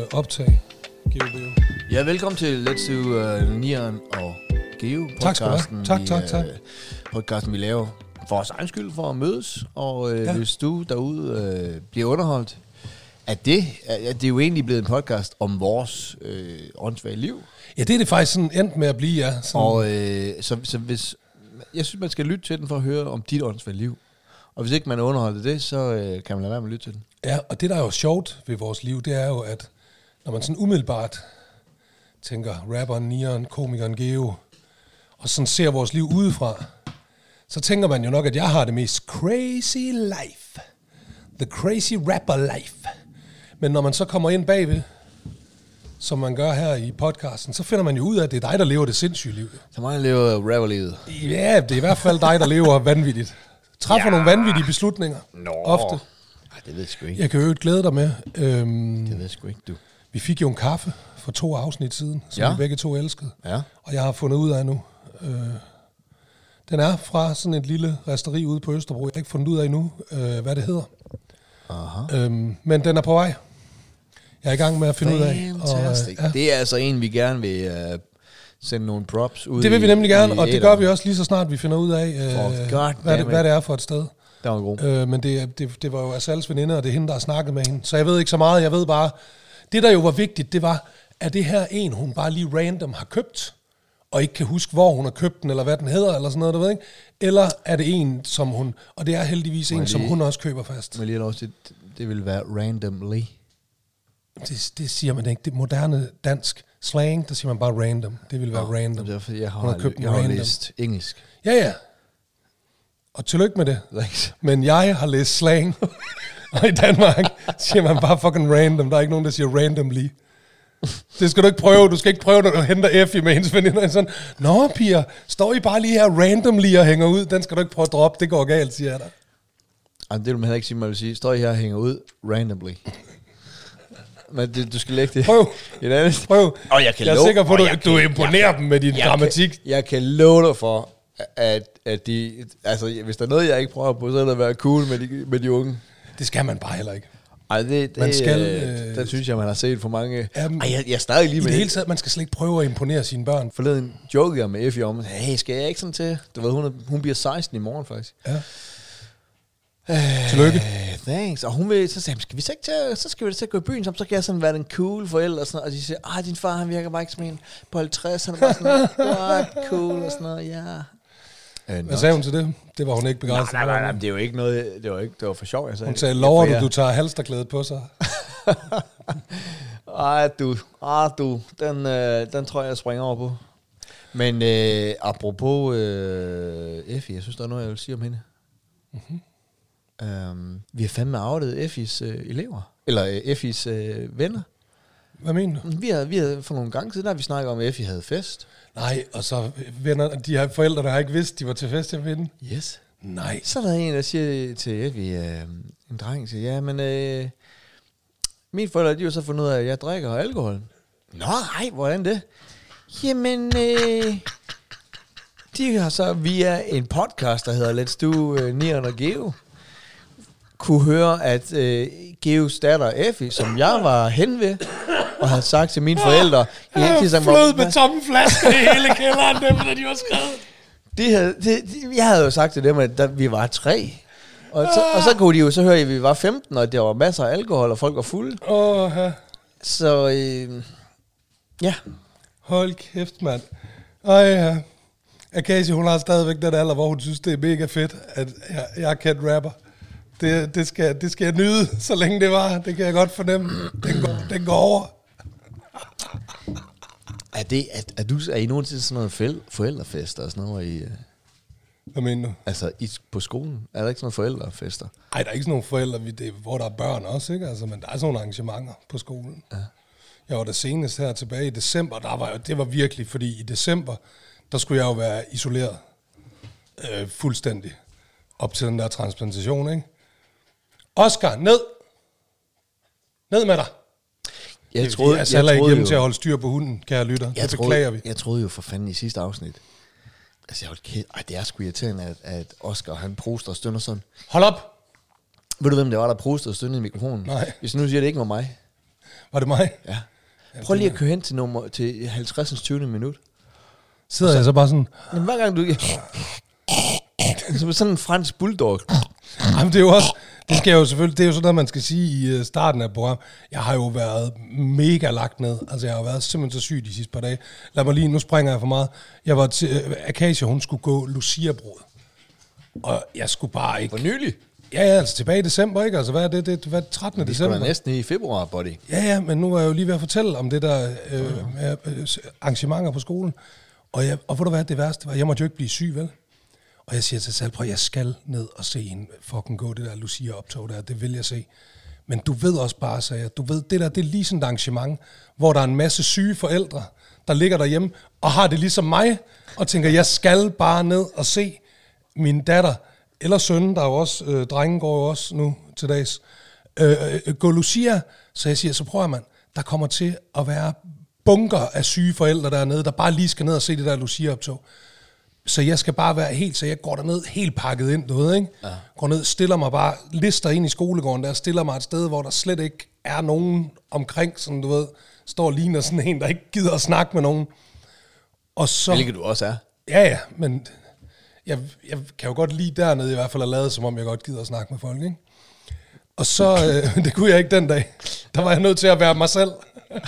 optag. Geo. Ja, velkommen til Let's Do Nieren og Geo podcasten. Tak. Podcasten vi laver for vores egen skyld, for at mødes. Og hvis du derude bliver underholdt, at det er jo egentlig blevet en podcast om vores åndssvage liv. Ja, det er det faktisk sådan endt med at blive, ja. Sådan. Og så hvis jeg synes, man skal lytte til den for at høre om dit åndssvage liv. Og hvis ikke man underholder det, så kan man lade være med at lytte til den. Ja, og det der er jo sjovt ved vores liv, det er jo, at når man sådan umiddelbart tænker rapperen, nieren, komikeren, Geo, og sådan ser vores liv udefra, så tænker man jo nok, at jeg har det mest crazy life. The crazy rapper life. Men når man så kommer ind bagved, som man gør her i podcasten, så finder man jo ud af, at det er dig, der lever det sindssyge liv. Så mig lever rapperlivet. Ja, det er i hvert fald dig, der lever vanvittigt. Træffer nogle vanvittige beslutninger. Ofte. Ej, det ved jeg sgu ikke. Jeg kan jo glæde dig med. Det ved jeg sgu ikke, du. Vi fik jo en kaffe for 2 afsnit siden, som vi begge to elskede. Ja. Og jeg har fundet ud af nu. Den er fra sådan et lille resteri ude på Østerbro. Jeg har ikke fundet ud af endnu, hvad det hedder. Aha. Men den er på vej. Jeg er i gang med at finde ud af. Og, det er altså en, vi gerne vil sende nogle props ud. Det vil vi nemlig gerne, og det gør vi også lige så snart, vi finder ud af, hvad det er for et sted. Det var god. Men det var jo Asals veninde, og det er hende, der har snakket med hende. Så jeg ved ikke så meget. Jeg ved bare, det der jo var vigtigt, det var, at det her en, hun bare lige random har købt, og ikke kan huske, hvor hun har købt den, eller hvad den hedder, eller sådan noget, du ved ikke? Eller er det en, som hun, og det er heldigvis en, som hun også køber fast. Men lige også, det vil være randomly. Det siger man ikke. Det moderne dansk slang, der siger man bare random. Det vil være random. Det er fordi, jeg har læst engelsk. Ja. Og tillykke med det. Thanks. Men jeg har læst slang. Og i Danmark siger man bare fucking random. Der er ikke nogen, der siger randomly. Det skal du ikke prøve. Du skal ikke prøve, når du henter F med hendes veninder. Sådan, nå piger, står I bare lige her randomly og hænger ud? Den skal du ikke prøve at droppe. Det går galt, siger jeg dig. Det vil man heller ikke sige, man vil sige. Står I her og hænger ud randomly? Men du skal lægge det. Prøv. Og jeg er sikker på, at du imponerer dem med din grammatik. Jeg kan love dig for, at de... Altså, hvis der er noget, jeg ikke prøver på, så er det at være cool med de unge. Det skal man bare heller ikke. Ej, man skal... der synes jeg, man har set for mange... jeg er stadig lige med det hele taget, man skal slet ikke prøve at imponere sine børn. Forleden jokede jeg med Effie om, hey, skal jeg ikke sådan til... Du ved, hun bliver 16 i morgen, faktisk. Ja. Tillykke. Thanks. Og hun vil, så sagde, skal vi så gå i byen, så kan jeg sådan være den cool forælder og sådan noget. Og de siger, din far, han virker bare ikke som en på 50, han er bare sådan, what, cool og sådan noget, ja. Hvad sagde hun til det? Det var hun ikke begejstret. Nej, det er jo ikke noget, det var for sjov, jeg sagde. Hun sagde, lover du tager halsterklædet på sig? Den tror jeg springer over på. Men apropos Effie, jeg synes, der er noget, jeg vil sige om hende. Mm-hmm. Vi har fandme afledt Effies elever. Eller Effies venner. Hvad mener du? Vi har for nogle gange siden, der vi snakket om, at Effie havde fest. Nej, og så venner, de her forældre, der har ikke vidst, de var til fest hjemme. Yes. Nej. Så er der en, der siger til Effie, en dreng, siger, ja, men mine forældre, de har så fundet ud af, at jeg drikker alkohol. Nå, nej, hvordan det? Jamen, de har så via en podcast, der hedder Let's Do Nieren og Geo, kunne høre, at Geos datter Effie, som jeg var hen ved, og havde sagt til mine forældre... Flød med tomme flasker i hele kælderen, dem, da de var skrevet. Jeg havde jo sagt til dem, at vi var 3. Og så kunne de jo så høre, at vi var 15, og der var masser af alkohol, og folk var fulde. Så ja. Hold kæft, mand. Ja. Akashi, hun har stadigvæk den alder, hvor hun synes, det er mega fedt, at jeg er kendt rapper. Det skal jeg nyde, så længe det var. Det kan jeg godt fornemme. Den går over. Er I nogensinde sådan noget forældrefester og sådan noget? Hvad mener du? Altså på skolen? Er der ikke sådan nogle forældrefester? Nej, der er ikke sådan nogle forældre, hvor der er børn også, ikke? Altså, men der er sådan nogle arrangementer på skolen. Ja. Jeg var der senest her tilbage i december. Det var virkelig, fordi i december, der skulle jeg jo være isoleret fuldstændig op til den der transplantation, ikke? Oscar, ned! Ned med dig! Jeg troede ikke hjemme til at holde styr på hunden, kære lytter. Det beklager vi. Jeg troede jo for fanden i sidste afsnit. Altså, det er sgu irriterende, at Oscar, han proster og stønner sådan. Hold op! Ved du, hvem det var, der prostede og stønnede i mikrofonen? Nej. Hvis nu siger, det ikke var mig. Var det mig? Ja. Prøv lige at køre hen til 50. 20. minut. Sidder jeg så bare sådan... Jamen, hver gang du... Som sådan en fransk bulldog. Jamen, det er jo også... Det skal jo selvfølgelig... Det er jo sådan noget, man skal sige i starten af programmet. Jeg har jo været mega lagt ned. Altså, jeg har været simpelthen så syg de sidste par dage. Lad mig lige... Nu springer jeg for meget. Jeg var til... Akasia, hun skulle gå Lucia-brud. Og jeg skulle bare ikke... For nylig? Ja, altså tilbage i december, ikke? Altså, hvad er det? Hvad er det 13. december? Det er næsten i februar, buddy. Ja, men nu var jeg jo lige ved at fortælle om det der arrangementer på skolen. Og ved du hvad, det værste var, jeg måtte jo ikke blive syg, vel? Og jeg siger til Sal, prøv, jeg skal ned og se en fucking gå det der Lucia-optog der, det vil jeg se. Men du ved også bare, sagde jeg, du ved, det der, det er lige sådan et arrangement, hvor der er en masse syge forældre, der ligger derhjemme, og har det ligesom mig, og tænker, jeg skal bare ned og se min datter, eller søn, der er jo også, drengen går jo også nu til dags, gå Lucia, så jeg siger, så prøver man, der kommer til at være bunker af syge forældre dernede, der bare lige skal ned og se det der Lucia-optog. Så jeg skal bare være helt, så jeg går derned helt pakket ind, du ved, ikke? Ja. Går ned, stiller mig bare, lister ind i skolegården der, stiller mig et sted, hvor der slet ikke er nogen omkring, sådan du ved, står og ligner sådan en, der ikke gider at snakke med nogen. Og så... Hvilket du også er. Ja, men jeg kan jo godt lide dernede i hvert fald at lade, som om jeg godt gider at snakke med folk, ikke? Og så, det kunne jeg ikke den dag. Der var jeg nødt til at være mig selv.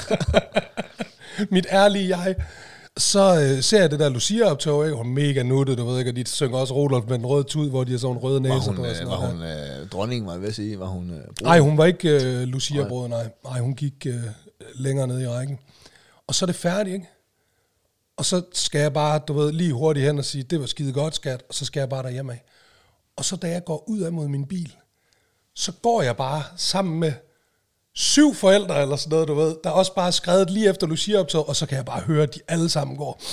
Mit ærlige jeg. Så ser jeg det der Lucia-optog, ikke? Hun er mega nuttet, du ved ikke, og de synger også Rudolf med en rød tud, hvor de har sådan en røde næser på. Var hun dronningen, var jeg ved at sige? Var hun nej, hun var ikke Lucia-brød, nej. Hun gik længere ned i rækken. Og så er det færdigt, ikke? Og så skal jeg bare, du ved, lige hurtigt hen og sige, det var skide godt, skat, og så skal jeg bare derhjemme af. Og så da jeg går ud af mod min bil, så går jeg bare sammen med 7 forældre eller sådan noget, du ved, der er også bare skrevet lige efter Lucia-optog, og så kan jeg bare høre, at de alle sammen går,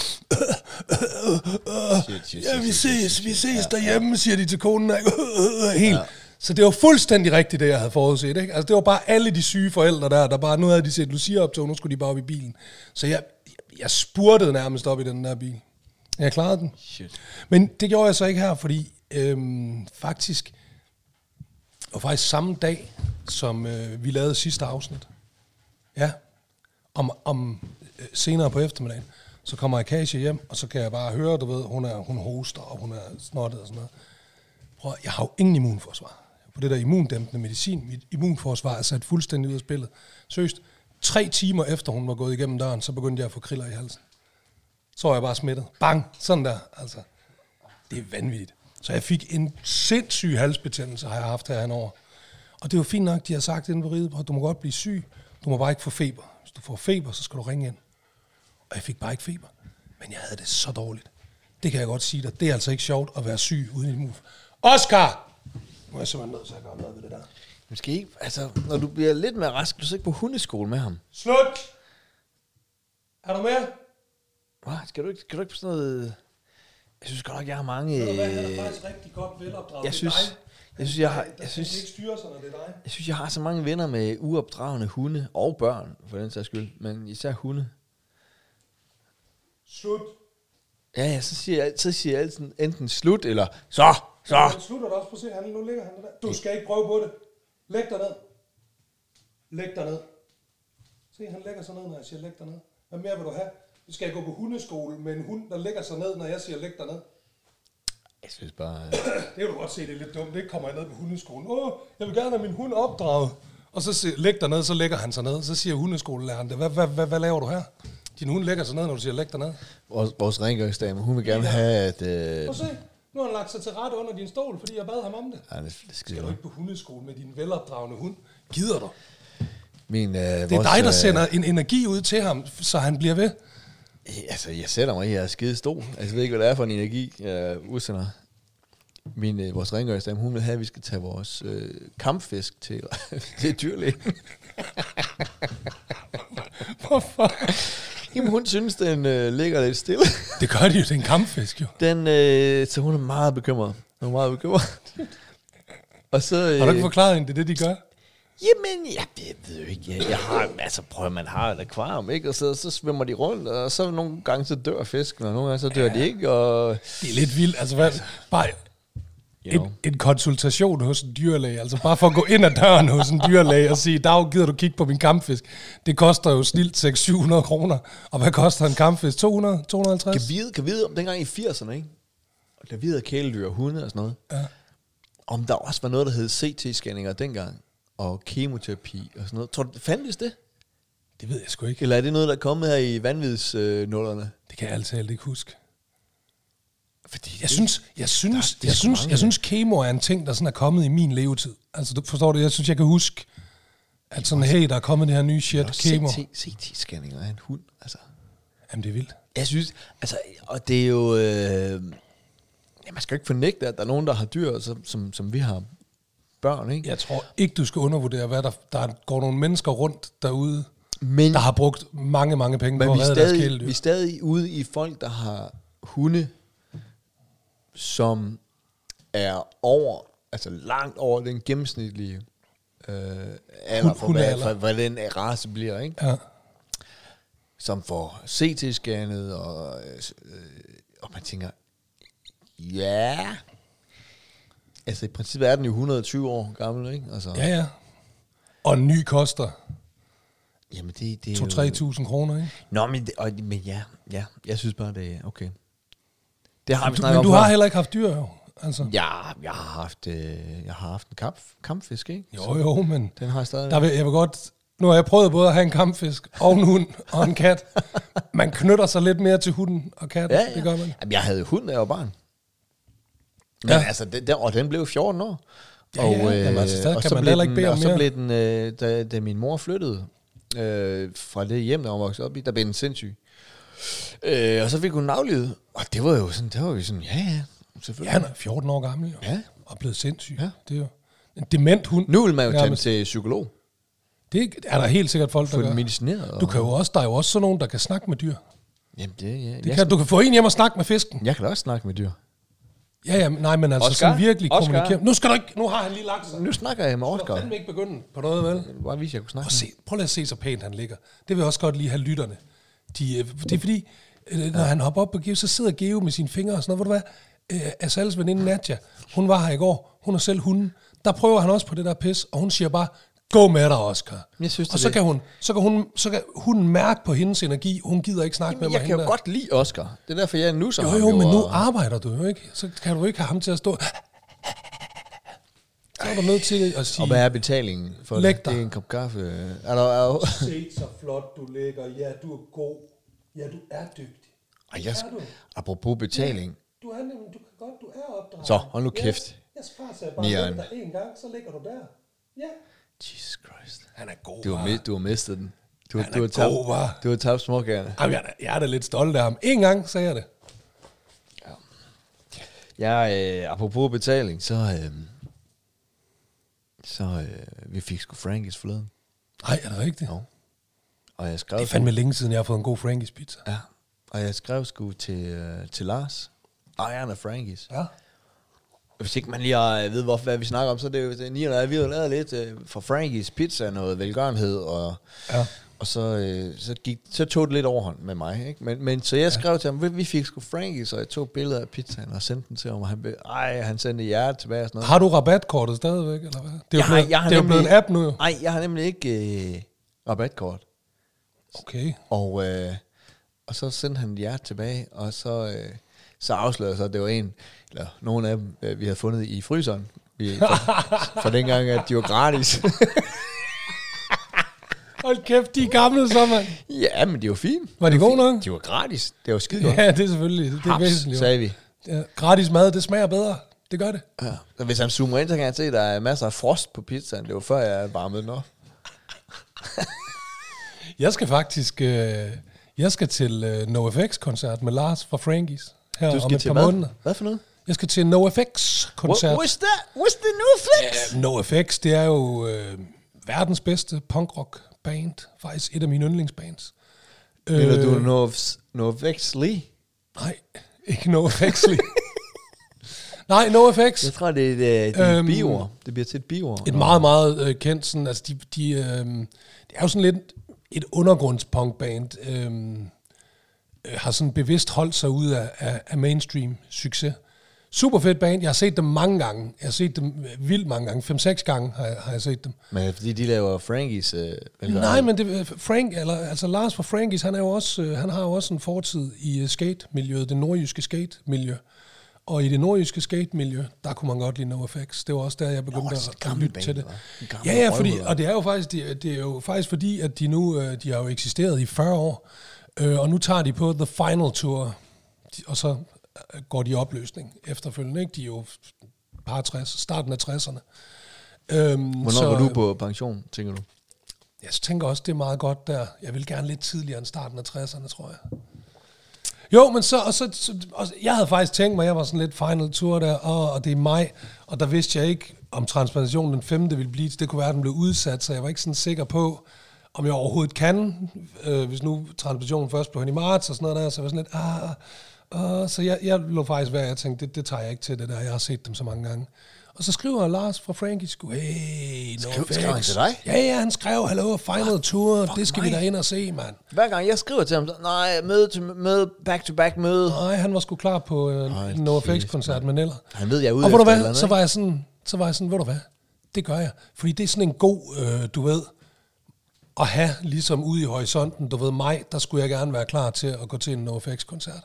ja, vi ses derhjemme, siger de til konen, helt. Ja. Så det var fuldstændig rigtigt, det jeg havde forudset, ikke? Altså det var bare alle de syge forældre der bare, nu havde de set Lucia-optog, nu skulle de bare op i bilen. Så jeg spurtede nærmest op i den der bil. Jeg klarede den. Shit. Men det gjorde jeg så ikke her, fordi faktisk samme dag, som vi lavede sidste afsnit. Ja. Senere på eftermiddagen, så kommer Akasia hjem, og så kan jeg bare høre, du ved, hun hoster, og hun er snottet og sådan noget. Prøv, jeg har jo ingen immunforsvar. På det der immundæmpende medicin, mit immunforsvar er sat fuldstændig ud af spillet. Seriøst, 3 timer efter hun var gået igennem døren, så begyndte jeg at få kriller i halsen. Så var jeg bare smittet. Bang! Sådan der, altså. Det er vanvittigt. Så jeg fik en sindssyg halsbetændelse, har jeg haft her henover. Og det var fint nok, de har sagt inden på riget, at du må godt blive syg, du må bare ikke få feber. Hvis du får feber, så skal du ringe ind. Og jeg fik bare ikke feber. Men jeg havde det så dårligt. Det kan jeg godt sige dig. Det er altså ikke sjovt at være syg uden immunforsvar. Oscar! Nu er jeg simpelthen nødt til at gøre noget ved det der. Måske ikke, altså, når du bliver lidt mere rask, du så ikke på hundeskole med ham. Slut! Er du med? Skal du ikke på sådan noget... Jeg synes godt nok, jeg har mange... Han er faktisk rigtig godt velopdraget. Jeg synes, jeg har så mange venner med uopdragende hunde og børn, for den sags skyld, men især hunde. Slut. Ja, så siger jeg altid enten slut, eller så. Han slutter det også på at se, nu ligger han der. Du skal ikke prøve på det. Læg dig ned. Se, han lægger sig ned, når jeg siger læg dig ned. Hvad mere vil du have? Skal jeg gå på hundeskole med en hund, der lægger sig ned, når jeg siger læg dig ned? Jeg synes bare... Det kan du godt se, det er lidt dumt. Det kommer jeg ned på hundeskolen. Jeg vil gerne have min hund opdraget. Og så siger læg dig ned, så lægger han sig ned. Så siger hundeskolelæreren det. Hvad laver du her? Din hund lægger sig ned, når du siger læg dig ned. Vores rengøringsdame, hun vil gerne have, at... Prøv se. Nu har han lagt sig til rette under din stol, fordi jeg bad ham om det. Ja, det skal du ikke på hundeskole med din velopdragende hund? Gider du? Det er dig, der sender en energi ud til ham, så han bliver ved. Altså, jeg sætter mig i her skide stol. Altså, jeg ved ikke, hvad det er for en energi, jeg udsender. Vores rengøringsdame, hun vil have, at vi skal tage vores kampfisk til dyrlægen. Hvorfor? Jamen, hun synes, den ligger lidt stille. Det gør de jo, det er en kampfisk jo. Så hun er meget bekymret. Og så, har du ikke forklaret hende, det er det, de gør? Jamen, jeg ved jo ikke. Jeg har, altså prøv, man har et akvarium, ikke? Og så svømmer de rundt, og så nogle gange så dør fisken, og nogle gange så dør de ikke, og... Det er lidt vildt, altså hvad... Bare... en konsultation hos en dyrlæge, altså bare for at gå ind ad døren hos en dyrlæge og sige, Dag, gider du kigge på min kampfisk? Det koster jo snilt 600-700 kroner, og hvad koster en kampfisk? 200, 250? Kan vide om dengang i 80'erne, ikke? Og der videre kæledyr og hunde og sådan noget. Ja. Om der også var noget, der hed CT-scanninger dengang, og kemoterapi og sådan noget. Tror du, fandtes det? Det ved jeg sgu ikke. Eller er det noget, der er kommet her i vanvidsnullerne? Det kan jeg altid ikke huske. Fordi Jeg synes kemo er en ting, der sådan er kommet i min levetid. Altså, du forstår det? Jeg synes, jeg kan huske, at sådan, hey, der er kommet det her nye shit, kemo. CT-scanninger af en hund, altså. Jamen, det er vildt. Jeg synes, altså, og det er jo... man skal jo ikke fornægte, at der er nogen, der har dyr, som vi har børn, ikke? Jeg tror ikke, du skal undervurdere, hvad der går nogle mennesker rundt derude, der har brugt mange penge på at redde deres kæledyr. Vi er stadig ude i folk, der har hunde, som er over, altså langt over den gennemsnitlige alder for hvad den race bliver, ikke? Ja. Som får CT-scannet, og man tænker, ja, altså i princippet er den jo 120 år gammel, ikke? Altså, Ja. Og en ny koster jamen det er 2-3.000 kroner, ikke? Nå, men ja, jeg synes bare, det er okay. Det har vi snakket men om du før. har heller ikke haft dyr, jo. Altså. Ja, jeg har haft en kampfisk, ikke? Jo, men den har jeg stadig. jeg vil godt... Nu har jeg prøvet både at have en kampfisk og en hund og en kat. Man knytter sig lidt mere til hunden og katten, Ja. det gør man. Jamen, jeg havde hund, da jeg var barn. Men Ja. altså, den blev 14 år. Ja, jamen, altså, der kan man heller ikke bede om og så mere. blev den, da min mor flyttede fra det hjem, der var vokset op i, der blev den sindssyg. Og så fik hun aflivet. Og det var jo sådan, ja, selvfølgelig. Ja, han er 14 år gammel, jo. Ja. Og blevet sindssyg. Ja. Det er jo en dement hund. Nu vil man jo tage den nærmest. til psykolog. Det er der helt sikkert folk, der Få gør. den medicineret. Du kan jo også, der er jo også sådan nogen, der kan snakke med dyr. Jamen, Du kan få en hjem og snakke med fisken. Jeg kan da også snakke med dyr. Ja, nej, men altså Oscar? sådan virkelig Oscar? kommunikere. Nu har han lige lagt sig. Nu snakker jeg med Du Oscar. skal fandme ikke begynde på noget, vel? Jeg vil bare vise, at jeg kunne snakke. Prøv lige at se, så pænt han ligger. Det vil jeg også godt lige have lytterne. Det er fordi, når han hopper op på Geo, så sidder Geo med sine fingre og sådan noget. Ved du hvad? Asals veninde Nadja, hun var her i går. Hun er selv hunden. Der prøver han også på det der pis, og hun siger bare, gå med dig, Oscar. Jeg synes, og så kan hunden mærke på hendes energi. Hun gider ikke snakke med mig. Jeg kan jo godt lide Oscar. Det er derfor, jeg nusser ham. Jo, men nu arbejder du jo ikke. Så kan du ikke have ham til at stå... Så er du nødt til at sige... Og hvad er betalingen for Læg det? dig. Det er en kop kaffe. Se så flot du ligger. Ja, du er god. Ja, du er dygtig. Apropos betaling. Du er nemlig, du kan godt, du er opdraget. Så, hold nu kæft. Jeg sparer bare Nieren. dig en gang, så ligger du der. Ja. Jesus Christ. Han er god, Du har mistet den. Du har tabt småkærne. Jamen, jeg er da lidt stolt af ham. En gang sagde jeg det. Apropos betaling, vi fik sgu Frankies forleden. Nej, er det rigtigt? Jo. Og jeg skrev Det er fandme længe siden, jeg har fået en god Frankies pizza. Ja. Og jeg skrev sgu til Lars, ejeren af Frankies. Ja. Hvis ikke man lige ved, hvad vi snakker om, så er det jo det, Nieren og jeg, vi har lavet lidt for Frankies pizza, noget velgørenhed, og så tog det lidt overhånd med mig, ikke? Men så jeg skrev til ham, vi fik sgu Frankies, og jeg tog billeder af pizzaen og sendte den til ham, og han sendte hjertet tilbage og sådan noget. Har du rabatkortet stadigvæk, eller hvad? Det er jo blevet en app nu, jo. Nej, jeg har nemlig ikke rabatkort. Okay. Og så sendte han hjertet tilbage, og så afslørede jeg så, at det var nogle af dem, vi havde fundet i fryseren, for dengang, at de var gratis. Hold kæft, de er gamle så, mand. Ja, men de var fine. Var de gode nok? De var gratis. Det var skide godt. Ja, det er selvfølgelig. Det er væsentligt. Sagde vi. Ja, gratis mad, det smager bedre. Det gør det. Ja. Så hvis han zoomer ind, så kan han se, at der er masser af frost på pizzaen. Det var før, jeg varmede den op. Jeg skal faktisk... jeg skal til NoFX-koncert med Lars fra Frankies. Her Du om skal et til par måneder. Hvad for noget? Jeg skal til NoFX-koncert. What's the NoFX? NoFX, det er jo verdens bedste punkrock-band. Faktisk et af mine yndlingsbands. Mener du NoFX Lee? Nej, ikke NoFX Lee. Nej, NoFX. Jeg tror, det er et biord. Det bliver til et biord. Et meget, meget kendt sådan, altså det er jo sådan lidt et undergrundspunkband, har sådan bevidst holdt sig ud af mainstream succes. Super fedt band. Jeg har set dem mange gange. Jeg har set dem vildt mange gange. 5-6 gange har jeg set dem. Men fordi de laver Frankies... Nej, men altså Lars fra Frankies, han har jo også en fortid i skate-miljøet, det nordjyske skate-miljø. Og i det nordjyske skate-miljø, der kunne man godt lide NoFX. Det var også der, jeg begyndte at lytte til det. Ja, og det er jo faktisk fordi, at de har jo eksisteret i 40 år, og nu tager de på The Final Tour, og så går de i opløsning efterfølgende. Ikke? De er jo starten af 60'erne. Hvornår var du på pension, tænker du? Jeg tænker også, det er meget godt der. Jeg vil gerne lidt tidligere end starten af 60'erne, tror jeg. Jo, men så jeg havde faktisk tænkt mig, jeg var sådan lidt Final Tour der, og det er maj, og der vidste jeg ikke, om transplantationen den 5. ville blive. Det kunne være, at den blev udsat, så jeg var ikke sådan sikker på, om jeg overhovedet kan, hvis nu transplantationen først blev hen i marts og sådan noget der, så jeg var sådan lidt, så jeg lå faktisk ved, jeg tænkte, det tager jeg ikke til det der, jeg har set dem så mange gange. Og så skriver Lars fra Frankies, hey, skrev han til dig? Ja, han skrev, hello, Final Tour, det skal vi da ind og se, mand. Hver gang jeg skriver til ham, nej, møde, back-to-back møde. Nej, han var sgu klar på en NoFX-koncert med Neller. Han ved, jeg er ude og efter hvad, så var jeg sådan, ved du hvad, det gør jeg. Fordi det er sådan en god, du ved, at have ligesom ude i horisonten, du ved mig, der skulle jeg gerne være klar til at gå til en NoFX-koncert.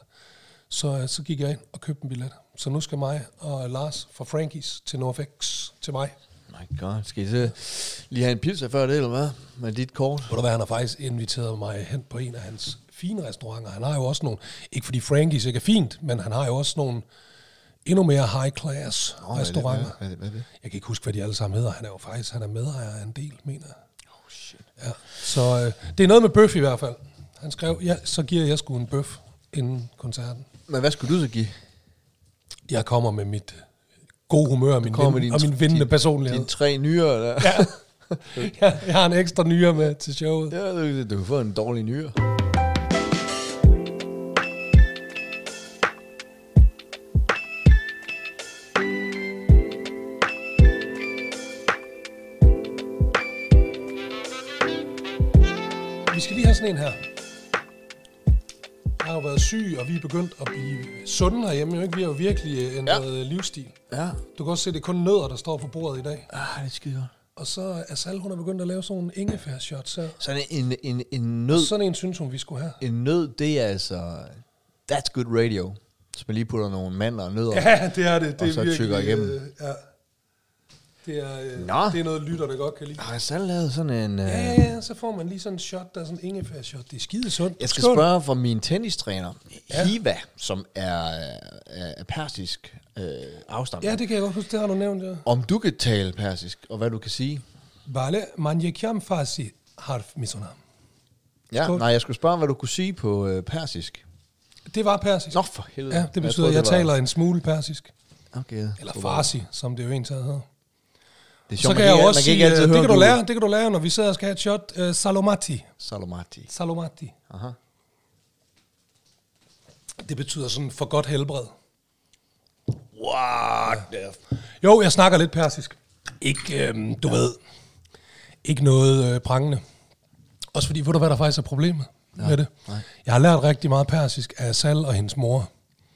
Så gik jeg ind og købte en billet. Så nu skal mig og Lars fra Frankies til NoFX til mig. My god, skal I så lige have en pizza før det, eller hvad? Med dit kort? Ved du hvad, han har faktisk inviteret mig hen på en af hans fine restauranter. Han har jo også nogle, ikke fordi Frankies ikke er fint, men han har jo også nogle endnu mere high-class restauranter. Hvad er det? Jeg kan ikke huske, hvad de alle sammen hedder. Han er medejer af en del, mener jeg. Oh shit. Ja. Så det er noget med bøf i hvert fald. Han skrev, ja, så giver jeg sgu en bøf inden koncerten. Men hvad skulle du så give? Jeg kommer med mit gode humør og min vindende personlighed. Dine 3 nyrer der. Ja. Jeg har en ekstra nyre med til showet. Ja, du kan få en dårlig nyre. Vi skal lige have sådan en her. Jeg har jo været syg, og vi er begyndt at blive sunde herhjemme. Ikke? Vi har jo virkelig ændret livsstil. Ja. Du kan også se, det er kun nødder, der står på bordet i dag. Det er skide godt. Og så er Sal, hun er begyndt at lave sådan nogle ingefær-shots her. Sådan en nød. Sådan en synes hun, vi skulle have. En nød, det er altså... That's good radio. Så man lige putter nogle mandler og nødder. Ja, det er det. Det og så virkelig, tykker igennem. Ja. Det er noget lytter, der godt kan lide. Har jeg selv lavet sådan en... Ja, så får man lige sådan en shot, der er sådan en ingefær-shot. Det er skide sundt. Jeg skal spørge fra min tennistræner, Hiva, som er persisk afstand. Ja, det kan jeg godt huske, det har du nævnt, ja. Om du kan tale persisk, og hvad du kan sige? Bale, man yekiam farsi harf misona. Ja, nej, jeg skulle spørge, hvad du kunne sige på persisk. Det var persisk. Nå, for helvede. Ja, det betyder, at jeg taler en smule persisk. Okay. Eller farsi, som det jo egentlig hedder. Det er sjovt, så kan jeg også sige, det kan du lære, når vi sidder og skal have et shot. Salomati. Aha. Det betyder sådan for godt helbred. What? Jo, jeg snakker lidt persisk. Ikke, du ved, ikke noget prangende. Også fordi, ved du hvad der faktisk er problemet med det? Nej. Jeg har lært rigtig meget persisk af Sal og hendes mor.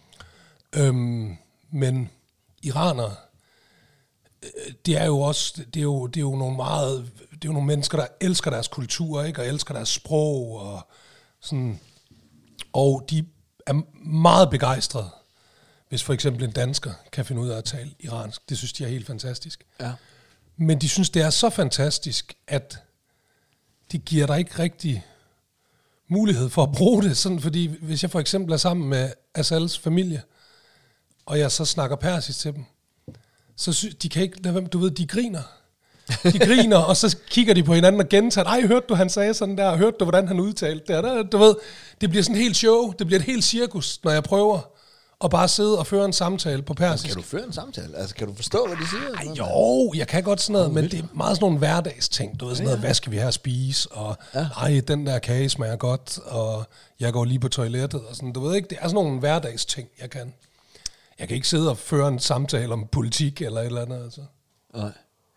Men iranere, det er jo også, det er jo nogle mennesker, der elsker deres kultur, ikke? Og elsker deres sprog, og sådan. Og de er meget begejstrede, hvis for eksempel en dansker kan finde ud af at tale iransk. Det synes de er helt fantastisk. Ja. Men de synes, det er så fantastisk, at de giver dig ikke rigtig mulighed for at bruge det. Sådan, fordi hvis jeg for eksempel er sammen med Asals familie, og jeg så snakker persisk til dem, så de kan ikke, du ved, de griner. De griner, og så kigger de på hinanden og gentager, ej, hørte du, han sagde sådan der, hørte du, hvordan han udtalte det? Der, du ved, det bliver sådan et helt show, det bliver et helt cirkus, når jeg prøver at bare sidde og føre en samtale på persisk. Kan du føre en samtale? Altså, kan du forstå, hvad de siger? Ej, jo, jeg kan godt sådan noget, men det er meget sådan nogle hverdagsting, du ved, sådan noget, hvad skal vi have at spise, og ej, den der kage smager godt, og jeg går lige på toilettet, og sådan, du ved ikke, det er sådan nogle hverdagsting, jeg kan. Jeg kan ikke sidde og føre en samtale om politik eller et eller andet, altså. Nej.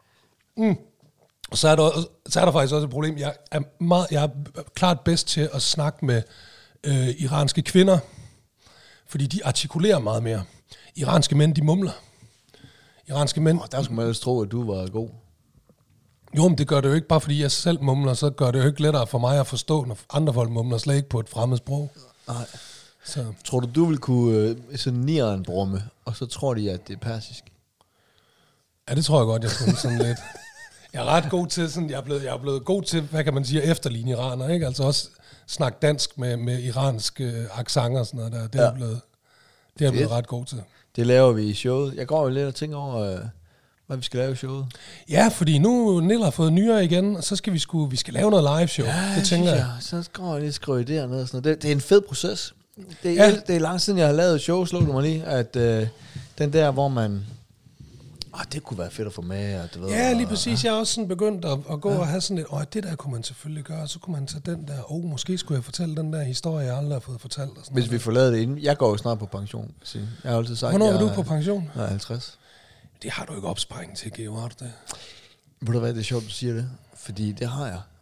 Og så er der faktisk også et problem. Jeg er klart bedst til at snakke med iranske kvinder, Fordi de artikulerer meget mere. Iranske mænd, de mumler. Iranske mænd... Der skulle man ellers tro, at du var god. Jo, men det gør det jo ikke, bare fordi jeg selv mumler, så gør det jo ikke lettere for mig at forstå, når andre folk mumler, slet ikke på et fremmed sprog. Nej. Så. Tror du vil kunne sådan nieren brumme, og så tror de, at det er persisk? Ja, det tror jeg godt, jeg kunne sådan lidt. Jeg er ret god til, sådan, jeg er blevet god til, hvad kan man sige, efterligne iraner, ikke? Altså også snakke dansk med iransk accenter og sådan noget der. Det er jeg blevet ret god til. Det laver vi i showet. Jeg går jo lidt og tænker over, hvad vi skal lave i showet. Ja, fordi nu Niel har fået nyere igen, og så skal vi skal lave noget live show. Ja, det tænker jeg. Så går jeg lige og skriver idéer ned og sådan noget. Det er en fed proces. Det er lang siden, jeg har lavet et show, slog du mig lige, at den der, hvor man... det kunne være fedt at få med. Og, du ved, ja, lige præcis. Jeg er også sådan begyndt at gå og have sådan lidt, det der kunne man selvfølgelig gøre, så kunne man tage den der, måske skulle jeg fortælle den der historie, jeg aldrig har fået fortalt. Og sådan hvis vi får lavet det inden. Jeg går jo snart på pension. Jeg har altid sagt, hvornår er du på pension? Jeg er 50. Det har du ikke opsparing til, Geo, har du det? Ved du hvad, det er sjovt, du siger det. Fordi det har jeg.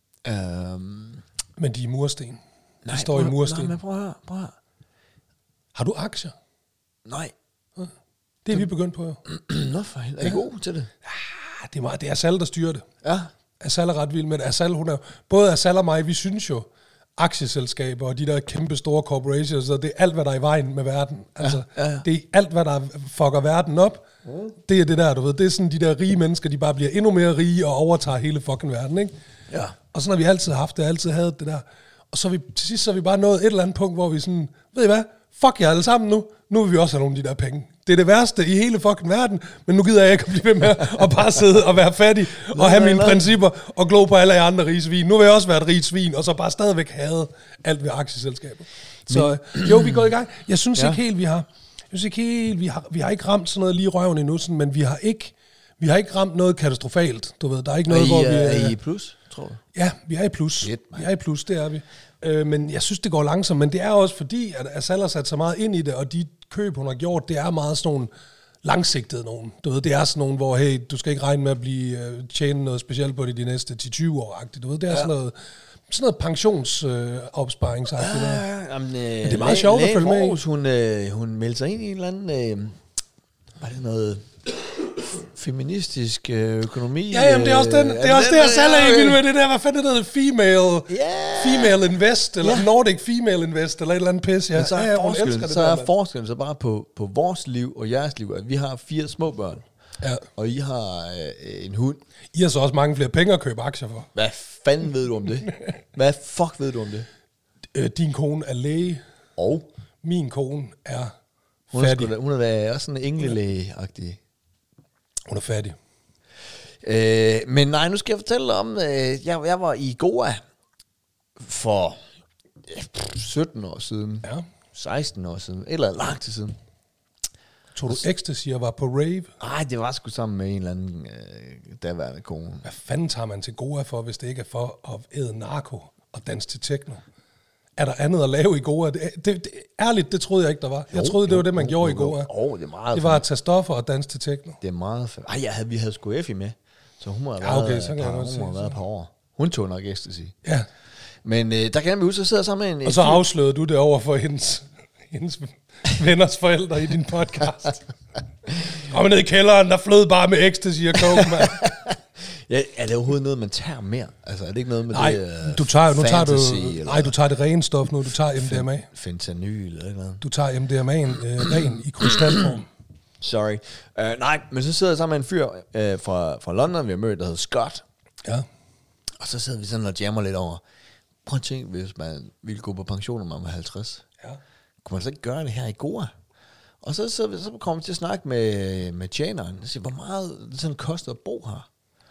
Men de er i mursten. De står i mursten. Nej, men prøv at høre. Har du aktier? Nej. Det er vi begyndt på, jo. Nå for helvede. Er I god til det? Ja, det er Asal, der styrer det. Ja. Asal er red vild med det. Asal, både Asal og mig, vi synes jo, aktieselskaber og de der kæmpe store corporations, det er alt, hvad der er i vejen med verden. Altså, det er alt, hvad der fucker verden op. Det er det der, du ved. Det er sådan, de der rige mennesker, de bare bliver endnu mere rige og overtager hele fucking verden, ikke? Ja. Og sådan har vi altid haft det, altid havde det der. Og så til sidst så er vi bare nået et eller andet punkt, hvor vi sådan, ved I hvad? Fuck jer alle sammen nu. Nu vil vi også have nogle af de der penge. Det er det værste i hele fucking verden, men nu gider jeg ikke at blive ved med at bare sidde og være fattig og have mine principper og glo på alle andre rige svin. Nu vil jeg også være et rigt svin, og så bare stadigvæk have alt ved aktieselskabet. Så jo, vi går i gang. Jeg synes ikke helt, vi har ikke ramt sådan noget lige i røven endnu, sådan, men vi har ikke ramt noget katastrofalt. Du ved, der er ikke noget, hvor vi er i plus, tror du? Ja, vi er i plus. Vi er i plus, det er vi. Men jeg synes, det går langsomt. Men det er også fordi, at Asal har sat så meget ind i det, og de køb, hun har gjort, det er meget sådan nogle langsigtede nogen. Du ved, det er sådan nogen, hvor, hey, du skal ikke regne med at tjene noget specielt på det de næste 10-20 år-agtigt. Du ved, det er sådan noget pensionsopsparingsagtigt. Men det er meget sjovt at følge med. Hun meldte sig ind i en eller anden... var det noget... feministisk økonomi. Ja, jamen, det er også den. Det er også det, jeg selv er ikke med det der. Hvad fanden er det? Female Invest, eller Nordic Female Invest, eller et eller andet pis. Ja. Men så er forskellen så bare på vores liv og jeres liv, at vi har 4 små børn, og I har en hund. I har så også mange flere penge at købe aktier for. Hvad fanden ved du om det? Hvad fuck ved du om det? Din kone er læge, og min kone er fattig. Hun er også sådan en englelæge-agtig. Hun er fattig. Men nej, nu skal jeg fortælle om, jeg var i Goa for 17 år siden. Ja. 16 år siden. Eller lang tid siden. Tog du ecstasy og var på rave? Nej, det var sgu sammen med en eller anden daværende kone. Hvad fanden tager man til Goa for, hvis det ikke er for at æde narko og danse til techno? Er der andet at lave i Goa? Ærligt, det troede jeg ikke, der var. Jeg troede, det var det, man gjorde i Goa. Det er meget. Det var at tage stoffer og danse til techno. Det er meget. Vi havde sgu Effie med, så hun må have været et par år. Hun tog nok ecstasy. Ja. Men der kan vi huske, at sidde sammen med en... Og så afslørede du det over for hendes venners forældre i din podcast. Kom ned i kælderen, der flød bare med ecstasy og coke, mand. Ja, er det overhovedet noget, man tager mere? Altså, er det ikke noget med det du tager det rene stof nu. Du tager MDMA. Fentanyl eller noget. Du tager MDMA'en ren i krystalform. Sorry. Nej, men så sidder jeg sammen med en fyr fra London, vi har mødt, der hedder Scott. Ja. Og så sidder vi sådan og jammer lidt over. Prøv at tænke, hvis man ville gå på pension, når man var 50. Ja. Kunne man så ikke gøre det her i Goa? Og så kommer vi til at snakke med tjeneren. Jeg siger, hvor meget det sådan koster at bo her?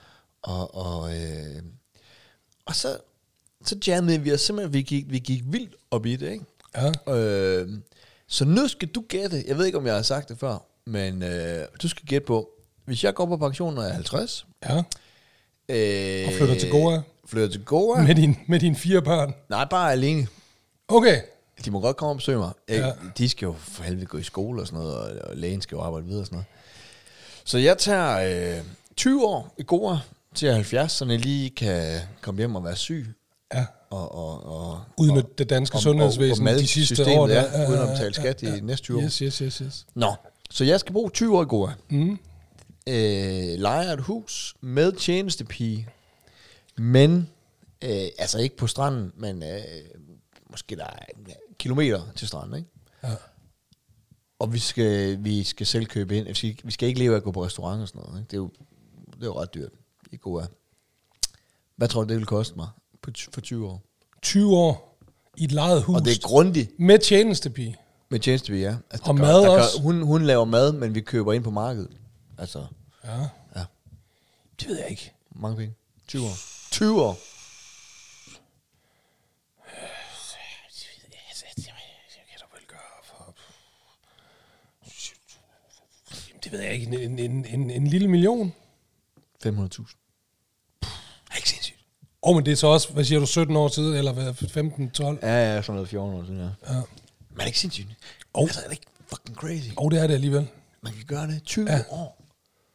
Og så jammede vi os simpelthen, vi gik vildt op i det, ikke? Ja. Så nu skal du gætte, jeg ved ikke, om jeg har sagt det før, men du skal gætte på, hvis jeg går på pension, når jeg er 50. Ja. Og flytter til Goa. Med dine 4 børn. Nej, bare alene. Okay. De må godt komme og besøge mig. Ja. De skal jo for helvede gå i skole og sådan noget, og lægen skal jo arbejde videre og sådan noget. Så jeg tager 20 år i Goa til 70, så jeg lige kan komme hjem og være syg. Ja. Og Udnytte det danske sundhedsvæsen de sidste år. Ja, uden at betale skat i næste 20 år. Yes. Nå, så jeg skal bruge 20 år i Goa. Lejer et hus med tjenestepige, men altså ikke på stranden, men måske der er kilometer til stranden, ikke? Ja. Og vi skal selv købe ind. Vi skal ikke leve af at gå på restaurant og sådan noget, ikke? Det er jo ret dyrt i Goa. Hvad tror du, det vil koste mig for 20 år? 20 år i et lejet hus. Og det er grundigt. Med tjenestepige. Med tjenestepige, ja. Altså, og mad også. Hun laver mad, men vi køber ind på markedet. Altså. Ja. Det ved jeg ikke. Mange penge. 20 år. 20 år. Det ved jeg ikke. En lille million? 500.000. Er ikke sindssygt. Men det er så også, hvad siger du, 17 år siden, eller 15-12? Ja, sådan noget 14 år siden, ja. Men er det ikke sindssygt? Altså, er det ikke fucking crazy? Det er det alligevel. Man kan gøre det 20 år.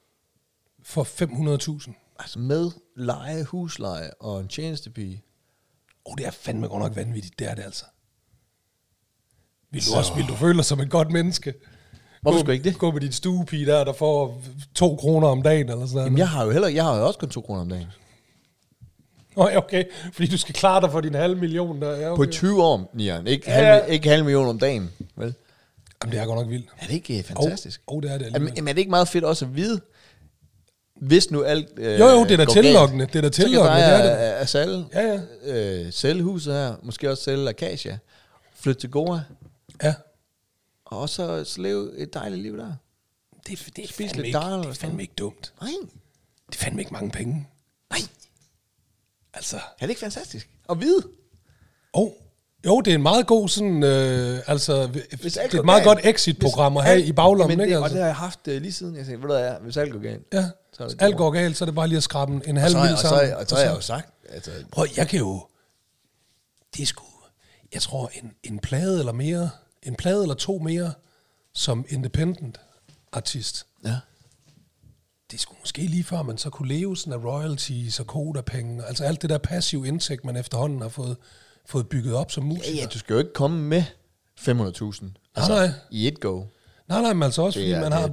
For 500.000. Altså med leje, husleje og en tjenestepige. Det er fandme godt nok vanvittigt, det er det altså. Vil du føle dig som et godt menneske? Hvorfor skulle ikke det? Gå med din stuepige der får 2 kroner om dagen, eller sådan noget. Jamen, jeg har jo også kun 2 kroner om dagen. Okay, fordi du skal klare dig for din halv million der. Ja, okay. På 20 år, Nian. Ikke halv million om dagen, vel? Jamen, det er godt nok vildt. Er det ikke fantastisk? Det er det alligevel. Jamen, er det ikke meget fedt også at vide, hvis nu alt jo, det er da tillokkende. Det er da tillokkende, så kan det er at sælge. Sælge huset her, måske også sælge Acacia, flytte til Goa. Ja. Og så leve et dejligt liv der. Det er fandme ikke dumt. Nej. Det er fandme ikke mange penge. Nej. Altså. Er det ikke fantastisk? At vide? Jo, det er en meget god sådan, det er et meget godt exit-program at have i baglommen, ikke? Og det har jeg haft lige siden, jeg tænkte, ved du hvis alt går galt. Ja, hvis alt går galt, så er det bare lige at skrabe en halv mil sammen. Og så har jeg jo sagt. Prøv, jeg kan jo, det er sgu, jeg tror en plade eller 2 mere, som independent artist. Ja. Det skulle måske lige før, man så kunne leve sådan af royalties og kodapenge, altså alt det der passiv indtægt, man efterhånden har fået bygget op som musiker. Ja, du skal jo ikke komme med 500.000 nej. i et go. Nej, men altså også, fordi man har...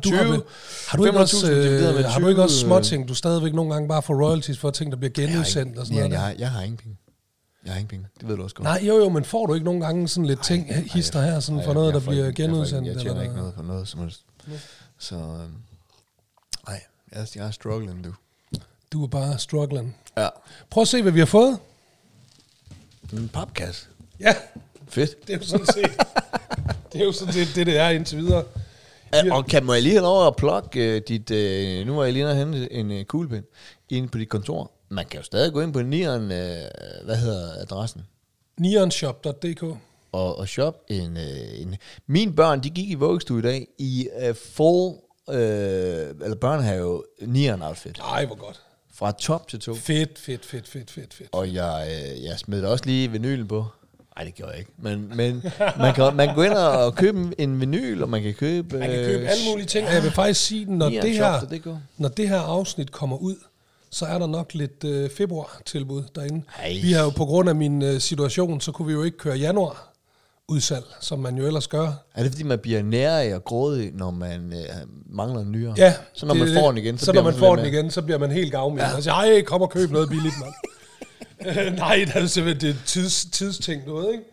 Har du ikke også småting, du stadigvæk nogle gange bare får royalties for ting, der bliver genudsendt og sådan noget? Jeg har ingen penge. Det ved du også godt. Nej, jo, men får du ikke nogle gange sådan lidt ting, hister her, sådan for noget, der bliver genudsendt? Jeg tjener ikke noget for noget som helst. Så... Nej, jeg er struggling, du. Du er bare struggling. Ja. Prøv at se, hvad vi har fået. En papkasse. Ja. Fedt. Det er jo sådan set, det er indtil videre. Og må jeg lige have lov at plukke dit... nu var jeg lige hente en kuglepen inde på dit kontor. Man kan jo stadig gå ind på Nieren... hvad hedder adressen? Nierenshop.dk og shop en... Mine børn, de gik i vuggestue i dag i full... eller børnehave Nieren outfit. Nej, hvor godt. Fra top til to. Fedt. Og jeg smed også lige vinylen på. Nej, det gjorde jeg ikke. Men man kan gå ind og købe en vinyl, og man kan købe... Man kan købe alle mulige ting. Og jeg vil faktisk sige, når det her afsnit kommer ud, så er der nok lidt februar-tilbud derinde. Ej. Vi har jo på grund af min situation, så kunne vi jo ikke køre januar udsalg, som man jo ellers gør. Er det fordi, man bliver nærig og grådig, når man mangler en nyere? Ja. Så når man får den igen, så når man får den igen, så bliver man helt gavmild. Ja. Og siger, ej, kom og køb noget billigt, mand. Nej, det er simpelthen det tidsting noget, ikke?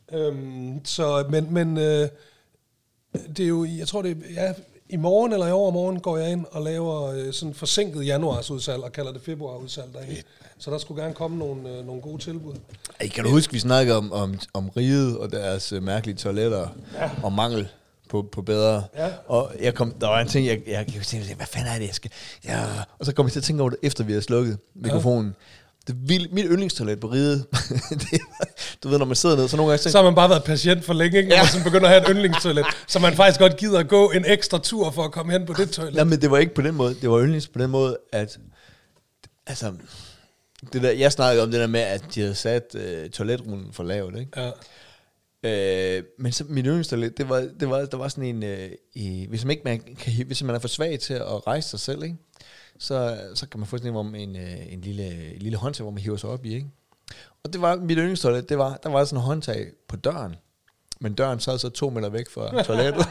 Men det er jo, jeg tror det er, i morgen eller i overmorgen går jeg ind og laver sådan forsinket januarsudsalg og kalder det februarudsalg derinde. Så der skulle gerne komme nogle gode tilbud. Ej, kan du huske, vi snakkede om riget og deres mærkelige toiletter og mangel på bedre. Ja. Og der var en ting, jeg tænkte, hvad fanden er det, jeg skal... Ja. Og så kom jeg til at tænke over det, efter vi havde slukket mikrofonen. Det vildt, mit yndlingstoilet på riget. Du ved, når man sidder ned, så nogle gange... Så har man bare været patient for længe, ikke? Når man sådan begynder at have et yndlingstoilet. Så man faktisk godt gider at gå en ekstra tur for at komme hen på det toilet. Nej, men det var ikke på den måde. Det var yndlings på den måde, at... Altså... Det der, jeg snakkede om det der med, at de havde sat toiletrummen for lavt, ikke? Ja. Men så min yndlingstoilet, der var sådan en... hvis man er for svag til at rejse sig selv, ikke? Så kan man få sådan en lille håndtag, hvor man hiver sig op i, ikke? Og det var mit yndlingstoilet, der var sådan en håndtag på døren, men døren sad så 2 meter væk fra toilettet.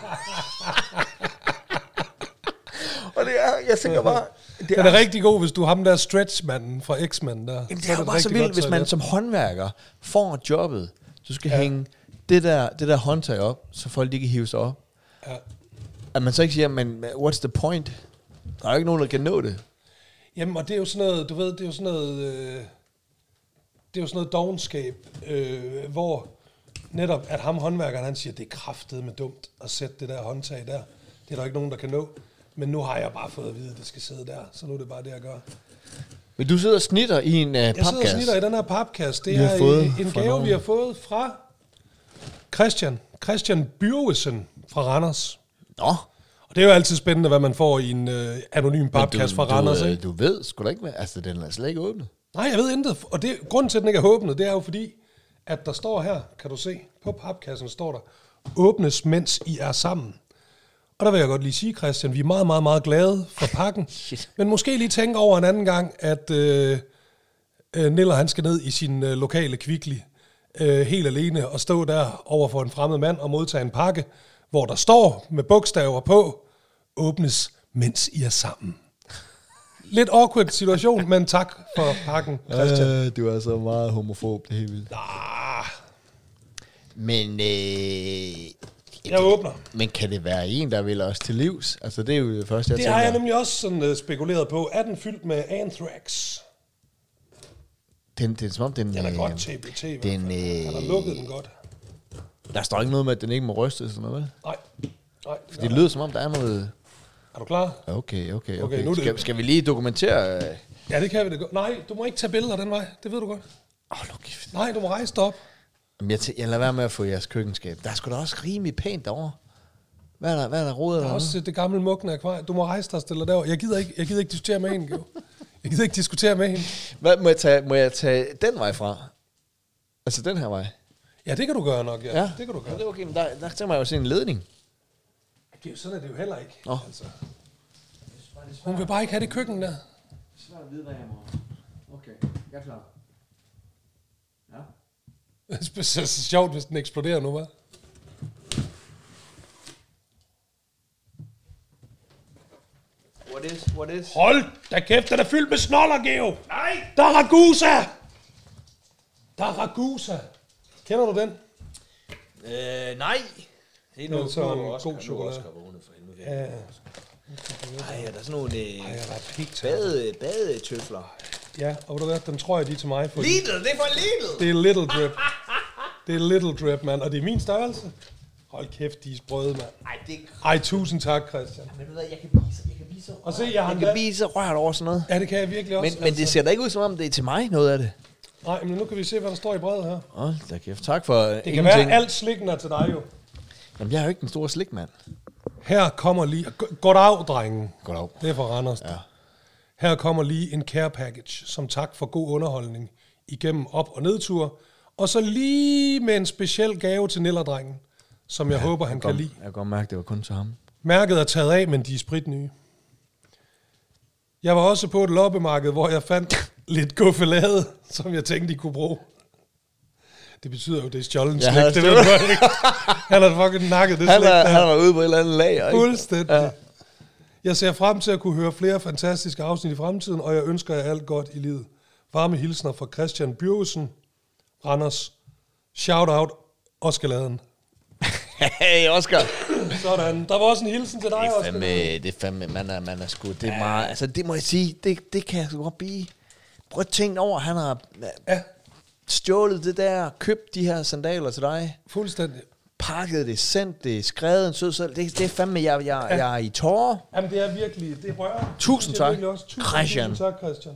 Og jeg tænker bare... Den er rigtig god, hvis du har ham der stretchmanden fra X-Men der. Jamen, det er jo bare så vildt, hvis man som håndværker får jobbet, du skal hænge det der håndtag op, så folk ikke kan hive sig op. Ja. At man så ikke siger, men what's the point? Der er jo ikke nogen, der kan nå det. Jamen, og det er jo sådan noget, du ved, det er jo sådan noget dovenskab, hvor netop, at ham håndværkeren, han siger, det er kraftedeme dumt at sætte det der håndtag der. Det er der ikke nogen, der kan nå. Men nu har jeg bare fået at vide, at det skal sidde der, så nu er det bare det, jeg gør. Men du sidder og snitter i en papkasse? Jeg sidder og snitter i den her papkasse. Det er en gave, vi har fået fra Christian Bjørvesen fra Randers. Nå. Og det er jo altid spændende, hvad man får i en anonym papkasse fra Randers, ikke? Du ved sgu da ikke, hvad? Altså, den er slet ikke åbnet. Nej, jeg ved intet. Og grunden til, at den ikke er åbnet, det er jo fordi, at der står her, kan du se, på papkassen står der, åbnes, mens I er sammen. Og der vil jeg godt lige sige, Christian, vi er meget, meget, meget glade for pakken. Men måske lige tænke over en anden gang, at Niller, han skal ned i sin lokale Kvickly helt alene og stå der over for en fremmed mand og modtage en pakke, hvor der står med bogstaver på, åbnes, mens I er sammen. Lidt awkward situation, men tak for pakken, Christian. Du er så meget homofob, det er helt vildt. Men... jeg åbner. Men kan det være en, der vil os til livs? Altså, det er jo det første, jeg tænker. Det har jeg nemlig også sådan spekuleret på. Er den fyldt med anthrax? Det er som om, den er godt TBT. Han har lukket den godt. Der står ikke noget med, at den ikke må rystes eller noget, vel? Nej. For det lyder som om, der er noget... Er du klar? Okay. Skal vi lige dokumentere? Ja, det kan vi det godt. Nej, du må ikke tage billeder den vej. Det ved du godt. Nej, du må rejse dig op. Jeg lader være med at få jeres køkkenskab. Der er sgu da også rimelig pænt derovre. Hvad er der rodet? Der er også det gamle mugne akvarie. Du må rejse dig og stille dig derovre. Jeg gider ikke diskutere med hende, jo. Jeg gider ikke diskutere med hende. Hvad, må jeg tage den vej fra? Altså den her vej? Ja, det kan du gøre nok, ja. Det kan du gøre. Ja, det er okay, men der tænker man jo se en ledning. Sådan er det jo heller ikke. Altså. Hun vil bare ikke have det køkken der. Svært at vide, hvad jeg må. Okay, jeg er klar. Ja. Det er så sjovt, hvis den eksploderer nu, hva'? What is? Hold da kæft, den er fyldt med snoller, Geo! Nej! Der er Ragusa! Kender du den? Nej. Det er noget så en god chokolade. Ja. Ej, der er sådan nogle badetøfler. Ja, og ved du hvad, den tror jeg, de er til mig. Lidl, det er for Lidl! Det er Little Drip. Det er Little Drip, mand, og det er min størrelse. Hold kæft, de er sprøde, mand. Ej, tusind tak, Christian. Men ved du hvad, jeg kan blive så og se, jeg kan blive så rørt over sådan noget. Ja, det kan jeg virkelig også. Men det ser da ikke ud, som om det er til mig, noget af det. Nej, men nu kan vi se, hvad der står i brevet her. Hold da kæft, tak for det kan være, alt slikken er til dig, jo. Jamen, jeg er jo ikke den store slikmand. Her kommer lige... Goddag, drengen. Goddag. Det er fra Randers. Ja. Her kommer lige en care package, som tak for god underholdning igennem op- og nedtur. Og så lige med en speciel gave til Niller-drengen, som jeg håber, han kan lide. Jeg kan godt mærke, det var kun til ham. Mærket er taget af, men de er spritnye. Jeg var også på et loppemarked, hvor jeg fandt lidt guffelade, som jeg tænkte, de kunne bruge. Det betyder jo, det er stjålen slik. Det ved du godt, ikke? Han har fucking nakket det slik der. Han var ude på et eller andet lager, ikke? Fuldstændig. Ja. Jeg ser frem til at kunne høre flere fantastiske afsnit i fremtiden, og jeg ønsker jer alt godt i livet. Varme hilsner fra Christian Bjørvesen, Randers. Shout out, Oscar-laden. Hey, Oscar. Sådan. Der var også en hilsen til dig, Oscar. Det er fandme, man er sgu, det er meget, altså det må jeg sige, det kan jeg sgu godt blive. Prøv at tænke over, han har stjålet det der, købt de her sandaler til dig. Fuldstændig. Pakket det, sendt det, skrevet en sød selv. Det er fandme, jeg er i tårer. Jamen det er virkelig, det er rørende. Tusind tak, Christian. Tusind tak, Christian.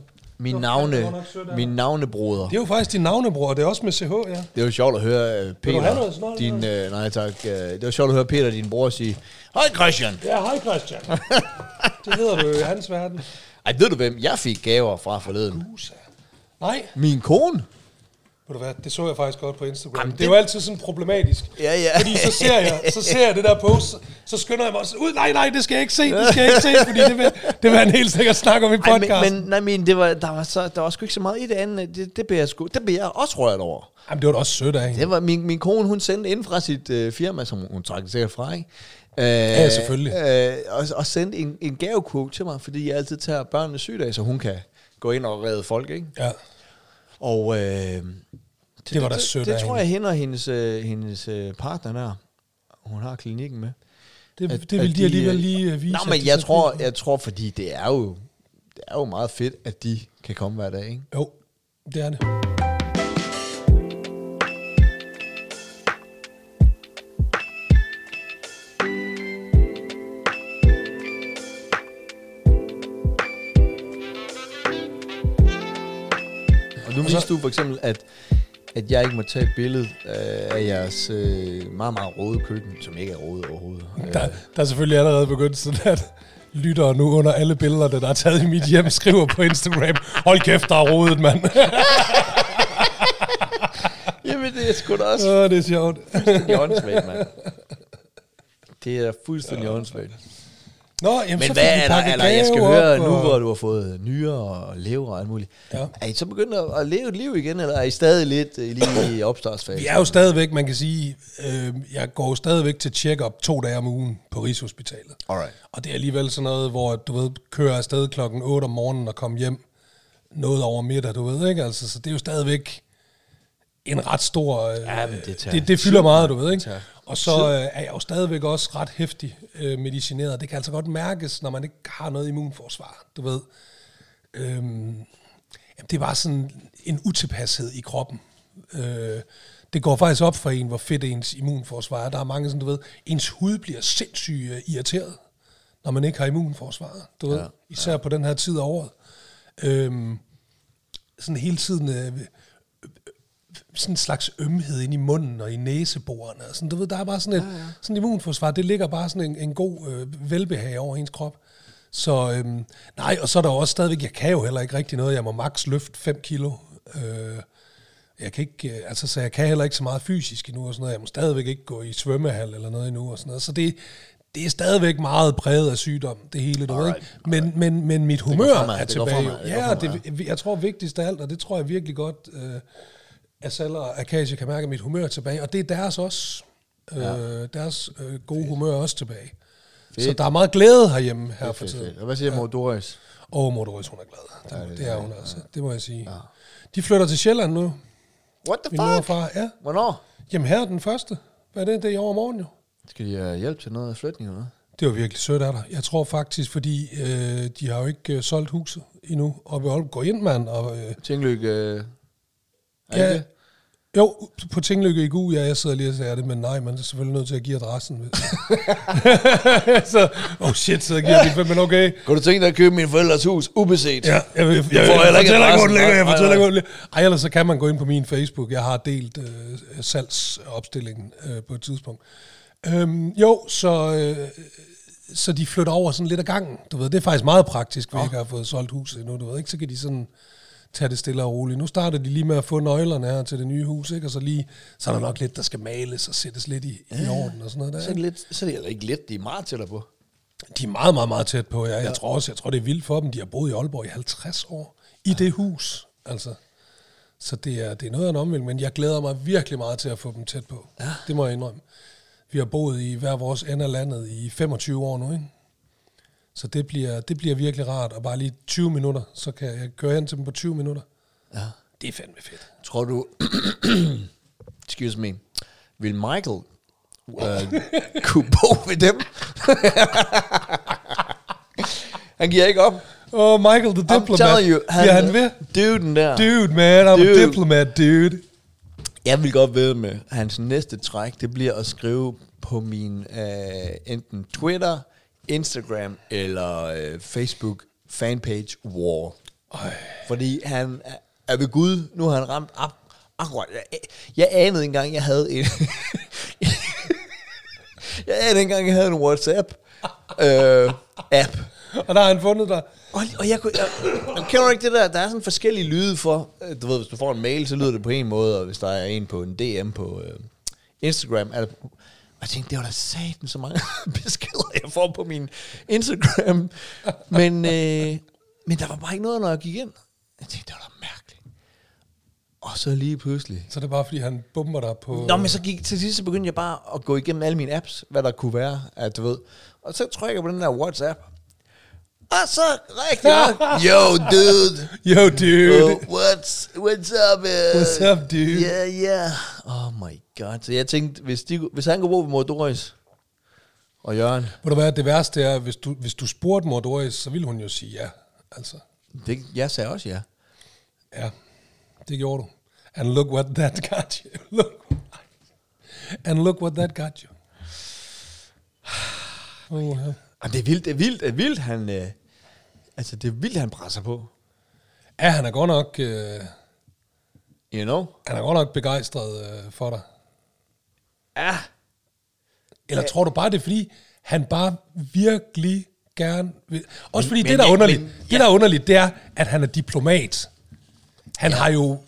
Min navnebroder. Det er jo faktisk din navnebror, det er også med CH, ja. Det er jo sjovt at høre Peter, nej tak, det var sjovt at høre Peter, din bror, sige, hej Christian. Ja, hej Christian. Det hedder du jo i hans verden. Ej, ved du hvem jeg fik gaver fra forleden? Nej. Min kone. Ved du hvad, det så jeg faktisk godt på Instagram. Jamen, det er jo altid sådan problematisk. Ja. Fordi så ser jeg det der post, så skynder jeg mig også ud. Nej, det skal jeg ikke se, fordi det vil han helt sikkert snakke om i podcast. Men der var sgu ikke så meget i det andet. Det blev jeg også rørt over. Jamen, det var da også sødt af hende. Det var min kone, hun sendte ind fra sit firma, som hun trak det sikkert fra, ikke? Ja, selvfølgelig. Og sendte en gavekode til mig, fordi jeg altid tager børnenes sygedage, så hun kan gå ind og redde folk, ikke? Ja. Og det var da sødt af det tror jeg, hende og hendes partner der, hun har klinikken med. Det vil de alligevel lige vise. Nå, men jeg tror, fordi det er jo meget fedt, at de kan komme hver dag, ikke? Jo, det er det. Nu viste du for eksempel, at jeg ikke må tage et billede af jeres meget, meget røde køkken, som ikke er røde overhovedet. Der er selvfølgelig allerede begyndt sådan, at lyttere nu under alle billederne, der er taget i mit hjem, skriver på Instagram, hold kæft, der er rodet, mand. Jamen, det er sgu da også. Det er sjovt. Fuldstændig åndssvagt, mand. Det er fuldstændig åndssvagt. Nå, jamen, men så hvad er der? Jeg skal høre, nu hvor du har fået nyrer og lever og alt muligt. Ja. Er I så begyndt at leve et liv igen, eller er I stadig lidt lige i opstartsfasen? Vi er jo stadigvæk, man kan sige, jeg går stadigvæk til check-up 2 dage om ugen på Rigshospitalet. Alright. Og det er alligevel sådan noget, hvor du ved, kører afsted klokken 8 om morgenen og kommer hjem noget over middag, du ved, ikke? Altså, så det er jo stadigvæk en ret stor... det fylder meget, du ved, ikke? Og så er jeg jo stadigvæk også ret hæftig medicineret. Det kan altså godt mærkes, når man ikke har noget immunforsvar, du ved. Det er bare sådan en utilpashed i kroppen. Det går faktisk op for en, hvor fedt ens immunforsvar er. Der er mange sådan, du ved, ens hud bliver sindssygt irriteret, når man ikke har immunforsvar, du ved. Især på den her tid af året. Sådan hele tiden... sådan en slags ømhed ind i munden og i næseborene. Sådan, du ved, der er bare sådan et sådan immunforsvar. Det ligger bare sådan en god velbehag over ens krop. Så nej, og så er der jo også stadigvæk, jeg kan jo heller ikke rigtig noget. Jeg må maks løfte 5 kilo. Jeg kan ikke, så jeg kan heller ikke så meget fysisk endnu og sådan noget. Jeg må stadigvæk ikke gå i svømmehal eller noget endnu og sådan noget. Så det er stadigvæk meget præget af sygdom, det hele, du ved ikke. Men mit humør er tilbage. Jeg tror vigtigst af alt, og det tror jeg virkelig godt... Asal og Akasia kan mærke, at mit humør er tilbage, og det er deres også. Deres gode humør er også tilbage. Fedt. Så der er meget glæde herhjemme her for tiden. Og hvad siger Mor Doris? Mor Doris, hun er glad. Det er hun altså, det må jeg sige. Ja. De flytter til Sjælland nu. What the fuck? Far, ja. Hvornår? Jamen her den første. Hvad er det? Det er i overmorgen jo. Skal de have hjælp til noget af flytning eller noget? Det var virkelig sødt af dig. Jeg tror faktisk, fordi de har jo ikke solgt huset endnu, og vi går ind, mand. Tænklykke... Ja, jo, på Tinglykke i Gu, jeg sidder lige og siger det, men nej, man er selvfølgelig nødt til at give adressen. Så, shit, så giver jeg det, men okay. Kunne du tænke dig at købe min forældres hus ubeset? Ja, jeg fortæller ikke, hvor det ligger. Ej, ellers så kan man gå ind på min Facebook. Jeg har delt salgsopstillingen på et tidspunkt. Så de flytter over sådan lidt af gangen. Du ved, det er faktisk meget praktisk, vi ikke har fået solgt huset endnu. Du ved ikke, så kan de sådan... tage det stille og roligt. Nu starter de lige med at få nøglerne her til det nye hus, ikke? Og så er der nok lidt, der skal males og sættes lidt i orden og sådan noget der. Så er det ikke lidt, de er meget tættere på. De er meget, meget, meget tæt på, ja. Jeg tror det er vildt for dem. De har boet i Aalborg i 50 år. I det hus, altså. Så det er noget af en omvæltning, men jeg glæder mig virkelig meget til at få dem tæt på. Ja. Det må jeg indrømme. Vi har boet i hver vores ende af landet i 25 år nu, ikke? Så det bliver virkelig rart, og bare lige 20 minutter, så kan jeg køre hen til dem på 20 minutter. Ja. Det er fandme fedt. Tror du, excuse me, vil Michael kunne bo ved dem? Han giver ikke op. Michael the diplomat. Han ved. Duden der. Dude, man, I'm a diplomat, dude. Jeg vil godt ved med, hans næste træk, det bliver at skrive på min enten Twitter, Instagram eller Facebook fanpage wall. Fordi han er ved Gud, nu har han ramt akkurat. Jeg anede engang, jeg havde Ja, dengang jeg havde en WhatsApp app. Og der har han fundet dig. Og jeg kender du ikke det der? Der er sådan forskellige lyde for, du ved, hvis du får en mail, så lyder det på en måde, og hvis der er en på en DM på Instagram, er det, og jeg tænkte, det var da satan så mange beskeder, jeg får på min Instagram. Men der var bare ikke noget, når jeg gik ind. Jeg tænkte, det var da mærkeligt. Og så lige pludselig. Så det er bare, fordi han bomber dig på... Nå, men så til sidst, så begyndte jeg bare at gå igennem alle mine apps, hvad der kunne være, at du ved. Og så trykker jeg på den der WhatsApp. Og så rigtig nok. Yo, dude. Yo, dude. What's up? What's up, dude? Yeah. Oh my god. Så jeg tænkte, hvis han går på med Mordoris og Jørgen. Ved du hvad, det værste er, hvis du spurgte Mordoris, så ville hun jo sige ja. Altså. Jeg sagde også ja. Ja, det gjorde du. And look what that got you. Look what that got you. Ja. Det er vildt, han... det er vildt, han presser på. Ja, han er godt nok... You know? Han er godt nok begejstret for dig. Ja. Eller tror du bare, det er fordi, han bare virkelig gerne vil... Også fordi det, der er underligt, det, der er underligt, det er, at han er diplomat. Han har jo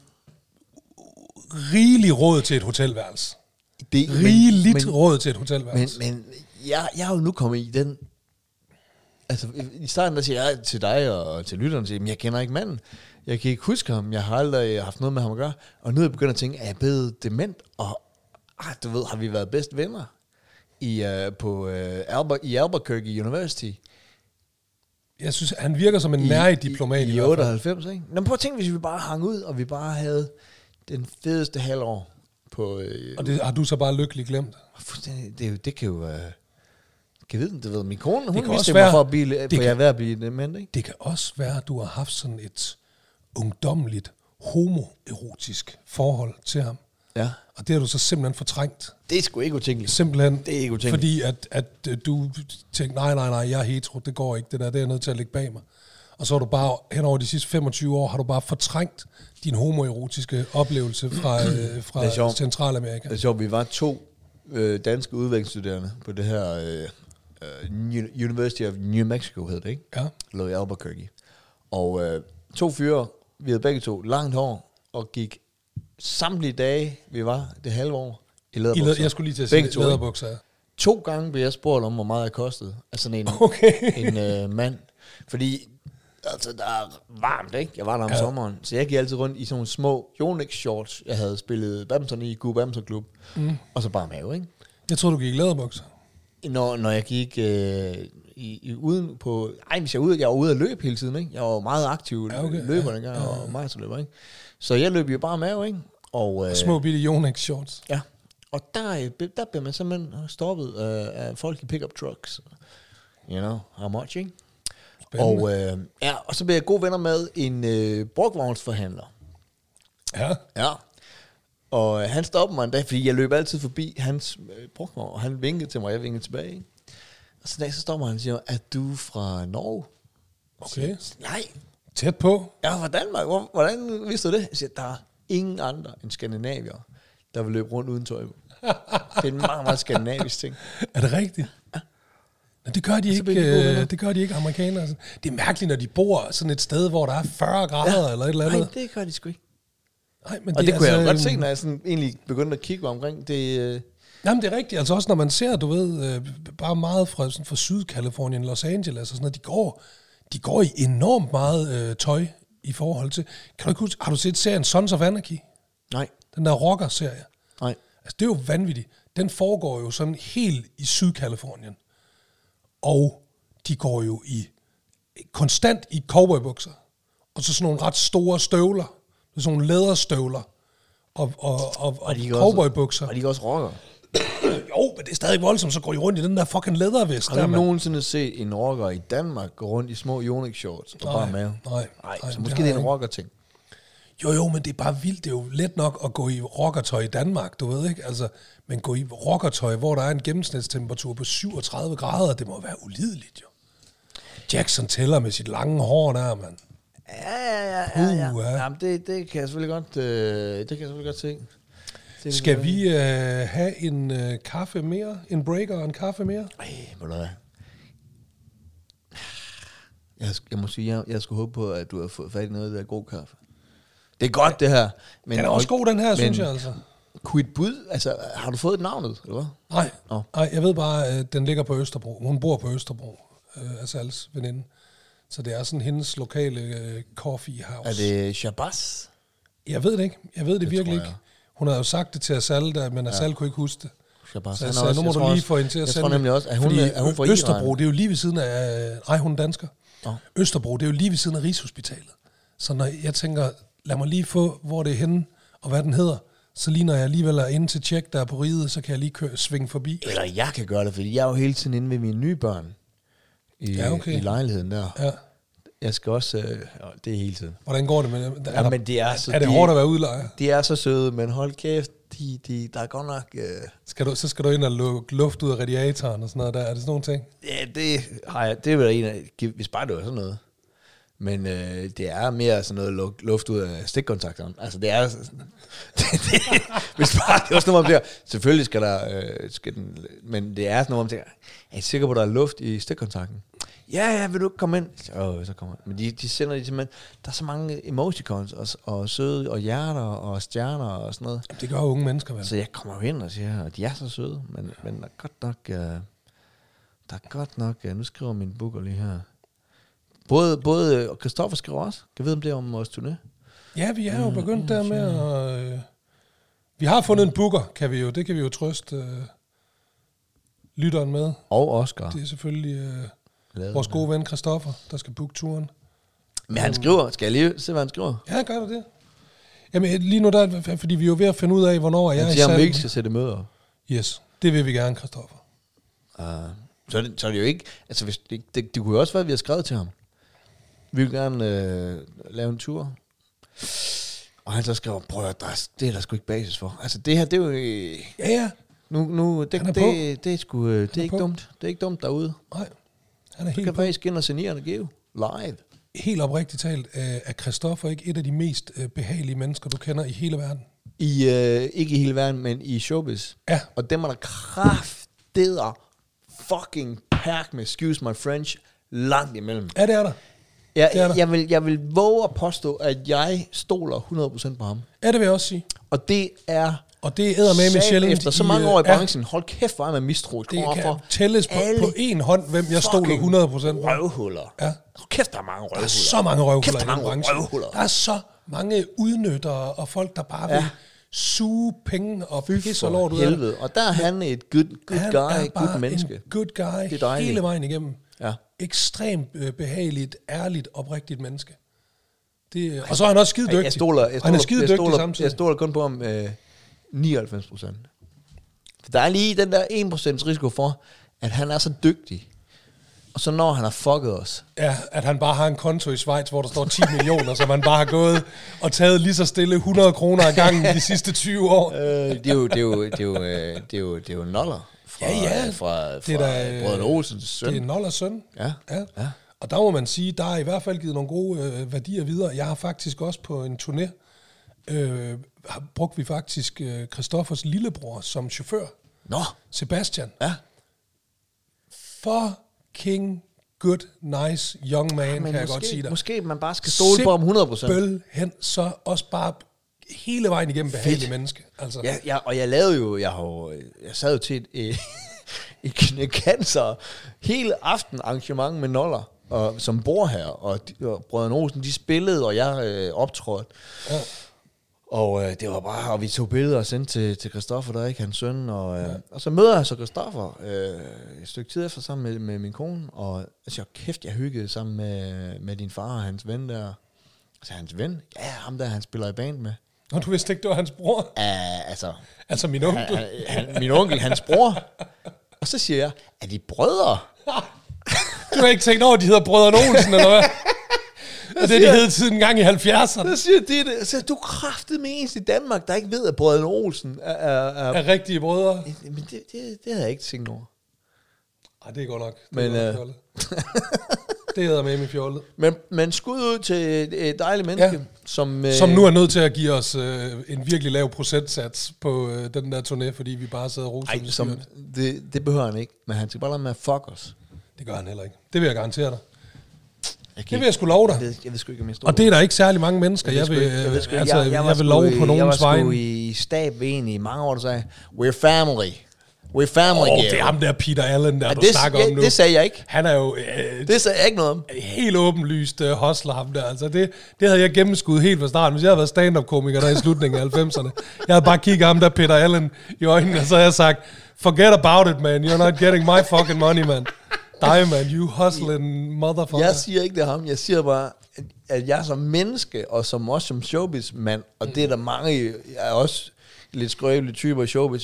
rigelig råd til et hotelværelse. Rigeligt råd til et hotelværelse. Men jeg har jo nu kommet i den... Altså, i starten der siger jeg til dig og til lytterne, siger, jeg kender ikke manden. Jeg kan ikke huske ham. Jeg har aldrig haft noget med ham at gøre. Og nu er jeg begyndt at tænke, er jeg blevet dement? Og du ved, har vi været bedste venner i Albuquerque University? Jeg synes, han virker som en nærig diplomat. I 98, ikke? Nå, prøv at tænke, hvis vi bare hang ud, og vi bare havde den fedeste halvår på... og det har du så bare lykkeligt glemt? Det kan jo... Kan vide, det ved min kone, hun vidste også mig for at blive, jeg er ved at blive dement, ikke? Det kan også være, at du har haft sådan et ungdommeligt, homoerotisk forhold til ham. Ja. Og det har du så simpelthen fortrængt. Det er sgu ikke utænkeligt. Simpelthen, det er ikke utænkeligt. Fordi at du tænkte, nej, jeg er hetero, det går ikke, det er jeg nødt til at lægge bag mig. Og så har du bare, hen over de sidste 25 år, har du bare fortrængt din homoerotiske oplevelse fra Centralamerika. Det er sjovt, vi var 2 danske udvekslingsstuderende på det her University of New Mexico, hed det, ikke? Ja. Lå i Albuquerque. Og 2 fyre, vi havde begge 2 langt hår, og gik samtlige dage, vi var det halve år, i læderbukser. Jeg skulle lige til at sige læderbukser. 2 gange blev jeg spurgt om, hvor meget jeg kostede. Altså en mand. Fordi altså, der er varmt, ikke? Jeg var der om sommeren. Så jeg gik altid rundt i sådan nogle små Yonex shorts. Jeg havde spillet badminton i Gube Badminton Klub. Og så bare mave, ikke? Jeg tror du gik i læderbukser. Når jeg gik uden på... Ej, hvis jeg var ude at løbe hele tiden, ikke? Jeg var meget aktiv løber dengang, og maratonløber, ikke? Så jeg løb jo bare mave, ikke? Og små bitte Yonex shorts. Ja. Og der bliver man simpelthen stoppet af folk i pickup trucks. You know, how much, ikke? Spændende. Og så blev jeg gode venner med en brugvognsforhandler. Ja. Ja. Og han stoppede mig en dag, fordi jeg løb altid forbi hans brugvogn, og han vinkede til mig, og jeg vinkede tilbage. Ikke? Og så en dag, så stopper han og siger, er du fra Norge? Okay. Nej. Tæt på. Jeg er fra Danmark. Hvordan vidste du det? Jeg siger, der er ingen andre end skandinavier, der vil løbe rundt uden tøj. Det er en meget, meget skandinavisk ting. Er det rigtigt? Ja. Men det gør de ikke, amerikanere. Det er mærkeligt, når de bor sådan et sted, hvor der er 40 grader eller et eller andet. Nej, det gør de sgu ikke. Nej, men og det kunne jeg jo godt se, når jeg sådan egentlig begyndte at kigge omkring. Jamen, det er rigtigt. Altså også når man ser, du ved, bare meget fra Sydkalifornien, Los Angeles og sådan noget, de går i enormt meget tøj i forhold til... Kan du ikke huske, har du set serien Sons of Anarchy? Nej. Den der rocker-serie? Nej. Altså, det er jo vanvittigt. Den foregår jo sådan helt i Sydkalifornien. Og de går jo konstant i cowboybukser. Og så sådan nogle ret store støvler. Sådan nogle læderstøvler. Og cowboybukser. Og de er også rockere. Jo, men det er stadig voldsomt, så går de rundt i den der fucking lædervest. Har du nogensinde set en rocker i Danmark gå rundt i små Yonex shorts og bare mave? Nej, så måske det er en rocker-ting. Jo, men det er bare vildt. Det er jo let nok at gå i rockertøj i Danmark, du ved ikke? Altså, men gå i rockertøj, hvor der er en gennemsnitstemperatur på 37 grader, det må være ulideligt, jo. Jackson Teller med sit lange hår der, mand. Ja. Jamen, det kan jeg selvfølgelig godt, se. Skal vi have en kaffe mere? En breaker og en kaffe mere? Må du hvad? Jeg må sige, jeg skulle håbe på, at du har fået fat i noget af det der god kaffe. Det er godt, det her. Men den er også god, den her, synes jeg altså. Kunne et bud, altså, har du fået navnet, eller hvad? Nej, jeg ved bare, at den ligger på Østerbro. Hun bor på Østerbro, af Sals veninde. Så det er sådan hendes lokale coffee house. Er det Shabazz? Jeg ved det ikke. Jeg ved det virkelig ikke. Hun har jo sagt det til Asal, men Asal kunne ikke huske det. Shabazz. Så jeg sagde, nu må du lige få hende til at sende det. Jeg tror nemlig også, at hun fra Østerbro, det er jo lige ved siden af... Nej, hun er dansker. Østerbro, det er jo lige ved siden af Rigshospitalet. Så når jeg tænker, lad mig lige få, hvor det er henne, og hvad den hedder, så lige når jeg alligevel er inde til tjek, der er på riget, så kan jeg lige svinge forbi. Eller jeg kan gøre det, fordi jeg er jo hele tiden inde med mine nye børn i lejligheden der. Ja. Jeg skal også... det er hele tiden. Hvordan går det med dem? Men det er så... Er det hårdt at være udlejer? De er så søde, men hold kæft, der er godt nok... Så skal du ind og lukke luft ud af radiatoren og sådan noget der. Er det sådan nogle ting? Ja, det har jeg. Det er vel en af... Hvis bare det var sådan noget. Men det er mere sådan noget luft ud af stikkontakterne. Altså det er... hvis bare det var sådan noget, man bliver... Selvfølgelig skal den... Men det er sådan noget, man tænker... Er I sikker på, at der er luft i stikkontakten? Ja, vil du ikke komme ind? Så kommer jeg. Men de sender de simpelthen... Der er så mange emoticons og søde og hjerter og stjerner og sådan noget. Det gør unge mennesker, vel? Så jeg kommer jo ind og siger, at de er så søde. Men der er godt nok... Der er godt nok... Nu skriver min booker lige her. Både Christoffer skriver også. Kan vide, om det er om vores turné? Ja, vi er jo begyndt der med at... vi har fundet en booker, det kan vi jo trøste lytteren med. Og Oscar. Det er selvfølgelig vores gode ven Christoffer, der skal booke turen. Men han skriver. Skal jeg lige se, hvad han skriver? Ja, gør det. Jamen lige nu, fordi vi er jo ved at finde ud af, hvornår jeg er i salg. Han siger, om vi ikke skal sætte møder. Yes, det vil vi gerne, Christoffer. Så er det jo ikke... Altså, hvis det kunne jo også være, at vi har skrevet til ham. Vi vil gerne lave en tur. Og han så skrev, prøv at det er der sgu ikke basis for. Altså det her, det er jo... Ja. Nu det er sgu... Det er ikke dumt. Det er ikke dumt derude. Nej, han er helt på. Du kan faktisk ind og se Nierne Geo live. Helt oprigtigt talt, er Christoffer ikke et af de mest behagelige mennesker, du kender i hele verden? Ikke i hele verden, men i showbiz. Ja. Og dem er der krafteder fucking perk med, excuse my French, langt imellem. Ja, det er der. Jeg vil våge at påstå, at jeg stoler 100% på ham. Ja, det vil jeg også sige. Og det er med sjældent. Efter så mange år i branchen, hold kæft, hvor er man mistroisk. Det kan tælles på en hånd, hvem jeg stoler 100% på. Røvhuller. Ja. Hold kæft, der er mange røvhuller. Der er så mange røvhuller i den branche. Der er så mange udnyttere og folk, der bare vil suge penge og pisse og lort ud af det. Og der er han et good guy, good menneske. En good guy hele vejen igennem. Ja. Ekstremt behageligt, ærligt, oprigtigt menneske. Og så er han også skide dygtig. Han er skide dygtig samtidig. Jeg stoler kun på ham 99%. Der er lige den der 1% risiko for, at han er så dygtig. Og så når han har fucket os. Ja, at han bare har en konto i Schweiz, hvor der står 10 millioner, så man bare har gået og taget lige så stille 100 kroner ad gangen de sidste 20 år. Det er jo noller. Fra Brødrene Olsens søn. Det er Nollers søn. Ja. Og der må man sige, der er i hvert fald givet nogle gode værdier videre. Jeg har faktisk også på en turné, brugte vi faktisk Christoffers lillebror som chauffør. Nå. Sebastian. Ja. Fucking good, nice young man, kan jeg godt sige dig. Måske man bare skal stole på ham 100%. Simpelthen så også bare hele vejen igennem behagelige menneske. Altså. Og jeg lavede jo, jeg sad jo til et cancer hele aften arrangement med Noller, og, som bor her, og Brødrene Olsen, de spillede, og jeg optrådte. Ja. Og det var bare, og vi tog billeder og sendte til Christoffer, der er ikke hans søn, og så møder jeg så Christoffer et stykke tid efter sammen med min kone, og altså kæft, jeg hyggede sammen med din far og hans ven der. Altså hans ven? Ja, ham der, han spiller i band med. Og du vidste ikke, det var hans bror? Altså min onkel? Min onkel, hans bror. Og så siger jeg, er de brødre? Du har ikke tænkt over, at de hedder Brødrene Olsen, eller hvad? Og det de hed siden en gang i 70'erne. Så siger de det. Så du kraftede med eneste i Danmark, der ikke ved, at Brødrene Olsen er rigtige brødre. Men det havde jeg ikke tænkt over. Ej, det er godt nok. Men, det Det hedder med i fjollet. Men skud ud til et dejligt menneske, som nu er nødt til at give os en virkelig lav procentsats på den der turné, fordi vi bare sidder og roser. Det behøver han ikke, men han skal bare lade med at fuck os. Det gør han heller ikke. Det vil jeg garantere dig. Det vil jeg sgu love dig. Jeg ved sgu ikke, om jeg står. Og det er der ikke særlig mange mennesker. Jeg vil love på nogens vegne. Jeg var sgu i stab ved en i mange år, der sagde, we're family. We're family here. Det er ham der Peter Allen, der du snakker om nu. Det sagde jeg ikke. Han er jo... det sagde jeg ikke noget om. Helt åbenlyst hustler ham der. Altså det havde jeg gennemskuddet helt fra starten. Hvis jeg havde været stand-up-komiker der i slutningen af 90'erne. Jeg havde bare kigget ham der Peter Allen i øjnene, og så havde jeg sagt, forget about it, man. You're not getting my fucking money, man. Die, man. You hustling motherfucker. Jeg siger ikke det ham. Jeg siger bare, at jeg som menneske, og også som showbiz-mand, og det er der mange, jeg er også lidt skrøbelige typer i showbiz,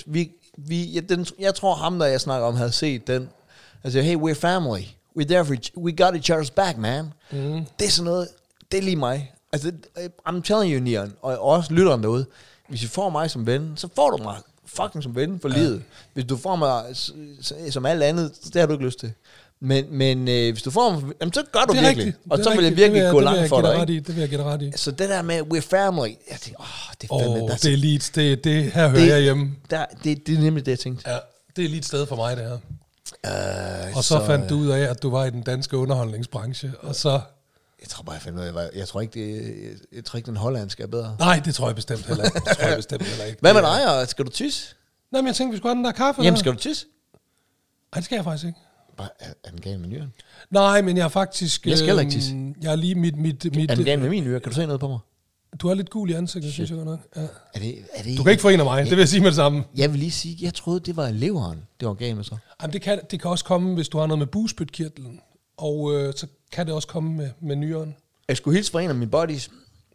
jeg tror ham, der jeg snakker om, havde set den. Altså, hey, we're family. We're there for we got each other's back, man. Det er sådan noget, det er lige mig. Altså, I'm telling you, Nian, og også lytteren derude, hvis I får mig som ven, så får du mig fucking som ven for livet. Hvis du får mig som alt andet, det har du ikke lyst til. Men hvis du får mig, jamen, så gør du virkelig. Rigtigt. Og så vil jeg virkelig gå langt for dig. Det vil jeg give dig ret i. Så det der med, we're family, jeg tænker, det er fandme... det er lige det her hører jeg hjemme. Det er nemlig det, jeg tænkte. Ja, det er lige et sted for mig, det her. Og så fandt du ud af, at du var i den danske underholdningsbranche, og så... Jeg tror bare, jeg fandt ud af, jeg tror ikke, den hollandske er bedre. Nej, det tror jeg bestemt heller ikke. Hvad med dig? Skal du tisse? Nej, men jeg tænkte, vi skulle have den der kaffe. Jamen, skal du tisse? Nej, det skal jeg faktisk ikke. Er den gal med nyren? Nej, men jeg er faktisk... Jeg skal heller ikke tisse. Jeg er lige mit... Er den gal med min nyre? Kan du se noget på mig? Du er lidt gul i ansigtet, synes jeg godt nok. Ja. Er det du kan ikke forene mig, det vil jeg sige med det samme. Jeg vil lige sige, jeg troede, det var leveren, det var galt med så. Jamen, det kan også komme, hvis du har noget med bugspytkirtlen. Og så kan det også komme med nyren. Jeg skulle hilse fra en af mine buddies.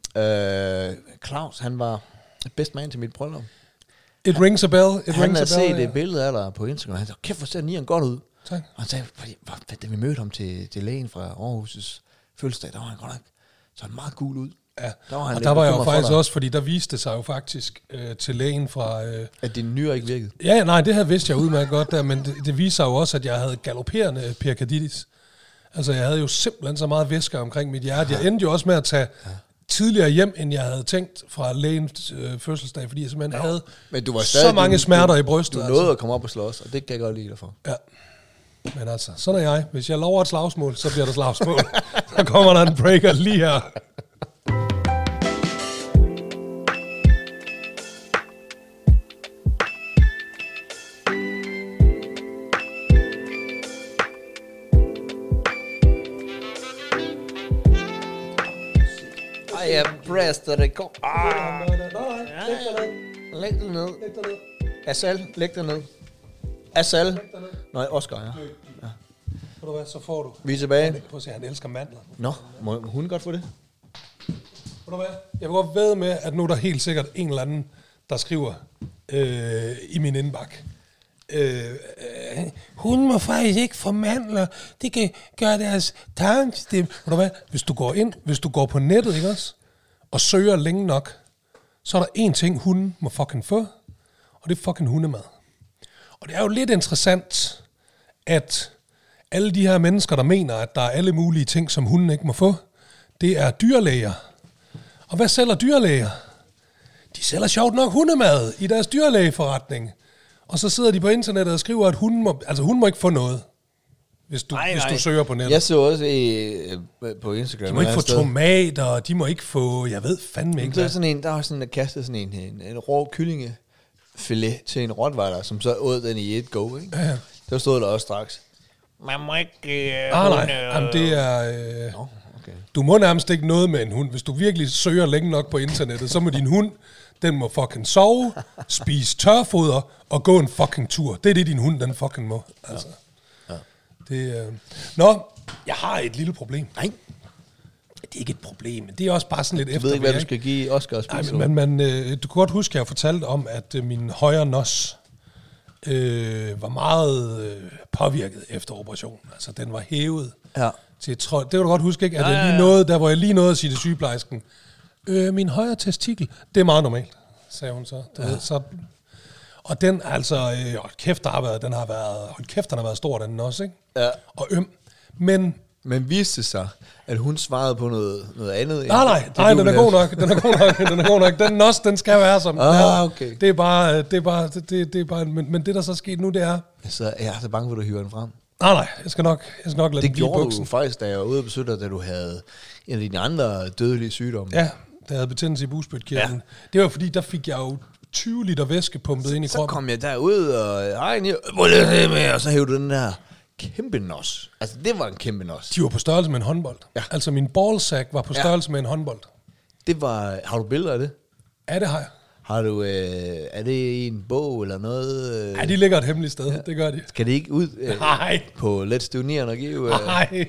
Claus, han var best man til mit bryllup. Rings a bell. Han havde set et billede af dig på Instagram. Han sagde, kæft, hvor ser Nian godt ud. Tak. Og han sagde, da vi mødte ham til lægen fra Aarhus' fødselsdag, der var han godt nok, så han meget gul ud. Ja, der var jeg jo faktisk også, fordi der viste sig jo faktisk til lægen fra... at din nyre ikke virkede? Ja, nej, det havde vidst jeg udmærket godt der, men det viser sig jo også, at jeg havde galopperende perikarditis. Altså, jeg havde jo simpelthen så meget væske omkring mit hjerte. Jeg endte jo også med at tage tidligere hjem, end jeg havde tænkt fra lægens fødselsdag, fordi jeg simpelthen havde men du var så mange smerter i brystet. Du nåede at komme op og slås, og det kan jeg godt lide dig for. Ja. Men altså, sådan er jeg. Hvis jeg lover et slagsmål, så bliver der slagsmål. Så kommer der en breaker lige her. I am pressed, det går. Læg det ned. Asal, læg det ned. Asal. Nej, Oscar, ja. Ved du hvad, så får du. Vi er tilbage. Prøv at se, han elsker mandler. Nå, må hun godt få det? Ved du hvad, jeg vil godt vædde med, at nu er der helt sikkert en eller anden, der skriver i min indbakke. Hun må faktisk ikke få mandler. Det kan gøre deres tarmsystem. Ved du hvad, hvis du går på nettet, ikke også, og søger længe nok, så er der en ting, hunden må fucking få, og det er fucking hundemad. Og det er jo lidt interessant, at alle de her mennesker, der mener, at der er alle mulige ting, som hunden ikke må få, det er dyrlæger. Og hvad sælger dyrlæger? De sælger sjovt nok hundemad i deres dyrlægeforretning. Og så sidder de på internettet og skriver, at hunden må ikke få noget, hvis du søger på nettet. Jeg så også på Instagram. De må ikke få tomater, og de må ikke få, jeg ved fandme ikke. Der var sådan, der kastede sådan en rå kyllingefilet til en rottweiler, som så åd den i et go, ikke? Ja. Der stod der også straks. Man må ikke... Jamen, det er... Okay. Du må nærmest ikke noget med en hund. Hvis du virkelig søger længe nok på internettet, så må din hund, den må fucking sove, spise tørfoder og gå en fucking tur. Det er det, din hund, den fucking må. Altså. Ja. Det, Nå, jeg har et lille problem. Nej. Det er ikke et problem, men det er også bare sådan lidt efter. Du ved ikke, hvad du skal give Oscar at spise. Nej, men du kan godt huske, at jeg fortalte om, at min højre nos var meget påvirket efter operationen. Altså, den var hævet. Ja. Det kan du godt huske, ikke? At jeg lige nåede, der hvor jeg lige nåede at sige til sygeplejersken, min højre testikel, det er meget normalt, sagde hun så. Så og den altså, hold kæft, den har været stor, den også, ikke? Ja. Og øm. Men Men viste sig, at hun svarede på noget andet. Nej, den er god nok. Den er god nok. Den NOS, den skal være som. Okay. Det er bare, men det der så er sket nu, det er... Så jeg er så bange for, at du hiver den frem. Nej, jeg skal nok lade den blive i buksen. Det gjorde du faktisk, da jeg var ude og besøge dig, da du havde en af dine andre dødelige sygdomme. Ja, der havde betændelse i bugspytkirtlen. Ja. Det var fordi, der fik jeg jo 20 liter væske pumpet ind i kroppen. Så kom jeg derud, og så hævde du den der kæmpe nos. Altså, det var en kæmpe nos. De var på størrelse med en håndbold. Ja. Altså, min ballsack var på størrelse med en håndbold. Det var... Har du billeder af det? Ja, det har jeg. Har du... er det i en bog eller noget? Ja, de ligger et hemmeligt sted. Ja. Det gør de. Skal det ikke ud på Let's Do Nieren og give... Nej.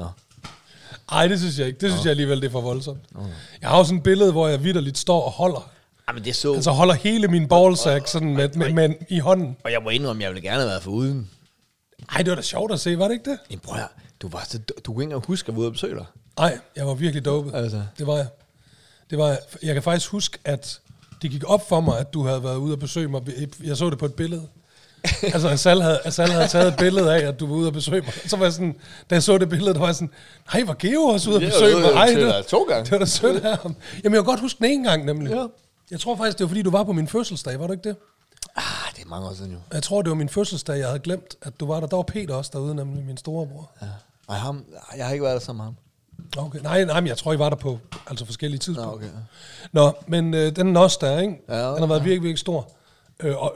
Nej, det synes jeg ikke. Det synes jeg alligevel, det er for voldsomt. Jeg har jo sådan et billede, hvor jeg vitterligt står og holder. Men det så... Altså holder hele min ballsack sådan med i hånden. Og jeg må indrømme, jeg ville gerne have været foruden. Ej, det var da sjovt at se, var det ikke det? Jamen prøv at, du kunne ikke engang huske at være ude og besøge dig. Nej, jeg var virkelig dopet. Altså. Det var jeg. Jeg kan faktisk huske, at det gik op for mig, at du havde været ude og besøge mig. Jeg så det på et billede. Altså, Asal havde taget et billede af, at du var ude og besøge mig. Så var jeg sådan, da jeg så det billede, der var jeg sådan, nej, var Geo også ude og besøge mig? Ej, det var 2 gange. Det var da sødt af ham. Jamen, jeg kan godt huske den ene gang, nemlig. Ja. Jeg tror faktisk, det var fordi, du var på min fødselsdag, var du ikke det? Det er mange år siden jo. Jeg tror, det var min fødselsdag, jeg havde glemt, at du var der. Der var Peter også derude, nemlig min storebror. Ja. Jeg har ikke været der sammen med ham. Okay. Nej, men jeg tror, I var der på forskellige tidspunkter. Okay. Nå, men den NOS der, ikke? Ja, den har været virkelig, virkelig stor. Og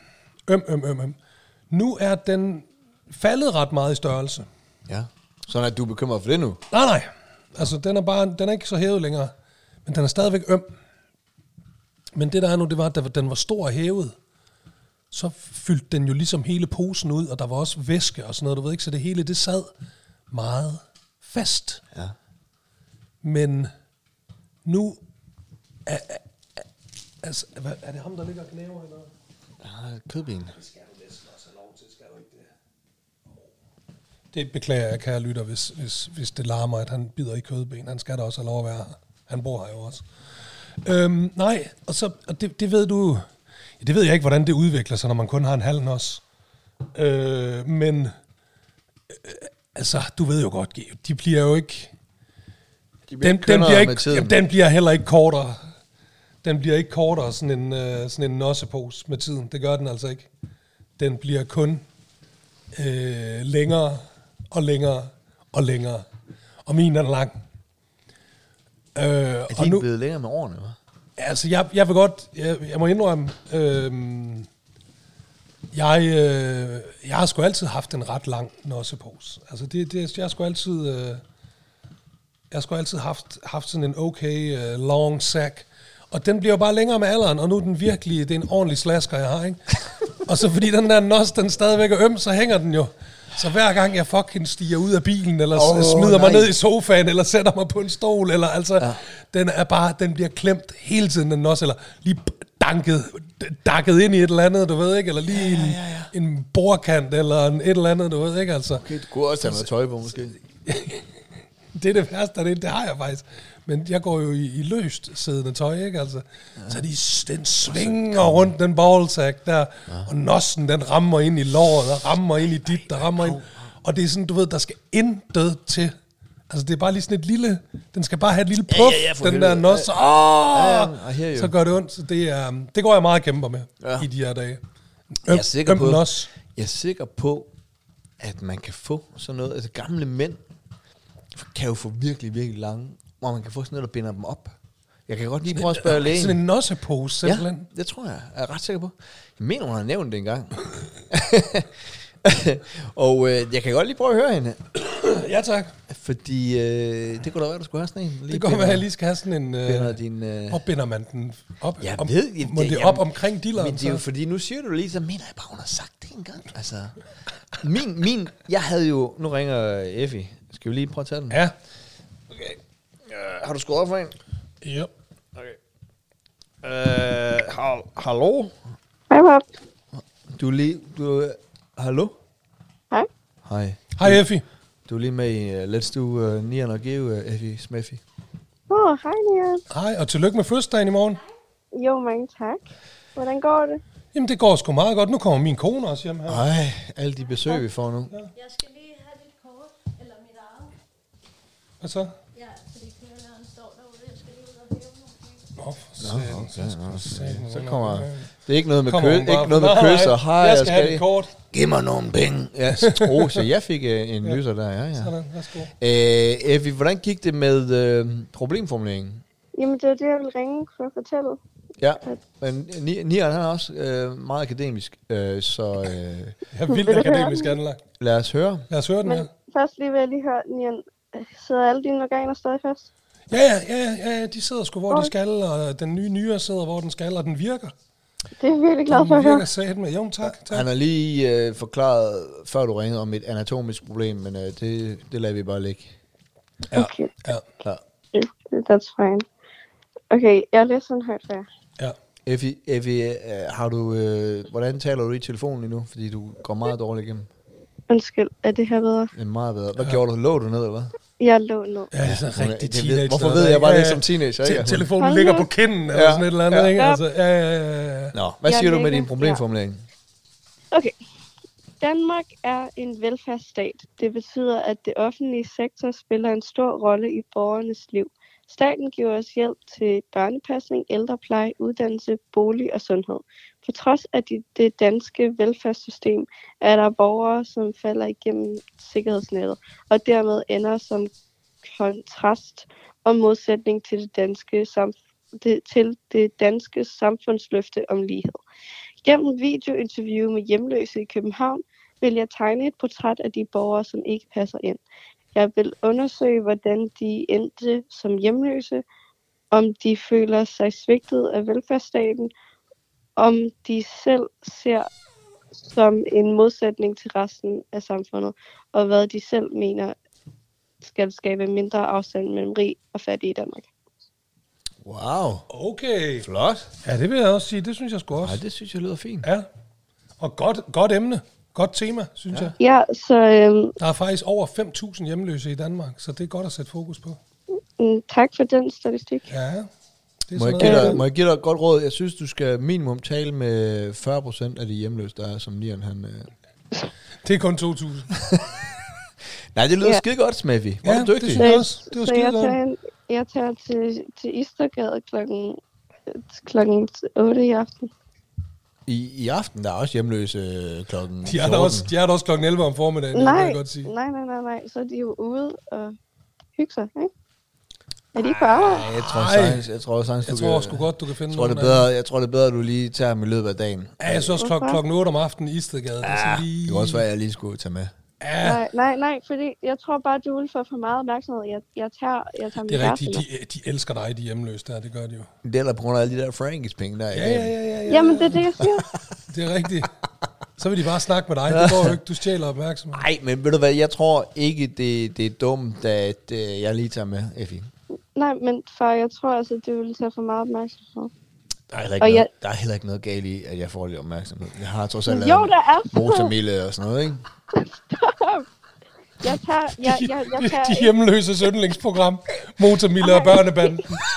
øm. Nu er den faldet ret meget i størrelse. Ja. Sådan at du er bekymret for det nu? Nej. Altså, den er ikke så hævet længere. Men den er stadigvæk øm. Men det der er nu, det var, at den var stor og hævet. Så fyldte den jo ligesom hele posen ud, og der var også væske og sådan noget, du ved ikke, så det hele, det sad meget fast. Ja. Men nu er det ham, der ligger og knæver eller noget? Ja, kødben. Det skal du næsten også have lov til, skal du ikke det? Det beklager jeg, kære lytter, hvis det larmer, at han bider i kødben. Han skal da også have lov at være her. Han bor her jo også. Nej, og det ved du... Det ved jeg ikke, hvordan det udvikler sig, når man kun har en halv NOS. Men altså, du ved jo godt, de bliver jo ikke... Den bliver heller ikke kortere. Den bliver ikke kortere, sådan en nossepose med tiden. Det gør den altså ikke. Den bliver kun længere og længere og længere. Og min er lang. Er din blevet længere med årene, hva'? Altså, jeg vil godt... Jeg må indrømme... Jeg har sgu altid haft en ret lang nossepose. Altså, jeg har sgu altid haft sådan en okay long sack. Og den bliver jo bare længere med alderen, og nu er den virkelig... Det er en ordentlig slasker, jeg har, ikke? Og så fordi den der nos, den stadigvæk er øm, så hænger den jo. Så hver gang jeg fucking stiger ud af bilen, eller smider mig ned i sofaen, eller sætter mig på en stol, eller altså, den bliver klemt hele tiden, den også, eller lige dakket ind i et eller andet, du ved ikke, eller lige en bordkant, eller et eller andet, du ved ikke, altså. Okay, du kunne også have noget tøj på, måske. Det er det værste, det har jeg faktisk. Men jeg går jo i løst siddende tøj, ikke altså. Ja. Så den svinger rundt, den ballsack der, og nossen, den rammer ind i låret, og rammer ind i dit, der rammer ind. Og det er sådan, du ved, der skal intet til. Altså, det er bare lige sådan et lille... Den skal bare have et lille puff, den der nos. Så gør det ondt. Så det går jeg meget og kæmper med i de her dage. Jeg er sikker på, at man kan få sådan noget. Altså, gamle mænd kan jo få virkelig, virkelig lange, hvor man kan få sådan noget, der binder dem op. Jeg kan godt lige prøve at spørge lægen. Sådan en nossepose, simpelthen. Ja, det tror jeg. Jeg er ret sikker på. Jeg mener, hun har nævnt det engang. Og jeg kan godt lige prøve at høre hende. Ja, tak. Fordi det kunne da være, du skulle have sådan en. Det kunne være, at jeg lige skal have sådan en... Hvor binder man den op? Må det op omkring dilleren? Men det er jo fordi, nu siger du lige, så mener jeg bare, hun har sagt det engang. Altså, jeg havde jo... Nu ringer Effie. Skal vi lige prøve at tage den? Ja. Okay. Har du skåret op for en? Ja. Okay. Hallo? Hej, Bob. Hallo? Hej. Hej. Hej, Effie. Du er lige med i Let's Do Nieren og Geo, Effie Smeffy. Hej, Nieren. Hej, og tillykke med fødselsdagen i morgen. Jo, mange tak. Hvordan går det? Jamen, det går sgu meget godt. Nu kommer min kone også hjem her. Ej, alle de besøg, vi får nu. Jeg skal lige have dit kort, eller mit Hvad så? Ja, fordi kørelæreren står derude, jeg skal lige ud og hæve nogle ting. Så kommer... Det er ikke noget med Kommer hun ikke bare, noget med nej, kys og hej, jeg skal have det kort. Giv mig nogle penge. Ja, så jeg fik en lyser der, ja. Sådan, værsgo. Effie, hvordan gik det med problemformuleringen? Jamen, det var det, jeg ville ringe for at fortælle. Ja, men Nieren han er også meget akademisk, så Jeg er vildt akademisk anlagt. lad os høre. Lad os høre den her. Men først lige vil jeg lige høre, Nian, sidder alle dine organer stadig fast? Ja, de sidder sgu, hvor de skal, og den nye nyere sidder, hvor den skal, og den virker. Det er jeg virkelig glad for Den at høre. virker sat med. Jo, tak. Han har lige forklaret, før du ringede, om et anatomisk problem, men det lader vi bare ligge. Ja, Okay, ja, Klar. that's fine. Okay, jeg læser en højt for jer. ja. Effie, har du, hvordan taler du i telefonen lige nu? Fordi du går meget dårligt igennem. Undskyld, er det her bedre? Det er meget bedre. Hvad gjorde du? Lå du ned, eller hvad? Jeg lå ned. Ja, det er sådan rigtig Det teenage. hvorfor ved jeg bare det som teenager? Ikke? Telefonen Hold ligger nu. på kinden, eller Ja, sådan et eller andet, ja. ikke? Altså, ja. Nå, hvad Jeg siger du med lægger- din problemformulering? Okay. Danmark er en velfærdsstat. Det betyder, at det offentlige sektor spiller en stor rolle i borgernes liv. Staten giver os hjælp til børnepasning, ældrepleje, uddannelse, bolig og sundhed. På trods af det danske velfærdssystem er der borgere, som falder igennem sikkerhedsnettet, og dermed ender som kontrast og modsætning til det danske samfundsløfte om lighed. Gennem videointerview med hjemløse i København vil jeg tegne et portræt af de borgere, som ikke passer ind. Jeg vil undersøge, hvordan de endte som hjemløse, om de føler sig svigtet af velfærdsstaten, om de selv ser som en modsætning til resten af samfundet, og hvad de selv mener skal skabe mindre afstand mellem rig og fattig i Danmark. Wow, Okay. flot. Ja, det vil jeg også sige. Det synes jeg sgu også. Ej, det synes jeg lyder fint. Ja. Og godt emne. Godt tema, synes jeg. Ja, så Der er faktisk over 5.000 hjemløse i Danmark, så det er godt at sætte fokus på. tak for den statistik. Ja. Det er Må jeg, sådan give noget. dig, må jeg give dig et godt råd? Jeg synes, du skal minimum tale med 40% af de hjemløse, der er, som Nieren han... Det er kun 2.000. Nej, det lyder Ja. skide godt, Smeffy. Hvor er Ja, du dygtig. det synes jeg også. Det var så jeg skide tager, jeg tager til Istergade klokken 8 i aften. I aften, der er også hjemløse klokken De er der også klokken 11 om formiddagen, det kan jeg godt sige. Nej. Så er de jo ude og hygge sig, ikke? Er de ikke på arbejde? Nej, jeg tror sagtens, Jeg tror sgu godt, du kan finde jeg tror, det er nogen af bedre, jeg tror, det er bedre, at du lige tager dem i løbet af dagen. Ja, jeg synes også klokken 8 om aftenen i Istedgade. Det er sådan lige... Det kan også være, at jeg lige skulle tage med. Ja, Nej, fordi jeg tror bare, du vil få for meget opmærksomhed. Jeg tager min det er rigtigt. kæreste De elsker dig, de hjemløse der. Det gør de jo. Det er der på grund af alle de der Frankis-penge, der er. Ja. Jamen, det er det, jeg siger. Det er rigtigt. Så vil de bare snakke med dig. Det går jo ikke. Du stjæler opmærksomhed. Nej, men ved du hvad, jeg tror ikke, det er dumt, at jeg lige tager med, Effie. Nej, men far, jeg tror altså, du vil tage for meget opmærksomhed. Der er heller ikke noget galt i, at jeg får lidt opmærksomhed. Jeg har trods alt Jo, der er. motormille og sådan noget, ikke? Jeg tager De hjemløse yndlingsprogram. Motormille og børnebanden.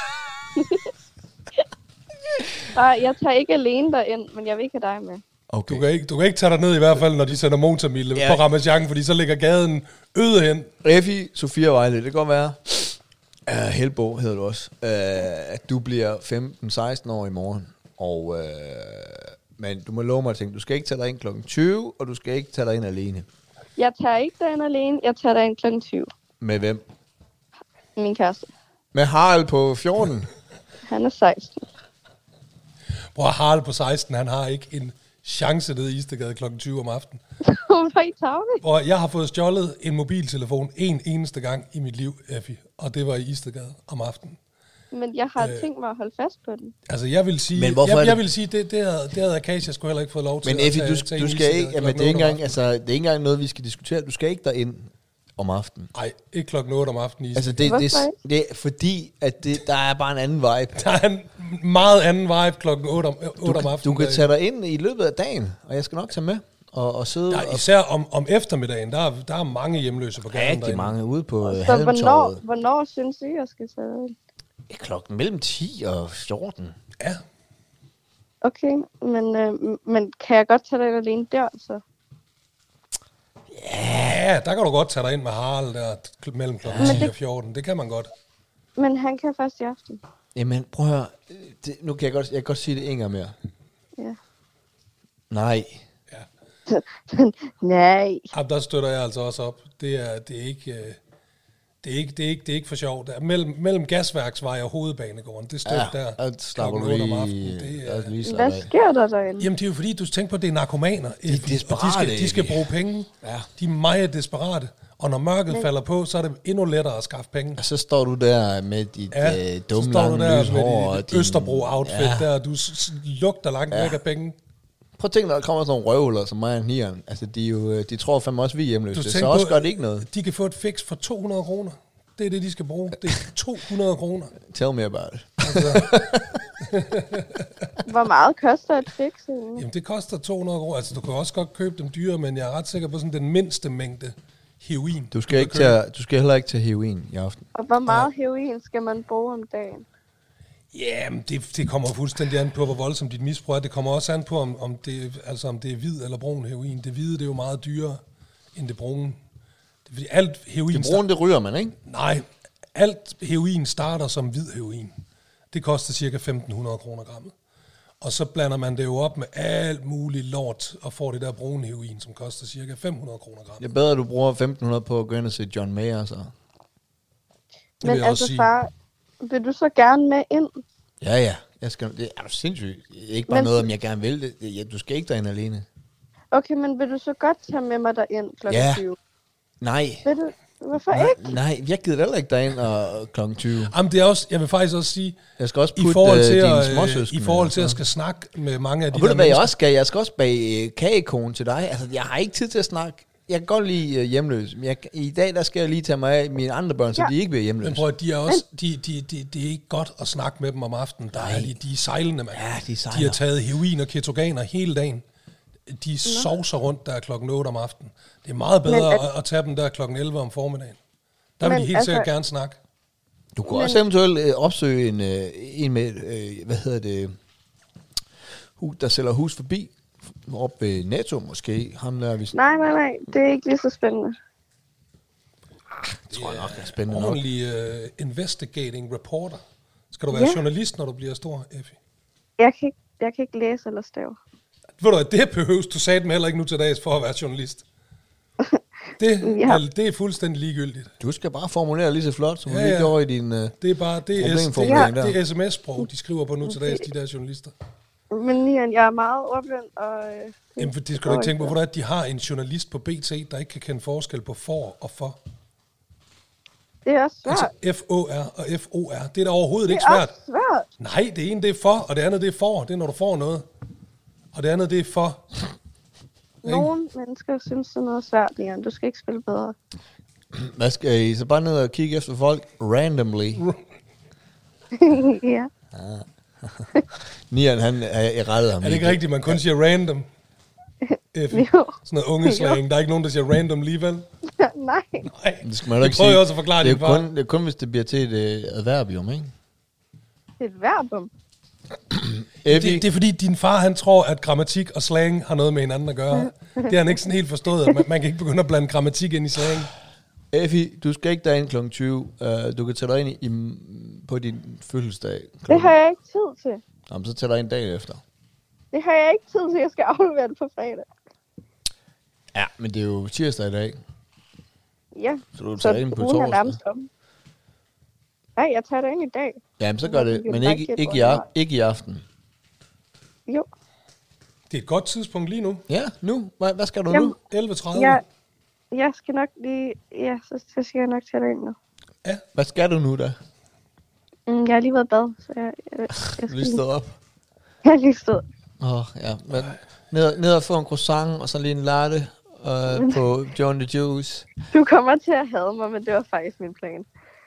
jeg tager ikke alene derind, men jeg vil ikke have dig med. Okay. Du kan ikke tage dig ned i hvert fald, når de sender motormille Ja. på Ramachan, fordi så ligger gaden øde hen. Effie, Sofia Vejle, det kan godt være. Helbo hedder du også. At du bliver 15-16 år i morgen. Og, men du må love mig ting. Du skal ikke tage dig ind klokken 20, og du skal ikke tage dig ind alene. Jeg tager ikke derind alene, jeg tager derind klokken 20. Med hvem? Min kæreste. Med Harald på 14. Han er 16. Bror Harald på 16, han har ikke en chance nede i Istedgade klokken 20 om aftenen. Hvor er I tavlig? Bror, jeg har fået stjålet en mobiltelefon en eneste gang i mit liv, Effie. Og det var i Istedgade om aftenen. Men jeg har tænkt mig at holde fast på den. Altså, jeg vil sige, Men hvorfor er det- jeg vil sige det havde Akasia sgu heller ikke fået lov til Men at Effie, tage du ind skal i ikke, Istedgade jamen, det er klokken ikke 8 om engang, aftenen. altså, det er ikke engang noget, vi skal diskutere. Du skal ikke derind om aftenen. Nej, ikke klokken 8 om aftenen i Altså, Istedgade. det er fordi, at der er bare en anden vibe. Der er en meget anden vibe klokken 8 om aftenen. Du kan tage dig ind i løbet af dagen, og jeg skal nok tage med og sidde Der er især om eftermiddagen, der er mange hjemløse på gaden rigtig derinde. mange ude på Så Halmtorvet. hvornår synes I, jeg skal tage den? Klokken mellem 10 og 14. Ja, Okay, men kan jeg godt tage den alene der, så? ja, Ja, der kan du godt tage dig ind med Harald der mellem kl. 10 og 14. Det kan man godt. Men han kan først i aften. Jamen, prøv at høre. Nu kan jeg kan godt sige det en gang mere. Ja. Nej. Nej. Jamen, der støtter jeg altså også op. Det er ikke for sjovt. Mellem Gasværksvej og Hovedbanegården, det støtter der. Ja, slapper du om aftenen. Hvad sker der derinde? Jamen, det er jo fordi, du tænker på, at det er narkomaner. De er desperate, de skal bruge penge. Ja. De er meget desperate. Og når mørket falder på, så er det endnu lettere at skaffe penge. Og så står du der med dit dumme lange lyshår. Med dit Østerbro-outfit der, og du lugter langt væk af penge. Prøv at tænke, når der kommer sådan nogle røvhuller som mig og Nieren. Altså, de tror fandme også, vi er hjemløse. Så også gør det ikke noget. De kan få et fix for 200 kroner. Det er det, de skal bruge. Det er 200 kroner. Tell me about it. Altså, Hvor meget koster et fix egentlig? jamen, det koster 200 kroner. Altså, du kan også godt købe dem dyre, men jeg er ret sikker på sådan den mindste mængde heroin. Du skal heller ikke tage heroin i aften. Og hvor meget heroin skal man bruge om dagen? Jamen, det kommer fuldstændig an på, hvor voldsomt dit misbrug er. Det kommer også an på, om det er hvid eller brun heroin. Det hvide, det er jo meget dyrere end det brune. Det er, fordi alt heroin... Det brune, det ryger man, ikke? Nej, alt heroin starter som hvid heroin. Det koster cirka 1.500 kroner grammet. Og så blander man det jo op med alt muligt lort, og får det der brune heroin, som koster cirka 500 kroner grammet. Det er bedre, at du bruger 1.500 på at gå ind og se John Mayer, så. Men altså, far, vil du så gerne med ind? Ja. Det er jo sindssygt. Ikke bare noget, om jeg gerne vil det. Du skal ikke derind alene. Okay, men vil du så godt tage med mig derind kl. 20? Nej. Vil du? Hvorfor ikke? Nej, jeg gider heller ikke derind og kl. 20. Jamen, det er også, jeg vil faktisk også sige, jeg skal også putte dine småsøskende. I forhold til at skal snakke med mange af de og ved der du hvad mennesker. jeg også skal? Jeg skal også bage kagekonen til dig. Altså, jeg har ikke tid til at snakke. Jeg kan godt lide hjemløs. Men i dag, der skal jeg lige tage mig af mine andre børn, så de ikke bliver hjemløse. Men prøv at, de er også, det er ikke godt at snakke med dem om aftenen. De er sejlende, mand. Ja, de sejler. De har taget heroin og ketogener hele dagen. De sovser rundt der klokken 8 om aftenen. Det er meget bedre at tage dem der klokken 11 om formiddagen. Der vil de helt sikkert gerne snakke. Du kunne også eventuelt opsøge en med, der sælger hus forbi. Op ved Netto måske. Ham der, hvis... Nej, det er ikke lige så spændende. Det tror jeg nok er spændende nok. Ordentlig investigating reporter. Skal du være journalist, når du bliver stor, Effie? Jeg kan ikke læse eller stave. Ved du, det behøves du sagde dem heller ikke nu til dags for at være journalist. Det er fuldstændig ligegyldigt. Du skal bare formulere lige så flot, som du lige gjorde i din det er bare det er sms-sprog, de skriver på nu til dags, de der journalister. Men Nian, jeg er meget ordblind, og... Jamen, for det skal du ikke tænke på, hvordan de har en journalist på BT, der ikke kan kende forskel på for og for. Det er også svært. Altså F-O-R og F-O-R. Det er da overhovedet ikke svært. Det er også svært. Nej, det ene det er for, og det andet det er for. Det er, når du får noget. Og det andet det er for. Nogle mennesker synes, det er noget svært, Nian. Du skal ikke spille bedre. Hvad skal I så bare ned og kigge efter folk randomly? Ja. Nian, jeg rettede ham. Er det ikke rigtigt, man kun siger random? Sådan noget ungeslang. Der er ikke nogen, der siger random alligevel. Nej. Det skal man jo ikke sige. Jeg også at forklare det er kun, hvis det bliver til et adverbium, ikke? Et verbum? Det er fordi, din far han tror, at grammatik og slang har noget med hinanden at gøre. Det har han ikke sådan helt forstået, at man kan ikke begynde at blande grammatik ind i slang. Effie, du skal ikke derind kl. 20. Du kan tage dig ind på din fødselsdag. Det har jeg ikke tid til. Jamen, så tager dig en dag efter. Det har jeg ikke tid til. Jeg skal aflevere det på fredag. Ja, men det er jo tirsdag i dag. Ja, så du tager ind på torsdag. Nej, jeg tager det ind i dag. Jamen, så gør det. Men ikke i aften. Jo. Det er et godt tidspunkt lige nu. Ja, nu. Hvad skal du nu? 11.30. Ja, jeg skal nok lige... Ja, så skal jeg nok tage det ind nu. Ja. Hvad skal du nu da? Jeg har lige været i bad, så jeg skal lige stået op? Jeg har lige stået. Ja. Men ned og få en croissant, og så lige en latte på John the Juice. Du kommer til at hade mig, men det var faktisk min plan.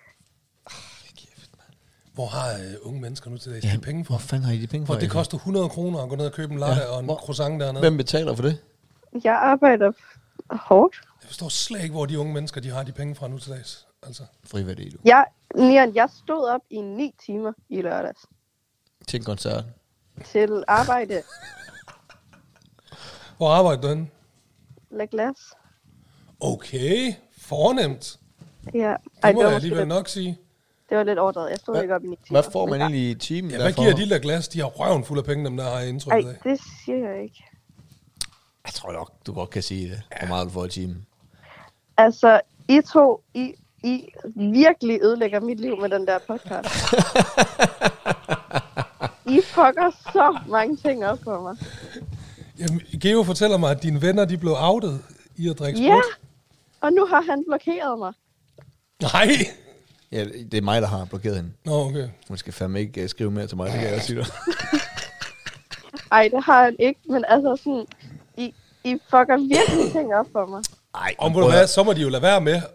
Hvor har unge mennesker nu til dags de penge for? Hvor fanden har I de penge for? Det koster 100 kroner at gå ned og købe en latte og en croissant dernede. Hvem betaler for det? Jeg arbejder hårdt. Jeg forstår slet ikke, hvor de unge mennesker de har de penge fra nu til dags. Altså. Friværdi, du. Jeg stod op i 9 timer i lørdags. Til en koncert? Til arbejde. Hvor arbejder du henne? La Glace. Okay, fornemt. Ja. Det må jeg måske alligevel lidt, nok sige. det var lidt overdrevet. Jeg stod ikke op i 9 timer. Hvad får man men egentlig i timen? Ja, hvad giver de der glas? De har røven fuld af penge, dem der har jeg indtryk Ej, af. det siger jeg ikke. Jeg tror nok, du godt kan sige det. Hvor meget du får i timen. Altså, I to, I virkelig ødelægger mit liv med den der podcast. I fucker så mange ting op for mig. Jamen, Geo fortæller mig, at dine venner de blev outet i at drikke sprut. Ja, og nu har han blokeret mig. Nej! Ja, det er mig, der har blokeret hende. Nå, okay. Hun skal fandme ikke skrive mere til mig, det kan jeg sige dig. Ej, det har han ikke, men altså sådan, I fucker virkelig ting op for mig. Ej, Og må du hvad, så må de jo lade være med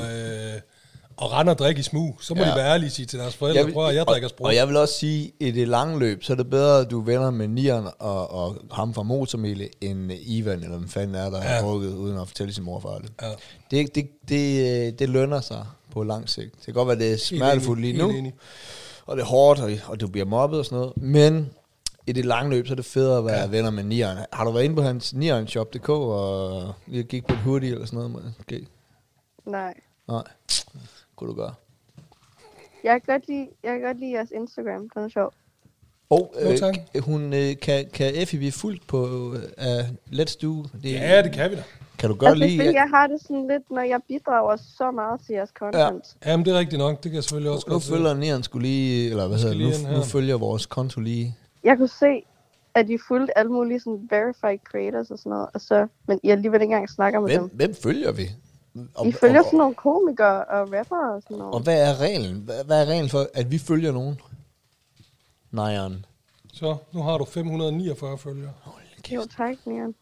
at rende og drikke i smug. Så må de være ærlige og sige til deres forældre, prøv at jeg drikker sprut. Og jeg vil også sige, i det lange løb, så er det bedre, at du er venner med Nieren og ham fra Motormille, end Ivan, eller hvem fanden er der har drukket, uden at fortælle sin mor og far det. Ja. Det lønner sig på lang sigt. Det kan godt være, det er smertefuldt lige nu, enig. og det er hårdt, og du bliver mobbet og sådan noget, men i det lange løb, så er det federe at være venner med Nieren. Har du været inde på hans Nierenshop.dk og lige gik på en hoodie eller sådan noget? Måske? Nej. Nej, kunne du gøre. Jeg kan godt lide jeres Instagram, den er sjov. Og tak. kan Effie blive fuldt på Let's Do? Ja, det kan vi da. Kan du gøre Altså, lige... fordi jeg har det sådan lidt, når jeg bidrager så meget til jeres content. Jamen, det er rigtigt nok. Det kan jeg selvfølgelig også Nu godt følger Nieren skulle lige... Eller hvad hedder det? Nu følger vores konto lige... Jeg kunne se, at I fulgte alle mulige sådan verified creators og sådan noget, og så, men I alligevel ikke engang snakker med dem. Hvem følger vi? I følger sådan nogle komikere og rappere og sådan noget. Og hvad er reglen? Hvad er reglen for, at vi følger nogen? Nejeren. Så, nu har du 549 følgere. Jo, tak, Nian.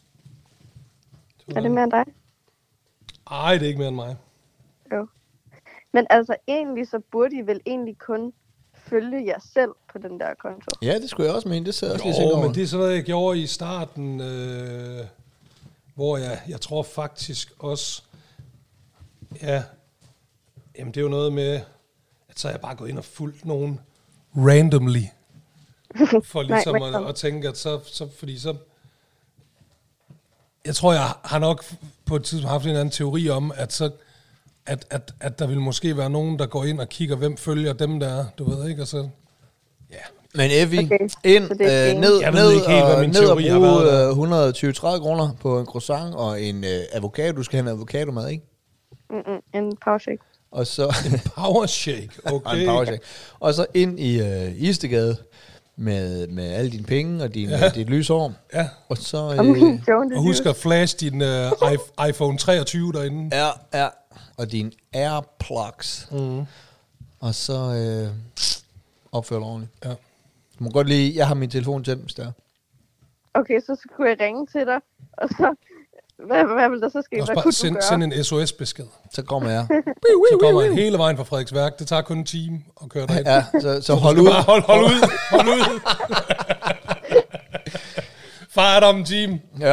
Er det mere end dig? Ej, det er ikke mere end mig. Jo. Men altså, egentlig så burde I vel egentlig kun følge jer selv på den der konto. Ja, det skulle jeg også mene. Det sidder jeg også lige Jo, men det er sådan noget, jeg gjorde i starten, hvor jeg tror faktisk også, ja, jamen det er jo noget med, at så er jeg bare gået ind og fulgt nogen randomly, for ligesom at tænke, at så, fordi så, jeg tror, jeg har nok på et tidspunkt haft en anden teori om, at så, at der vil måske være nogen, der går ind og kigger, hvem følger dem der, du ved ikke, og så, ja. Men Effie, Okay, ind, så det er ned, Jeg ved ikke helt, hvad min ned og teori har været bruge 120-30 kroner på en croissant og en avocado. Du skal have en avocado-mad, ikke? En powershake. Og så Power shake, og okay. en powershake. Og så ind i Istegade med alle dine penge og dit lysår. Ja. Og så... Og husk at flash din iPhone 23 derinde. Ja. Og dine AirPlugs. Og så opfør dig ordentligt. Ja. Du må godt lige... Jeg har min telefon tændt, hvis det er. Okay, så skulle jeg ringe til dig, og så... Hvad vil der så ske? Og Hvad bare kunne du gøre? send en SOS-besked. Så kommer jeg. Så kommer han hele vejen fra Frederiksværk. Det tager kun en time at køre derind. Ja, så hold ud. Bare hold ud. Far er der om en time. Ja.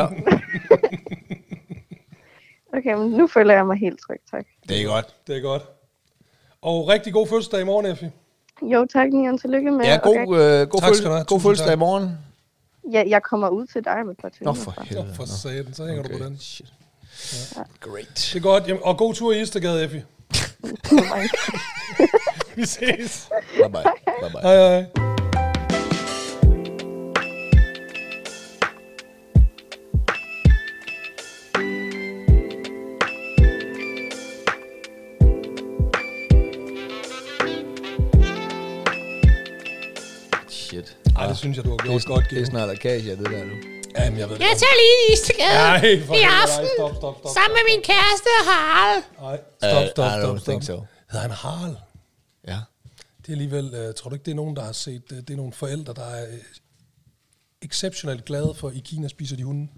Okay, men nu føler jeg mig helt tryg, tak. Det er godt. Det er godt. Og rigtig god fødselsdag i morgen, Effie. Jo, tak, Nian. Tillykke med. Ja, Tak skal du have. god Tusind fødselsdag i tak. morgen. Ja, jeg kommer ud til dig med et par timer. Nå, for helvede. For satan, så hænger du på den. Shit. Great. Det er godt. Jamen, og god tur i Istergade, Effie. Vi ses. Bye. Hej. Shit. Ej, det synes jeg, du har gjort godt, Det er Geo. snart Akasia, det der nu. Jamen, jeg ved det Jeg godt. tager lige i Istegade Nej, for i helvede, aften, nej, stop. sammen med min kæreste Harald. Nej, I don't think so. Hedder han Harald? Ja. Det er alligevel, tror du ikke, det er nogen, der har set, det er nogle forældre, der er exceptionelt glade for, i Kina spiser de hunde.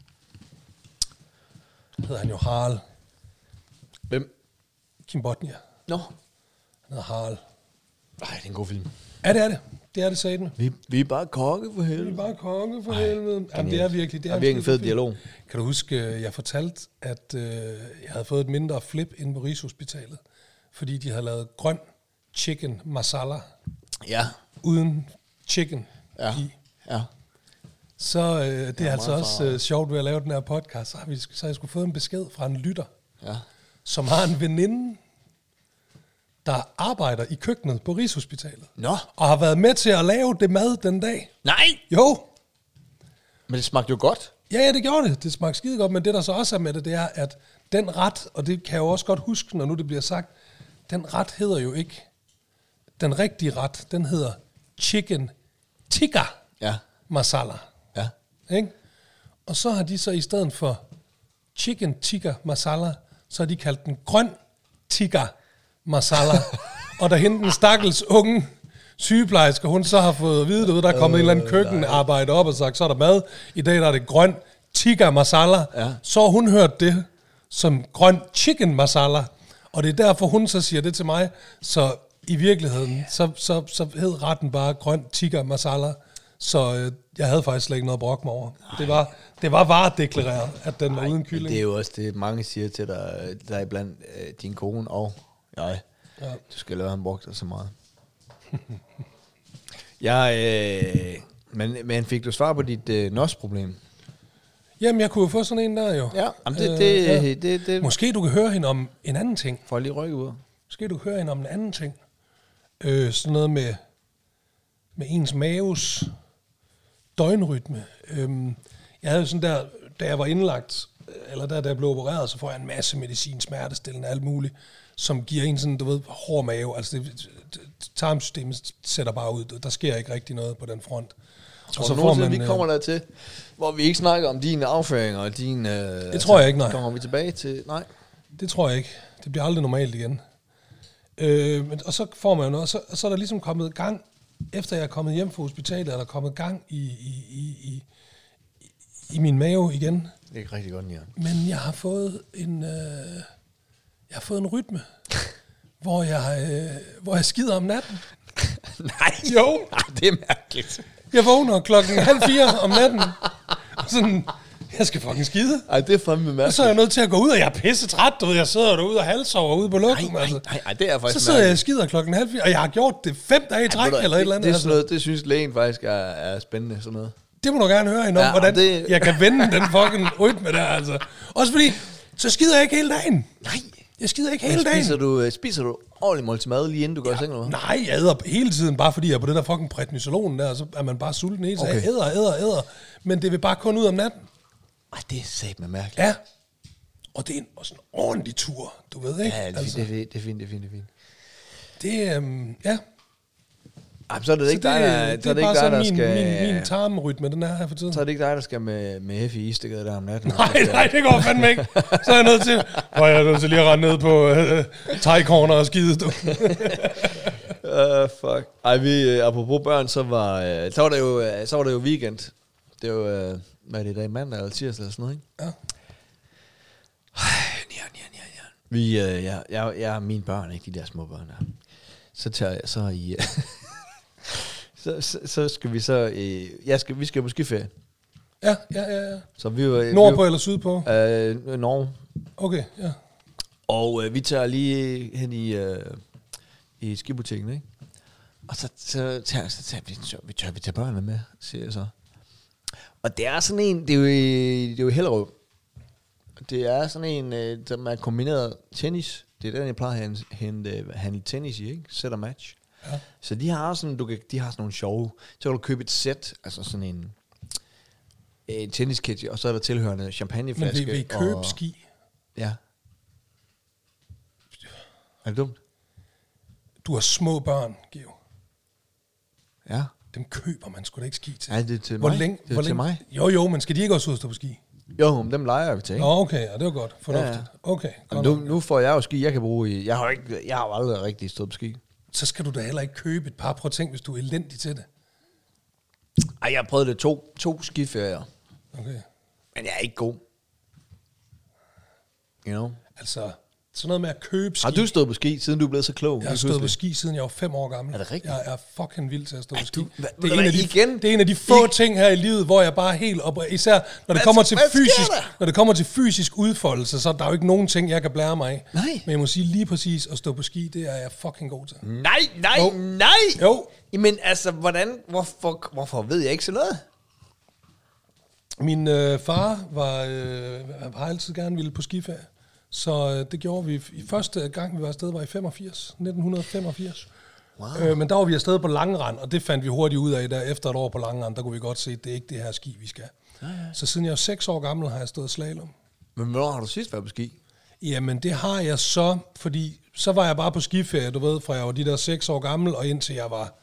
Hedder han jo Harald. Hvem? Kim Bodnia. Nå. Han hedder Harald. Nej, det er en god film. Ja, det er det. Det er det, sagde den. Vi er bare kokke for Vi helvede. er bare konge for helvede. Jamen, det er virkelig. Det er virkelig en fed dialog. Kan du huske, jeg fortalte, at jeg havde fået et mindre flip inde på Rigshospitalet, fordi de havde lavet grøn chicken masala Ja. uden chicken i. Ja. så det er altså også sjovt ved at lave den her podcast. Så har jeg sgu fået en besked fra en lytter, som har en veninde, der arbejder i køkkenet på Rigshospitalet. Nå. Og har været med til at lave det mad den dag. Nej! Jo. Men det smagte jo godt. Ja, det gjorde det. Det smagte skide godt, men det der så også er med det, det er, at den ret, og det kan jeg jo også godt huske, når nu det bliver sagt, den ret hedder jo ikke, den rigtige ret, den hedder chicken tikka masala. Ja. Ikke? Og så har de så i stedet for chicken tikka masala, så har de kaldt den grøn tikka masala. Og der hende den stakkels unge sygeplejerske, hun så har fået at vide, der er kommet en eller anden køkkenarbejde op og sagt, så er der mad. I dag der er det grøn tikka masala. Ja. Så har hun hørt det som grøn chicken masala. Og det er derfor, hun så siger det til mig. Så i virkeligheden, så hed retten bare grøn tikka masala. Så jeg havde faktisk slet ikke noget at brokke mig over. Det var varedeklareret, at den var uden kylling. Det er jo også det, mange siger til dig, der er blandt din kone og jeg. Ja. Du skal lade ham bruge dig så meget. Men fik du svar på dit NOS-problem? Jamen, jeg kunne jo få sådan en der jo. Ja, jamen det. Måske du kan høre hende om en anden ting. For lige rykke ud. Måske du kan høre hende om en anden ting. Sådan noget med ens maves døgnrytme. Jeg havde sådan der, da jeg var indlagt, eller da jeg blev opereret, så får jeg en masse medicin, smertestillende, alt muligt, som giver en sådan, du ved, hård mave. Altså tarmsystemet sætter bare ud. Der sker ikke rigtig noget på den front. Og så får man, vi kommer der til, hvor vi ikke snakker om dine afføringer og dine... det tror jeg ikke, nej. Kommer vi tilbage til... Nej. Det tror jeg ikke. Det bliver aldrig normalt igen. Og så får man jo noget, og så er der ligesom kommet gang, efter jeg er kommet hjem fra hospitalet, er der kommet gang i min mave igen. Det er ikke rigtig godt, Jan. Men jeg har fået en rytme, hvor jeg skider om natten. Nej. Jo. Nej, det er mærkeligt. Jeg vågner 3:30 om natten. Og sådan, jeg skal fucking skide. Ej, det er fandme mærkeligt. Og så er jeg nødt til at gå ud, og jeg er pisse træt, du ved. Jeg sidder derude og halvsover ude på lokum. Nej, det er faktisk så sidder jeg og skider 3:30, og jeg har gjort det 5 dage i træk, eller et eller andet. Det er sådan noget, det synes lægen faktisk er spændende, sådan noget. Det må du gerne høre hende om, hvordan jeg kan vende den fucking rytme der, altså. Også fordi, så skider jeg ikke hele dagen. Nej. Jeg skider ikke hele dagen. Spiser du ordentligt måltid mad lige inden du går i seng eller hvad? Nej, jeg æder hele tiden, bare fordi jeg er på det der fucking prednisolonen der, og så er man bare sulten hele tiden. Okay. Jeg æder. Men det vil bare kun ud om natten. Ej, det er satme mærkeligt. Ja. Og det er også en ordentlig tur, du ved, ikke? Ja, det er fint. Det ja. Ej, så er det ikke dig, der skal... Min tarmrytme, den er her for tiden. Så er det ikke dig, der skal med FI stikket der om natten. Nej, det går fandme ikke. Så er jeg nødt til... jeg er nødt til lige at rende ned på thai-corner og skide, du. Fuck. Ej, apropos børn, så var det jo weekend. Det er jo, hvad er det i dag, mandag eller tirsdag eller sådan noget, ikke? Ja. Jeg mine børn, ikke de der små børn her. Så tager jeg så i... så skal vi så... vi skal på skiferie. Ja. Så vi var... Nordpå eller sydpå? Norge. Okay, ja. Og vi tager lige hen i skibutikken, ikke? Og så tager vi tager børnene med, siger jeg så. Og det er sådan en... Det er jo Hellerup. Det er sådan en, som er kombineret tennis. Det er den, jeg plejer at handle tennis i, ikke? Set og match. Ja. Så de har sådan, de har sådan nogle sjove. Så kan du købe et sæt, altså sådan en tenniskit, og så er der tilhørende champagneflaske. Men vil I købe ski? Ja. Er det dumt? Du har små børn, Geo. Ja. Dem køber man sgu da ikke ski til. Nej, det er til mig. Det er til mig. Jo, men skal de ikke også ud og stå på ski? Jo, men dem leger vi til, ikke? Okay, ja, det var godt. Fornuftigt. Ja. Okay, nu får jeg jo ski, jeg kan bruge i... Jeg har jo aldrig rigtig stået på ski. Så skal du da heller ikke købe et par. Prøv at tænke, hvis du er elendig til det. Ej, jeg har prøvet det to skiferier. Okay. Men jeg er ikke god. You know? Altså, sådan noget med at købe ski. Har du stået på ski, siden du er blevet så klog? Jeg har stået på ski, siden jeg var 5 år gammel. Er det rigtigt? Jeg er fucking vild til at stå på ski. Det er en af de få ting her i livet, hvor jeg bare helt op... Især når det kommer til fysisk udfoldelse, så er der jo ikke nogen ting, jeg kan blære mig af. Nej. Men jeg må sige lige præcis, at stå på ski, det er jeg fucking god til. Nej! Jo. Men altså, hvorfor ved jeg ikke sådan noget? Min far har altid gerne ville på skiferie, så det gjorde vi. I første gang, vi var afsted, var i 1985. Wow. Men der var vi afsted på Langrand, og det fandt vi hurtigt ud af, der efter et år på Langrand, der kunne vi godt se, at det er ikke det her ski, vi skal. Ja. Så siden jeg var 6 år gammel, har jeg stået slalom. Men hvornår har du sidst været på ski? Jamen, det har jeg så, fordi så var jeg bare på skiferie, du ved, fra jeg var de der 6 år gammel, og indtil jeg var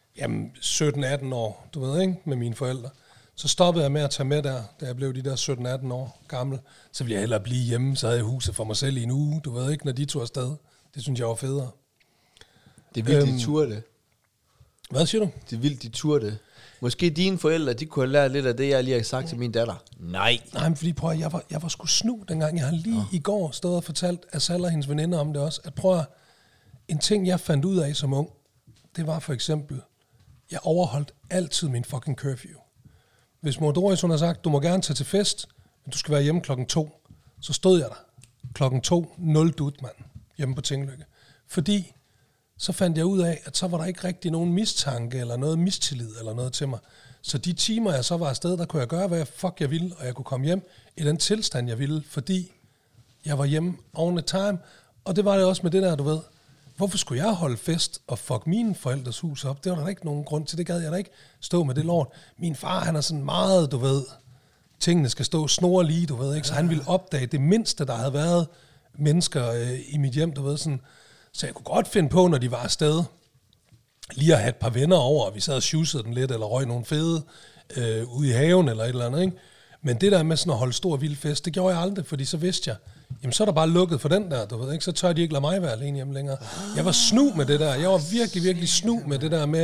17-18 år, du ved, ikke, med mine forældre. Så stoppede jeg med at tage med der, da jeg blev de der 17-18 år gammel. Så ville jeg hellere blive hjemme, så havde jeg huset for mig selv i en uge, du ved ikke, når de tog afsted. Det synes jeg var federe. Det er vildt, de turde. Hvad siger du? Det er vildt, de turde. Måske dine forældre, de kunne have lært lidt af det, jeg lige har sagt til min datter. Nej, men fordi prøv at, jeg var sgu snu dengang. Jeg har lige i går stået og fortalt Asal og hendes veninder om det også. At prøv at, en ting jeg fandt ud af som ung, det var for eksempel, jeg overholdt altid min fucking curfew. Hvis mor Doris, hun har sagt, du må gerne tage til fest, men du skal være hjemme 2:00, så stod jeg der 2:00, 0 dut, mand, hjemme på Tinglykke. Fordi så fandt jeg ud af, at så var der ikke rigtig nogen mistanke eller noget mistillid eller noget til mig. Så de timer, jeg så var afsted, der kunne jeg gøre, hvad jeg ville, og jeg kunne komme hjem i den tilstand, jeg ville, fordi jeg var hjemme on the time. Og det var det også med det der, du ved. Hvorfor skulle jeg holde fest og fuck mine forældres hus op? Det var der ikke nogen grund til. Det gad jeg da ikke stå med det lort. Min far, han er sådan meget, du ved, tingene skal stå snor lige, du ved, ikke? Så han ville opdage det mindste, der havde været mennesker i mit hjem, du ved, sådan. Så jeg kunne godt finde på, når de var afsted, lige at have et par venner over, og vi sad og sjusede den lidt, eller røg nogle fede ude i haven, eller et eller andet, ikke? Men det der med sådan at holde stor vild fest, det gjorde jeg aldrig, fordi så vidste jeg, jamen så er der bare lukket for den der, du ved, ikke? Så tør de ikke lade mig være alene hjemme længere. Jeg var snu med det der. Jeg var virkelig, virkelig snu med det der med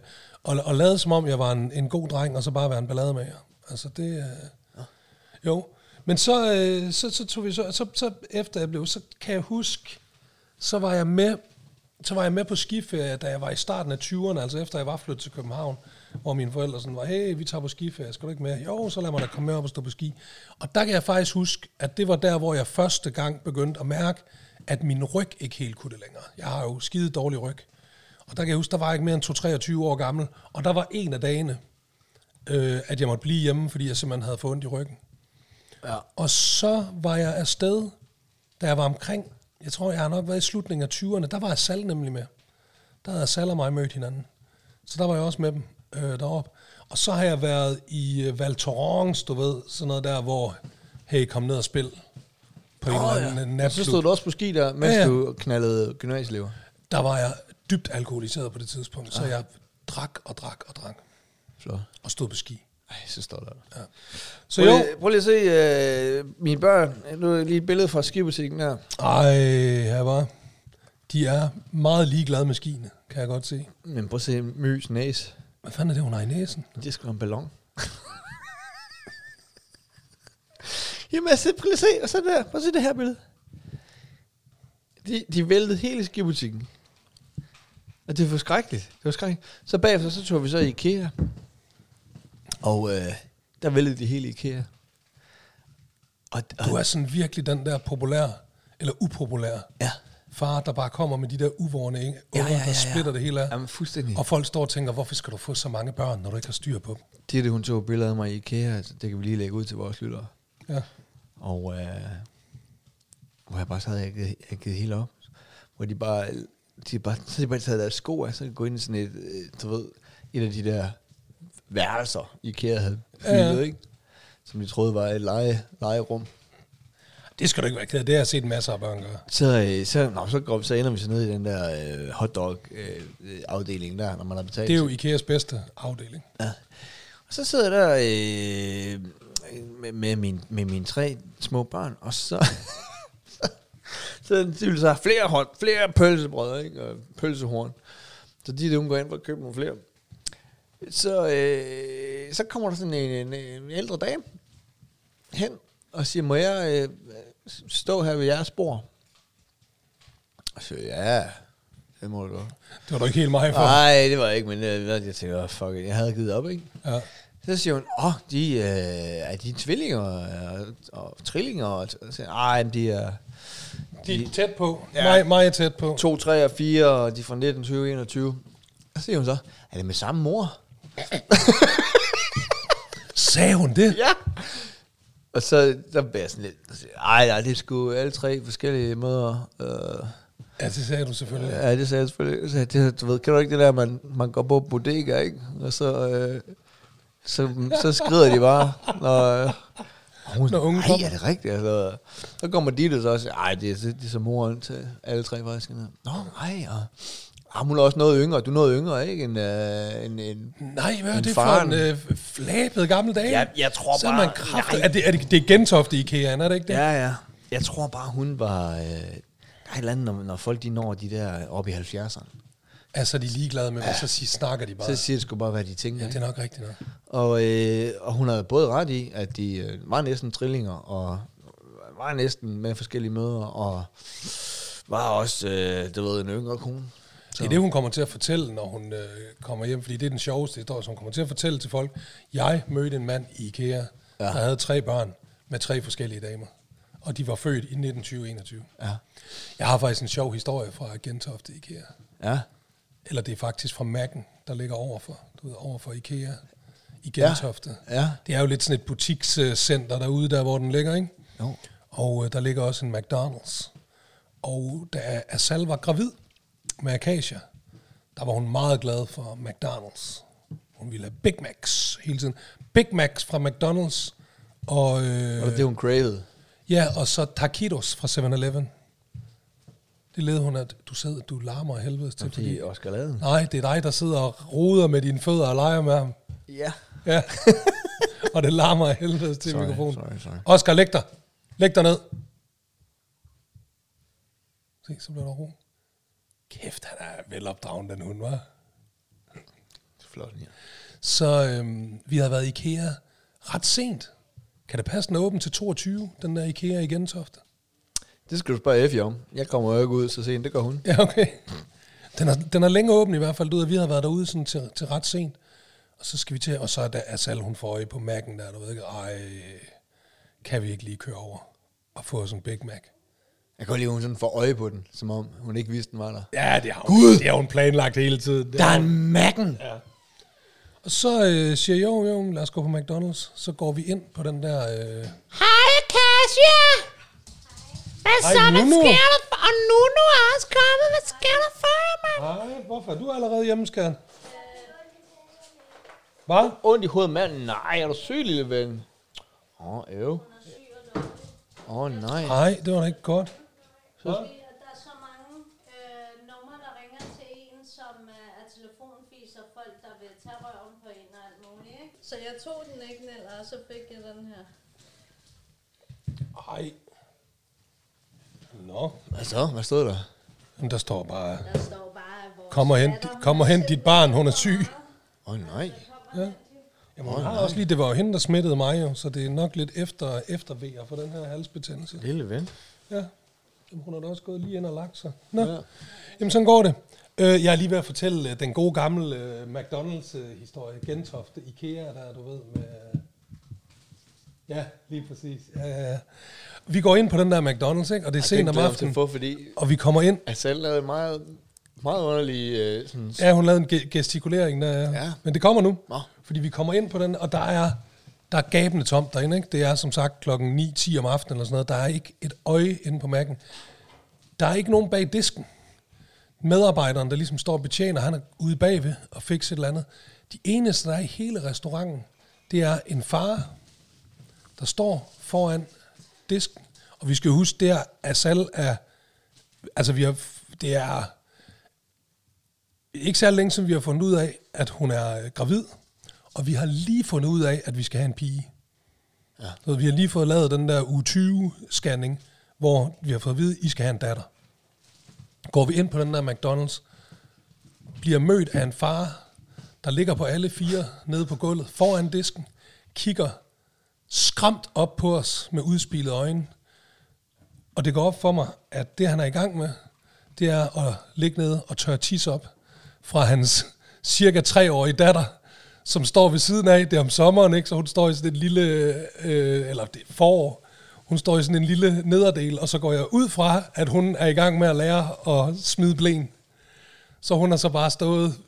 at lade som om, jeg var en god dreng, og så bare være en ballade. Altså det... Jo. Men så tog vi så efter jeg blev, så kan jeg huske, så var jeg med på skiferie, da jeg var i starten af 20'erne, altså efter jeg var flyttet til København, hvor mine forældre sådan var, hey, vi tager på skiferie, skal du ikke med? Jo, så lad mig da komme med op og stå på ski. Og der kan jeg faktisk huske, at det var der, hvor jeg første gang begyndte at mærke, at min ryg ikke helt kunne det længere. Jeg har jo skide dårlig ryg. Og der kan jeg huske, der var ikke mere end 2-23 år gammel, og der var en af dagene, at jeg måtte blive hjemme, fordi jeg simpelthen havde fået ondt i ryggen. Ja. Og så var jeg afsted, da jeg var omkring, jeg tror, jeg har nok været i slutningen af 20'erne, der var Asal nemlig med. Der havde Asal og mig mødt hinanden. Så der var jeg også med dem deroppe. Og så har jeg været i Val Thorens, du ved, sådan noget der, hvor, hey, kom ned og spil på en eller anden natklub. Så stod du også på ski der, mens du knaldede gymnasieelever? Der var jeg dybt alkoholiseret på det tidspunkt, så jeg drak. Flot. Og stod på ski. Ej, så står der. Ja. Så prøv lige at se mine børn. Nu er lige et billede fra skibutikken her. Ej, her var. De er meget ligeglade med skiene, kan jeg godt se. Men prøv at se Mys næse. Hvad fanden er det, hun har i næsen? Det er sgu en ballon. Jamen, altså, prøv at se. Og så der. Prøv at se det her billede. De væltede hele skibutikken. Og det var skrækkeligt. Så bagefter, så tog vi så i IKEA. Og der væltede de hele IKEA. Og du er sådan virkelig den der populære, eller upopulære far, der bare kommer med de der uvorne unger, der splitter det hele af. Jamen, fuldstændig. Og folk står og tænker, hvorfor skal du få så mange børn, når du ikke har styr på dem? Det hun tog billeder af mig i IKEA, altså, det kan vi lige lægge ud til vores lyttere. Ja. Og hvor jeg bare så havde jeg givet helt op. Hvor de bare taget deres sko af, så kan gå ind i sådan et, du ved, et af de der værelser, IKEA havde bygget, ikke? Som de troede var et legerum. Det skal du ikke være ked af. Det har jeg set masser af børn gøre. Så ender vi så ned i den der hotdog-afdeling der, når man har betalt. Det er jo IKEAs bedste afdeling. Ja. Og så sidder jeg der med mine 3 små børn, og så de vil så have flere pølsebrød, ikke? Og pølsehorn. Så de går ind for at købe nogle flere. Så kommer der sådan en ældre dame hen og siger, må jeg stå her ved jeres bord? Og så ja, det må du godt. Det var du ikke helt mig for. Nej, det var ikke, men jeg tænkte, fuck it, jeg havde givet op, ikke? Ja. Så siger hun, de er de tvillinger og trillinger? Og så siger, ej, de er... De er tæt på. Ja. Meget tæt på. 2, 3 og 4, og de er fra 1921. Så siger hun så, er det med samme mor? Sagde hun det? Ja. Og så blev jeg sådan lidt, ej, det er sgu alle 3 forskellige måder. Ja, det sagde du selvfølgelig. Ja, det sagde jeg selvfølgelig. Så det, du ved, kan du ikke det der, man går på bodega, ikke? Og så skrider de bare, når ungen kommer. Er det rigtigt? Altså, så kommer de så også, ej, det er så moren til alle 3 faktisk. Nå, nej, og hun er også noget yngre. Du er noget yngre, ikke? Nej, hvad er det for en flabet gammel dame? Ja, jeg tror så bare... man kraftigt. Det er Gentofte IKEA, er det ikke det? Ja. Jeg tror bare, hun var... der er et eller andet, når folk de når de der oppe i 70'erne. Altså, de er ligeglade med, så snakker de bare. Så siger det sgu bare, hvad de tænker. Ja, det er nok rigtigt nok. Og hun havde både ret i, at de var næsten trillinger, og var næsten med forskellige møder, og var også, en yngre kone. Det er det, hun kommer til at fortælle, når hun kommer hjem, fordi det er den sjoveste historie, så hun kommer til at fortælle til folk. Jeg mødte en mand i IKEA, der havde 3 børn med 3 forskellige damer, og de var født i 1921. Ja. Jeg har faktisk en sjov historie fra Gentofte IKEA. Ja. Eller det er faktisk fra Mac'en, der ligger overfor IKEA i Gentofte. Ja. Det er jo lidt sådan et butikscenter derude, der hvor den ligger, ikke? Jo. Og der ligger også en McDonald's. Og da Asal var gravid med Acacia, der var hun meget glad for McDonald's. Hun ville have Big Macs hele tiden. Big Macs fra McDonald's. Og det hun cravede. Ja, og så taquitos fra 7-Eleven. Det leder hun, at du larmer af helvedes til. Det er Oscar Laden. Nej, det er dig, der sidder og roder med dine fødder og leger med ham. Ja. Og det larmer af helvedes til mikrofonen. Sorry. Oscar, læg dig ned. Se, så bliver der ro. Kæft, han er velopdragen, den hund, var. Flot, ja. Så vi har været i IKEA ret sent. Kan det passe, den er åben til 22, den der IKEA i Gentofte? Det skal du spørge Effie om. Jeg kommer jo ikke ud så sent, det gør hun. Ja, okay. Den er længe åben i hvert fald, vi har været derude sådan til ret sent. Og så skal vi til, og så er der Asal, hun får øje på Mac'en der, du ved ikke, kan vi ikke lige køre over og få sådan en Big Mac? Jeg kan lige, hun sådan får øje på den, som om hun ikke vidste, den var der. Ja, det har hun planlagt hele tiden. Der er en Mac'en! Ja. Og så siger jo, lad os gå på McDonald's. Så går vi ind på den der... Hej, Kasia! Hvad så, hvad sker der for? Og Nuno er også kommet. Hvad sker der for, mand? Hej, hvorfor er du allerede hjemmeskæren? Hvad? Ondt i hovedet, mand. Nej, er du syg, lille ven? Nej. Nej, det var da ikke godt. Der er så mange numre, der ringer til en, som er telefonfiser, folk, der vil tage røven på en og alt muligt, ikke? Så jeg tog den ikke, eller så fik jeg den her. Ej. Nå. Hvad så? Hvad stod der? Men der står bare... Der står bare... Kom og hent dit barn, hun er syg. Nej. Ja. Jamen, også lige, det var jo hende, der smittede mig jo, så det er nok lidt eftervejer for den her halsbetændelse. Lille ven. Ja. Jamen, hun har da også gået lige ind og lagt sig. Nå. Ja. Jamen, sådan går det. Jeg er lige ved at fortælle den gode gamle McDonald's-historie. Gentofte, IKEA, der du ved med... Ja, lige præcis. Ja. Vi går ind på den der McDonald's, ikke? Og det er sent om aftenen. Og vi kommer ind. Asal lavede meget underlig... sådan... Ja, hun lavede en gestikulering der. Ja. Men det kommer nu. Nå. Fordi vi kommer ind på den, og der er gabende tomt derinde, ikke? Det er som sagt klokken 9-10 om aftenen eller sådan noget. Der er ikke et øje inde på Mac'en. Der er ikke nogen bag disken. Medarbejderen, der ligesom står og betjener, han er ude bagved og fikser et eller andet. De eneste, der er i hele restauranten, det er en far, der står foran disken. Og vi skal huske, det er Asal er... Altså, det er ikke særlig længe siden, vi har fundet ud af, at hun er gravid. Og vi har lige fundet ud af, at vi skal have en pige. Ja. Så vi har lige fået lavet den der uge 20-scanning, hvor vi har fået at vide, at I skal have en datter. Går vi ind på den der McDonald's, bliver mødt af en far, der ligger på alle 4 nede på gulvet foran disken, kigger skræmt op på os med udspilede øjne. Og det går op for mig, at det han er i gang med, det er at ligge nede og tørre tis op fra hans cirka 3-årige datter, som står ved siden af. Det er om sommeren, ikke? Så hun står i sådan en lille, eller det er forår, hun står i sådan en lille nederdel, og så går jeg ud fra, at hun er i gang med at lære at smide blen. Så hun har så bare stået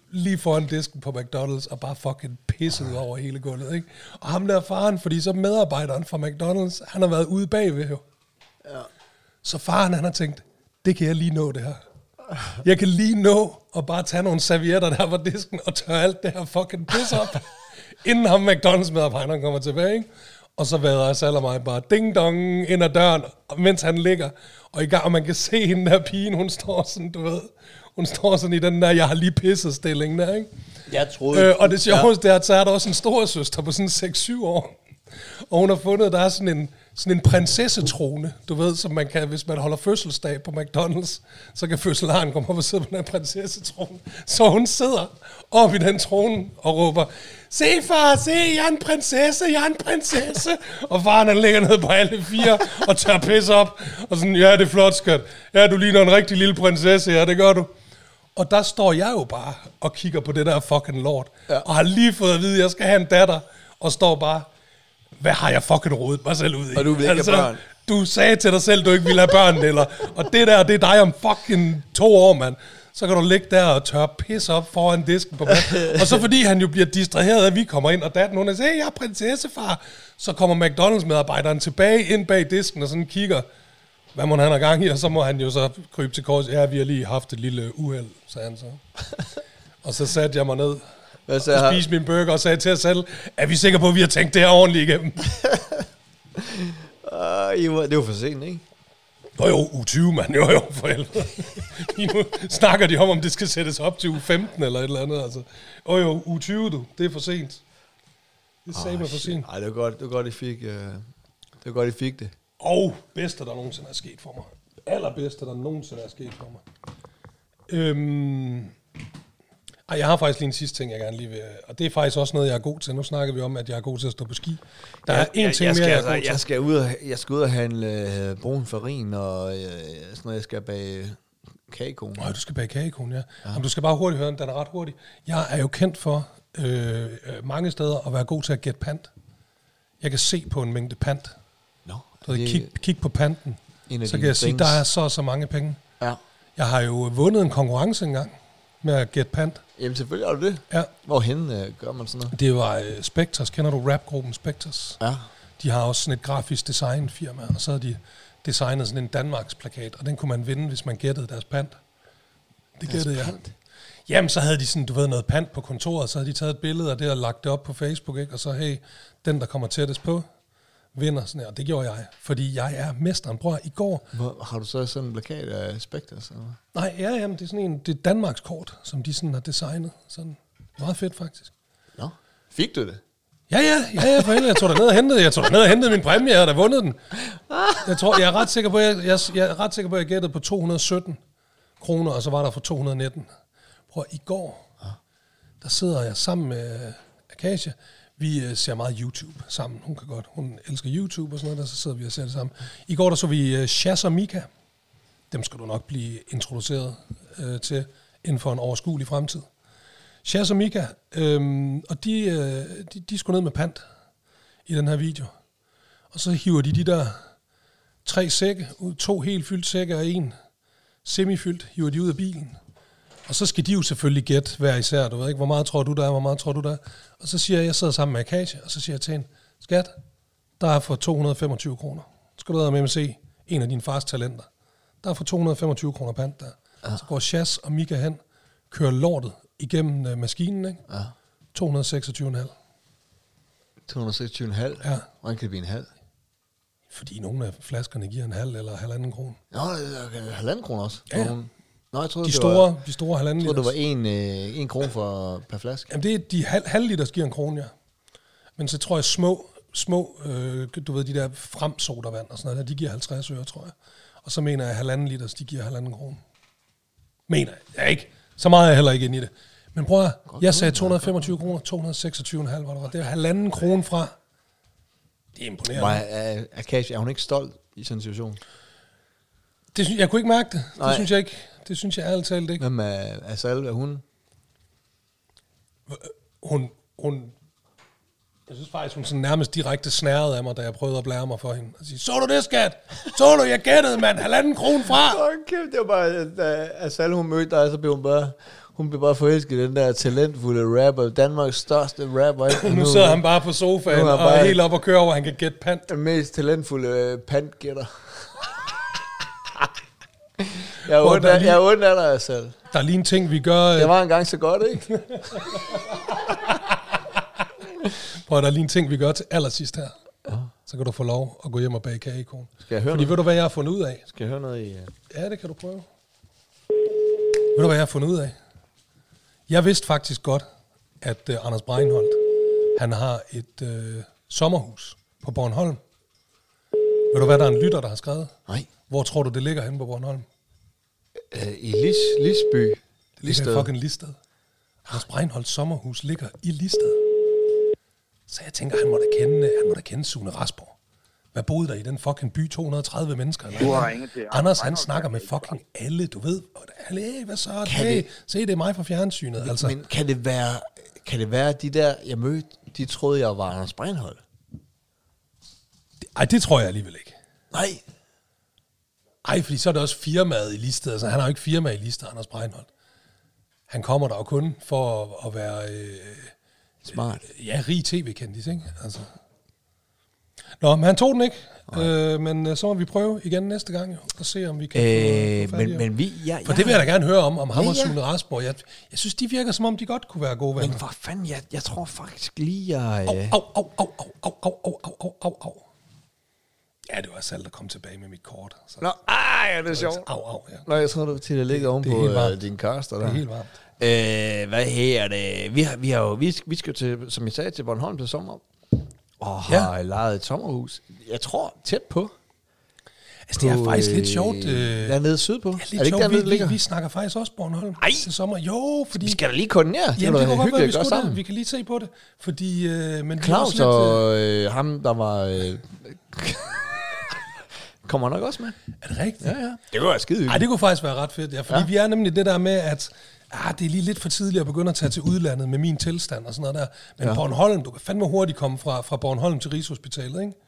lige foran disken på McDonald's, og bare fucking pisset over hele gulvet, ikke? Og ham der faren, fordi så medarbejderen fra McDonald's, han har været ude bagved, jo. Ja. Så faren, han har tænkt, det kan jeg lige nå, det her. Jeg kan lige nå at bare tage nogle servietter der på disken, og tørre alt det her fucking pis op, inden ham McDonald's-medarbejderen kommer tilbage, ikke? Og så vader Asal og mig bare ding-dong ind ad døren, mens han ligger. Og i gang, og man kan se hende der pigen, hun står sådan, du ved, hun står sådan i den der, jeg har lige pisset stilling der, ikke? Jeg troede... Og det sjoveste er, at så er der også en storesøster på sådan 6-7 år. Og hun har fundet, der er sådan en prinsessetrone, du ved, som man kan, hvis man holder fødselsdag på McDonald's, så kan fødselaren komme op og sidde på den her prinsessetrone. Så hun sidder oppe i den trone og råber, se far, se, jeg er en prinsesse, jeg er en prinsesse. Og faren han ligger ned på alle 4 og tør pisse op. Og sådan, ja, det er flot, skat. Ja, du ligner en rigtig lille prinsesse, ja, det gør du. Og der står jeg jo bare og kigger på det der fucking lort. Ja. Og har lige fået at vide, at jeg skal have en datter. Og står bare, hvad har jeg fucking rodet mig selv ud i? Og du vil ikke have børn. Du sagde til dig selv, du ikke ville have børn, eller. Og det der, det er dig om fucking 2 år, mand. Så kan du ligge der og tørre pisse op foran disken på mad. Og så fordi han jo bliver distraheret, at vi kommer ind, og datten, hun siger, jeg er prinsessefar. Så kommer McDonald's-medarbejderen tilbage ind bag disken, og sådan kigger, hvad må han have gang i, og så må han jo så krybe til kors. Ja, vi har lige haft et lille uheld, sagde han så. Og så satte jeg mig ned og spiste min burger og sagde til os selv, er vi sikre på, at vi har tænkt det her ordentligt igennem? Det var for sent, ikke? Jo, uge 20, mand. Jo, for helvede. Nu snakker de om det skal sættes op til uge 15 eller et eller andet. Altså. Jo, uge 20, du. Det er for sent. Det sagde mig for sent. Nej, det var godt, I fik det. Og bedste, der nogensinde er sket for mig. Allerbedste, der nogensinde er sket for mig. Jeg har faktisk lige en sidste ting, jeg gerne lige vil... Og det er faktisk også noget, jeg er god til. Nu snakker vi om, at jeg er god til at stå på ski. Der er en ting mere, jeg er god til. Jeg skal ud og handle brun farin, og sådan noget, jeg skal bage kagekone. Nej, du skal bage kagekone, ja. Jamen, du skal bare hurtigt høre den, den er ret hurtig. Jeg er jo kendt for mange steder at være god til at gætte pant. Jeg kan se på en mængde pant. Kig på panten, så kan jeg sige, der er så mange penge. Ja. Jeg har jo vundet en konkurrence engang med at gætte pant. Jamen selvfølgelig har du det. Ja. Hvorhen gør man sådan noget? Det var Spectres. Kender du rapgruppen Spectres? Ja. De har også sådan et grafisk designfirma, og så har de designet sådan en Danmarks plakat, og den kunne man vinde, hvis man gættede deres pant. Det gættede jeg. Jamen, så havde de sådan, du ved, noget pant på kontoret, så havde de taget et billede af det og lagt det op på Facebook, ikke? Og så, hey, den der kommer tættest på, vinder sådan her, og det gjorde jeg, fordi jeg er mesteren. Bror, i går... Har du så sådan en plakat af Spectres? Eller? Nej, jamen, det er sådan det er Danmarks kort, som de sådan har designet. Sådan meget fedt, faktisk. Nå, fik du det? Ja, for helvede. Jeg tog derned og hentede min præmie, jeg havde da vundet den. Jeg er ret sikker på, at jeg gættede på 217 kroner, og så var der for 219. Prøv, i går, der sidder jeg sammen med Akasia. Vi ser meget YouTube sammen. Hun elsker YouTube og sådan noget, der, så sidder vi og ser det sammen. I går, der så vi Shaz og Mika. Dem skal du nok blive introduceret til inden for en overskuelig fremtid. Shaz og Mika, og de skulle ned med pant i den her video. Og så hiver de der 3 sække, 2 helt fyldt sække og 1 semifyldt, hiver de ud af bilen. Og så skal de jo selvfølgelig gætte hver især, du ved ikke, hvor meget tror du der er, hvor meget tror du der er. Og så siger jeg sidder sammen med Akasia, og så siger jeg til hende, skat, der er for 225 kroner. Så skal du med at se en af dine fars talenter. Der er for 225 kroner pant der. Ja. Så går Shaz og Mika hen, kører lortet igennem maskinen, ikke? Ja. 226,5. 226,5? Ja. Hvordan kan det blive en halv? Fordi nogle af flaskerne giver en halv eller 1,5 kroner. Nå, 1,5 kroner også? Ja. Nå, jeg troede, de store halvanden liters. Jeg troede, det var 1 krone per flaske. Jamen, det er de halv liters giver en krone, ja. Men så tror jeg små du ved, de der fremsodavand og sådan noget, de giver 50 øre, tror jeg. Og så mener jeg 1,5 liters, de giver 1,5 krone. Mener jeg ikke. Så meget er jeg heller ikke inde i det. Men prøv at, jeg sagde 225 kroner, 226,5, hvor der var. Det er 1,5 krone fra. Det er imponerende. Akasia, er hun ikke stolt i sådan en situation? Jeg kunne ikke mærke det. Nej. Det synes jeg ikke. Det synes jeg ærligt talt ikke. Hvem er Asal? Er hun? Hun... Jeg synes faktisk, hun sådan nærmest direkte snærede af mig, da jeg prøvede at blære mig for hende. Og sige, så du det, skat? Så du, jeg gættede, mand. 1,5 krone fra. Okay, det var bare, da Asal, hun mødte dig, så blev hun Hun blev bare forelsket i den der talentfulde rapper, Danmarks største rapper. Nu sidder han bare på sofaen og er helt op og kører over, han kan gætte pant. Den mest talentfulde pantgætter. Jeg er ondt af dig selv. Der er lige en ting, vi gør... Det var engang så godt, ikke? Prøv, der er lige en ting, vi gør til allersidst her. Så kan du få lov at gå hjem og bage kagekorn. Skal jeg høre Fordi noget? ved du, hvad jeg har fundet ud af? Skal jeg høre noget i... Ja, det kan du prøve. Ved du, hvad jeg har fundet ud af? Jeg vidste faktisk godt, at Anders Breinholt, han har et sommerhus på Bornholm. Ved du, hvad der er en lytter, der har skrevet? Nej. Hvor tror du, det ligger henne på Bornholm? I Lisby. Det ligger i fucking Listed. Anders Breinholts sommerhus ligger i Listed. Så jeg tænker, han må da kende Sune Rasborg. Hvad boede der i den fucking by? 230 mennesker? Anders, han snakker med fucking alle, du ved. Hey, hvad så? Hey, se, det er mig fra fjernsynet. Altså. Men kan det være, de der, jeg mødte, de troede, jeg var Anders Breinholt? Ej, det tror jeg alligevel ikke. Nej. Ej, fordi så er det også firmaet i Listed. Altså, han har jo ikke firma i Listed, Anders Breinholt. Han kommer der jo kun for at være... Smart. Rig tv-kendis, ikke? Altså. Nå, men han tog den ikke. Men så må vi prøve igen næste gang, jo, og se, om vi kan få fat i men vi... For det vil jeg da gerne høre om ham og Sune Rasborg. Jeg synes, de virker, som om de godt kunne være gode venner. Men hvor fanden, jeg tror faktisk lige, jeg... Au. Ja, det var selv at komme tilbage med mit kort. Så. Nå, det er sjovt. Au, ja. Nå, jeg tror, du til at ligge oven på din kæreste. Det er helt varmt. Hvad her det? Vi skal jo til, som jeg sagde, til Bornholm til sommer. Og har lejet et sommerhus. Jeg tror tæt på. Altså, det er faktisk lidt sjovt. Dernede sydpå. Ja, lidt er det sjovt. Vi snakker faktisk også Bornholm til sommer. Jo, fordi... Vi skal da lige koordinere. Jamen, det kunne godt være, vi skulle det. Vi kan lige se på det. Fordi... men Claus lidt, og ham, der var... kommer nok også med. Er det rigtigt? Ja. Det kunne være skide hyggeligt. Ej, det kunne faktisk være ret fedt. Ja, fordi vi er nemlig det der med, at det er lige lidt for tidligt at begynde at tage til udlandet med min tilstand og sådan noget der. Men Bornholm, du kan fandme hurtigt komme fra Bornholm til Rigshospitalet, ikke?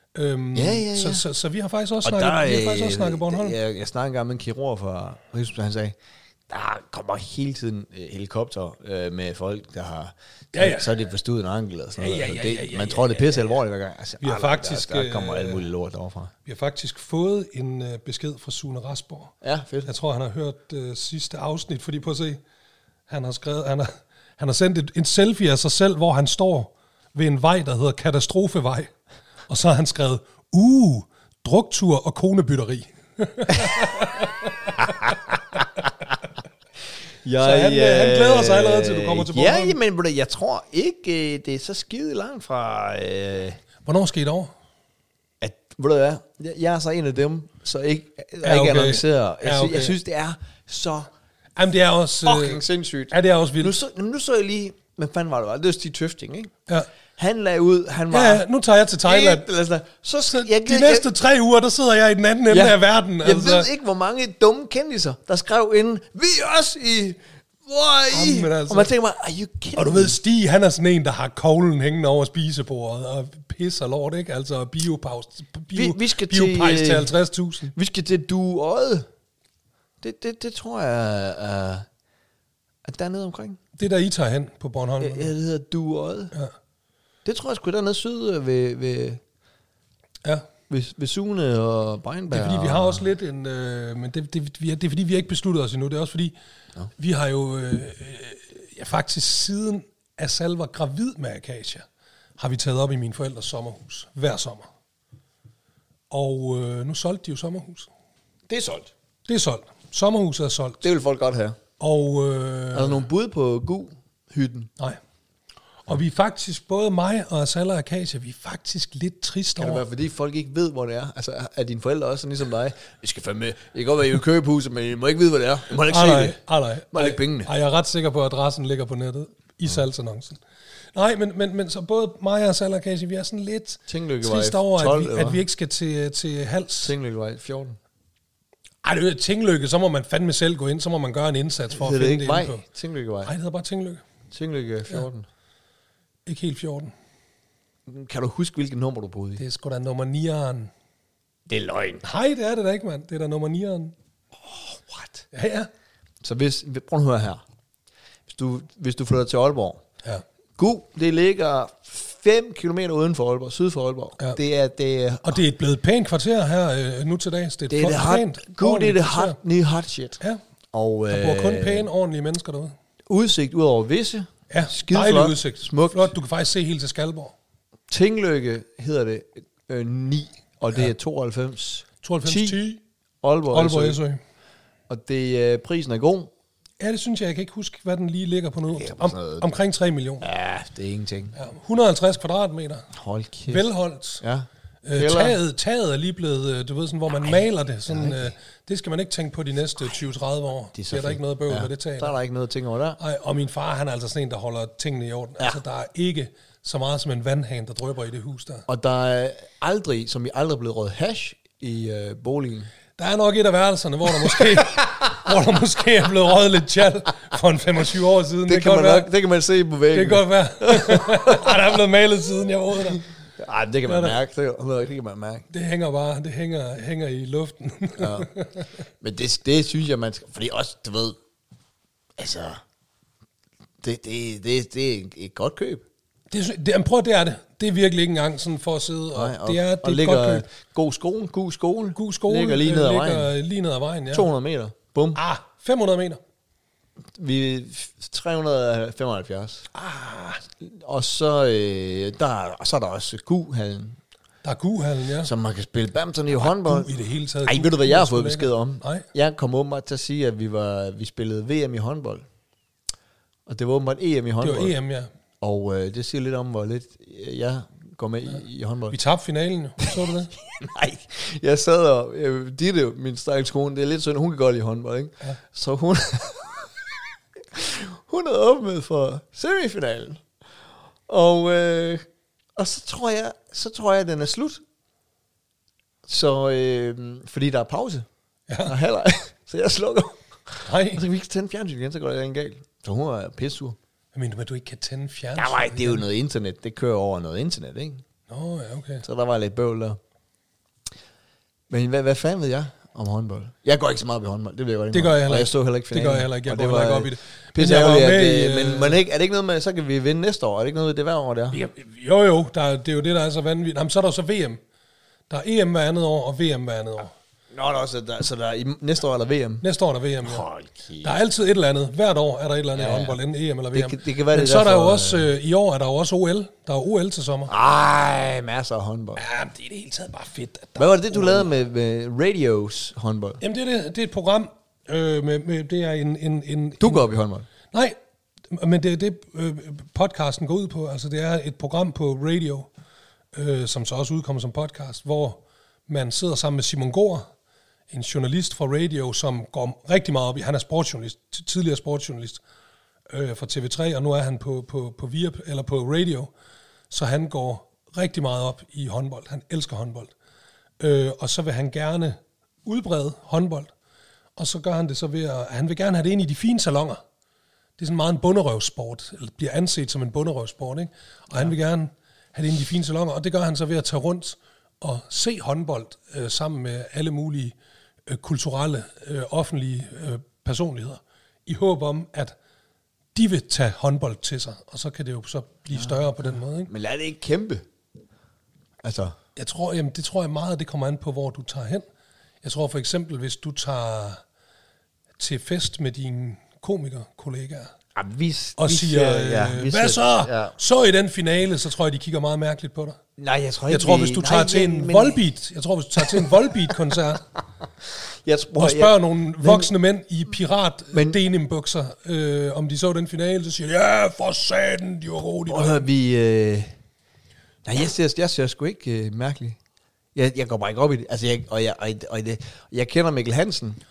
Så vi har faktisk også snakket Bornholm. Jeg snakkede engang med en kirurg fra Rigshospitalet, han sagde, der kommer hele tiden helikopter med folk, der har... Så er det forstået en ankel og sådan noget. Man tror, det er pisse alvorligt hver gang. Altså, vi har faktisk, der kommer alle mulige lort overfra. Vi har faktisk fået en besked fra Sune Rasborg. Ja, fedt. Jeg tror, han har hørt sidste afsnit, fordi på at se, han har skrevet, han har sendt en selfie af sig selv, hvor han står ved en vej, der hedder Katastrofevej. Og så har han skrevet, druktur og konebytteri. Så han glæder sig allerede til, du kommer til Bornholm. Ja, men jeg tror ikke, det er så skide langt fra... Hvornår skal I det over? Ved du hvad, jeg er så en af dem, så ikke annoncerer. Jeg synes, det er så... Jamen, det er også... fucking sindssygt. Ja, det er også vildt. Nu så jeg lige... Hvad fanden var det? Det var Stig Tøfting, ikke? Ja. Han lagde ud, han var... Ja, nu tager jeg til Thailand. De næste 3 uger, der sidder jeg i den anden ende af verden. Jeg ved ikke, hvor mange dumme kendiser, der skrev inden, vi er også i... Hvor er I? Altså. Og man tænker mig, are you kidding? Og du ved, Stig, han er sådan en, der har koglen hængende over spisebordet, og pisser lort, ikke? Altså biopause til 50.000. Vi skal til Dueøje. Det tror jeg at der er nede omkring. Det der, I tager hen på Bornholm. Ja, det hedder Dueøje. Ja. Det tror jeg sgu dernede syd ved Sune og Breinberg. Det er fordi, vi har også lidt en... men det er fordi, vi har ikke besluttet os endnu. Det er også fordi, vi har jo... faktisk siden Asal var gravid med Akacia, har vi taget op i mine forældres sommerhus. Hver sommer. Og nu solgte de jo sommerhus. Det er solgt. Det er solgt. Sommerhuset er solgt. Det vil folk godt have. Og, er der nogle bud på hytten? Nej. Og vi er faktisk, både mig og Asal og Akacia, vi er faktisk lidt trist over. Kan det være, fordi folk ikke ved, hvor det er? Altså, er dine forældre også sådan ligesom dig? Vi skal fandme, det kan godt være, I vil købe huset, men I må ikke vide, hvor det er. I må ikke se det. Nej. Må ikke pengene. Jeg er ret sikker på, at adressen ligger på nettet i salgsannoncen. Nej, men så både mig og Asal og Akacia, vi er sådan lidt trist over, 12, at vi ikke skal til Hals. Tingløkkevej 14. Ej, det er Tinglykke, så må man fandme selv gå ind, så må man gøre en indsats for at finde det inde på. Det er ikke Tinglykkevej. Nej, det hedder bare Tinglykke. Tinglykke 14. Ja. Ikke helt 14. Kan du huske, hvilket nummer du boede i? Det er sgu da nummer 9'eren. Det er løgn. Nej, det er det da ikke, mand. Det er da nummer 9'eren. What? Ja. Så prøv at høre her. hvis du flytter til Aalborg. Ja. Gu, det ligger 5 kilometer uden for Aalborg, syd for Aalborg. Ja. Det er, Og det er blevet et pænt kvarter her nu til dags. det er det hot, nye hot shit. Ja, Og der bor kun pæne, ordentlige mennesker derude. udsigt ud over Visse. Ja, Skide dejlig flot. udsigt. Smukt. Flot, du kan faktisk se helt til Skalborg. Tinglykke hedder det 9, og det er 92. 92-10, Aalborg Aalborg SØ. SØ. Og det, prisen er god. Ja, det synes jeg. Jeg kan ikke huske, hvad den lige ligger på nu. Det er sådan noget- Omkring 3 millioner. Ja, det er ingenting. Ja, 150 kvadratmeter. Hold kæft. Velholdt. Ja. Taget er lige blevet, du ved, sådan, hvor man maler det. Sådan, det skal man ikke tænke på de næste 20-30 år. Det er der ikke noget bøvl med det tag. Der er der ikke noget at tænke over der. Ej, og min far, han er altså sådan en, der holder tingene i orden. Ja. Altså, der er ikke så meget som en vandhane, der drypper i det hus der. Og der er aldrig, som i aldrig blevet røget hash i boligen. Der er nok et af værelserne, hvor der måske er blevet røget lidt tjal for en 25 år siden. Det kan man se på væggen. Det kan godt være. Ej, der er blevet malet siden, jeg var ude der. Ej, det kan man mærke. Det kan man mærke. Det hænger bare, det hænger i luften. Ja. Men det synes jeg, man skal... Fordi også, du ved... Altså... Det er et godt køb. Prøv, det er det. Det er virkelig ikke engang sådan for at sidde. Og, det er et godt køb. God skole. God skole. Ligger lige ned ad vejen. Lige ned ad vejen, ja. 200 meter. Bum. 500 meter. Vi er 375. Og så, så er der også Gu-hallen. Der er Gu-hallen, ja. Så man kan spille badminton i håndbold. I det hele taget. Ej, ved du hvad jeg har fået besked om? Nej. Jeg kom åbenbart til at sige, at vi spillede VM i håndbold. Og det var åbenbart EM i håndbold. Det var EM, ja. Og det siger lidt om, hvor lidt jeg går med i håndbold. Vi tabte finalen jo. Så du det? Nej, jeg sad og... Ditte, min stakkels kone, det er lidt synd, hun kan godt lide håndbold, ikke? Ja. Så hun... hun havde åbnet for semifinalen. Og så tror jeg, den er slut. Så, fordi der er pause. Ja. Der er halvleg. Så jeg slukker. Nej. Og så kan vi ikke tænde fjernsyn igen, så går det galt. Så hun er pissur. Jeg mener, at du ikke kan tænde fjernsyn? Ja, nej, det er jo noget internet. Det kører over noget internet, ikke? Nå, ja, okay. Så der var lidt bøvl der. Men hvad fanden ved jeg om håndbold? Jeg går ikke så meget op i håndbold, det ved jeg godt ikke. Det gør jeg heller ikke. Og jeg så heller ikke finalen. Det gør jeg heller ikke. Jeg går heller ikke op i det. Pisse ærgerligt, men er det ikke noget med, så kan vi vinde næste år? Er det ikke noget, det hver år, der? Jo, det er jo det, der er så vanvittigt. Jamen, så er der jo så VM. Der er EM hver andet år, og VM hver andet år. Nå, der er også, så der er næste år er der VM? Næste år er der VM, ja. Der er altid et eller andet. Hvert år er der et eller andet i håndbold, enten EM eller VM. Det kan være, men så er der jo også, i år er der jo også OL. Der er OL til sommer. Ej, masser af håndbold. Ja, det er det hele taget bare fedt. At hvad var det, du lavede med Radios håndbold? Jamen, det er et program. Det er en du går op i håndbold? Nej, men det podcasten går ud på. Altså, det er et program på radio, som så også udkommer som podcast, hvor man sidder sammen med Simon Gård, en journalist fra radio, som går rigtig meget op i, han er sportsjournalist, tidligere sportsjournalist fra TV3, og nu er han på Viap, eller på radio, så han går rigtig meget op i håndbold. Han elsker håndbold. Og så vil han gerne udbrede håndbold, og så gør han det så ved at, han vil gerne have det ind i de fine salonger. Det er sådan meget en bunderøvssport, eller bliver anset som en bunderøvssport, ikke? Og han vil gerne have det ind i de fine salonger, og det gør han så ved at tage rundt og se håndbold sammen med alle mulige kulturelle, offentlige personligheder, i håb om, at de vil tage håndbold til sig, og så kan det jo så blive større på den måde. Ikke? Men lad det ikke kæmpe. Altså. Det tror jeg meget, det kommer an på, hvor du tager hen. Jeg tror for eksempel, hvis du tager til fest med dine komikerkollegaer, og siger, hvad så? Ja. Så i den finale, så tror jeg, de kigger meget mærkeligt på dig. Nej, jeg tror ikke. Jeg tror, hvis du tager til en Volbeat-koncert, og spørger nogle voksne mænd i pirat-denimbukser, om de så den finale, så siger de, ja, for satan, de var gode. Nej, jeg ser sgu ikke mærkeligt. Jeg går bare ikke op i det. Altså, jeg kender Mikkel Hansen.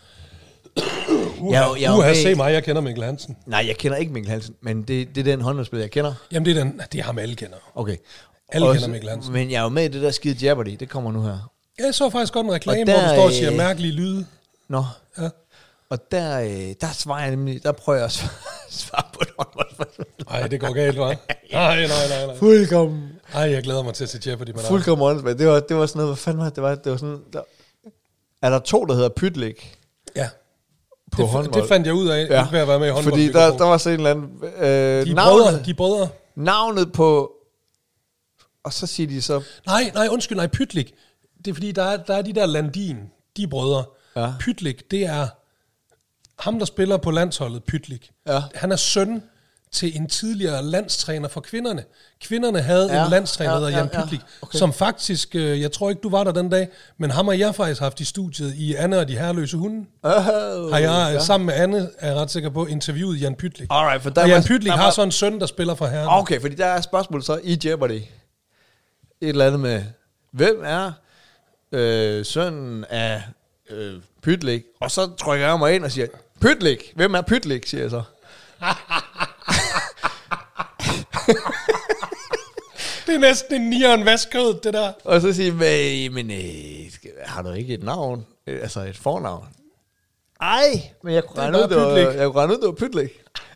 Se mig, jeg kender Mikkel Hansen. Nej, jeg kender ikke Mikkel Hansen, men det er den håndboldspiller, jeg kender. Jamen, det er ham, alle kender. Okay. Alle kender Mikkel Hansen. Men jeg er jo med i det der skide Jeopardy, det kommer nu her. Jeg så faktisk godt en reklame, hvor du står og siger mærkelige lyde. Nå. Ja. Og der svarer jeg nemlig, der prøver jeg at svare på et håndboldspil. Nej, det går galt, hva'? Nej. Fuldkommen. Ej, jeg glæder mig til at se Jeopardy med dig. Fuldkommen håndbold. Det var sådan noget, hvad fanden var det? Det var sådan, er der 2, der hedder Pytlik? Ja. på håndbold. Det fandt jeg ud af, ikke ved at være med i håndbold. Fordi der var så en eller anden... De brødre. Navnet på... Og så siger de så... Nej, Pytlik. Det er fordi, der er de der Landin, de brødre. Ja. Pytlik, det er ham, der spiller på landsholdet, Pytlik. Ja. Han er søn til en tidligere landstræner for kvinderne. Kvinderne havde en landstræner, der Jan Pytlik, som faktisk, jeg tror ikke, du var der den dag, men ham har jeg faktisk haft i studiet i Anne og de herreløse hunde. Har jeg sammen med Anne, er jeg ret sikker på, interviewet Jan Pytlik. Alright, for der og Jan Pytlik har så en søn, der spiller for herren. Okay, fordi der er spørgsmål så i Jeopardy. Et eller andet med, hvem er sønnen af Pytlik? Og så trykker jeg mig ind og siger, Pytlik! Hvem er Pytlik, siger jeg så. Det er næsten en nieren vaskød, det der. Og så siger jeg, men har du ikke et navn? Altså et fornavn? Ej, men jeg kunne regne ud, det var Pytlik.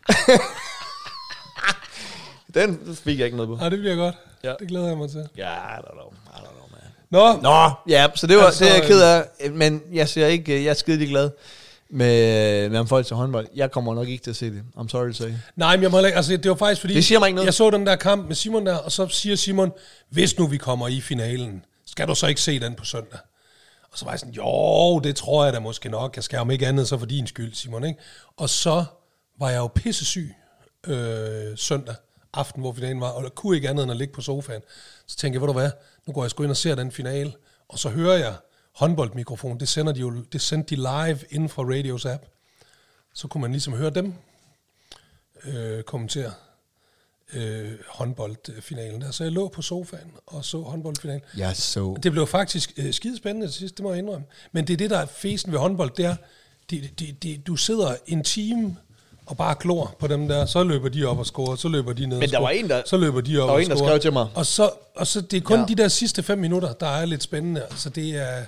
Den fik jeg ikke noget på. Ja, det bliver godt. Ja. Det glæder jeg mig til. Ja, I don't know, man. Nå, ja, så det var altså, det, jeg er ked af. Men jeg siger ikke, jeg er skidelig glad med om folk til håndbold. Jeg kommer nok ikke til at se det. I'm sorry to say. Nej, men jeg må ikke, altså det var faktisk fordi, det siger mig ikke noget. Jeg så den der kamp med Simon der, og så siger Simon, hvis nu vi kommer i finalen, skal du så ikke se den på søndag? Og så var jeg sådan, jo, det tror jeg da måske nok. Jeg skal om ikke andet, så for din skyld, Simon, ikke? Og så var jeg jo pissesyg søndag aften, hvor finalen var, og der kunne ikke andet end at ligge på sofaen. Så tænkte jeg, ved du hvad, nu går jeg sgu ind og ser den finale, og så hører jeg håndboldmikrofon, det sendte de live inden fra Radios app. Så kunne man ligesom høre dem kommentere håndboldfinalen der. Så jeg lå på sofaen og så håndboldfinalen. Det blev faktisk skidespændende til sidst, det må jeg indrømme. Men det er det, der er fesen ved håndbold, det er, du sidder en time og bare klor på dem der, så løber de op og scorer, så løber de ned og scorer, så løber de op og scorer. Der skrev til mig. Og så det er kun de der sidste 5 minutter, der er lidt spændende. Altså det er...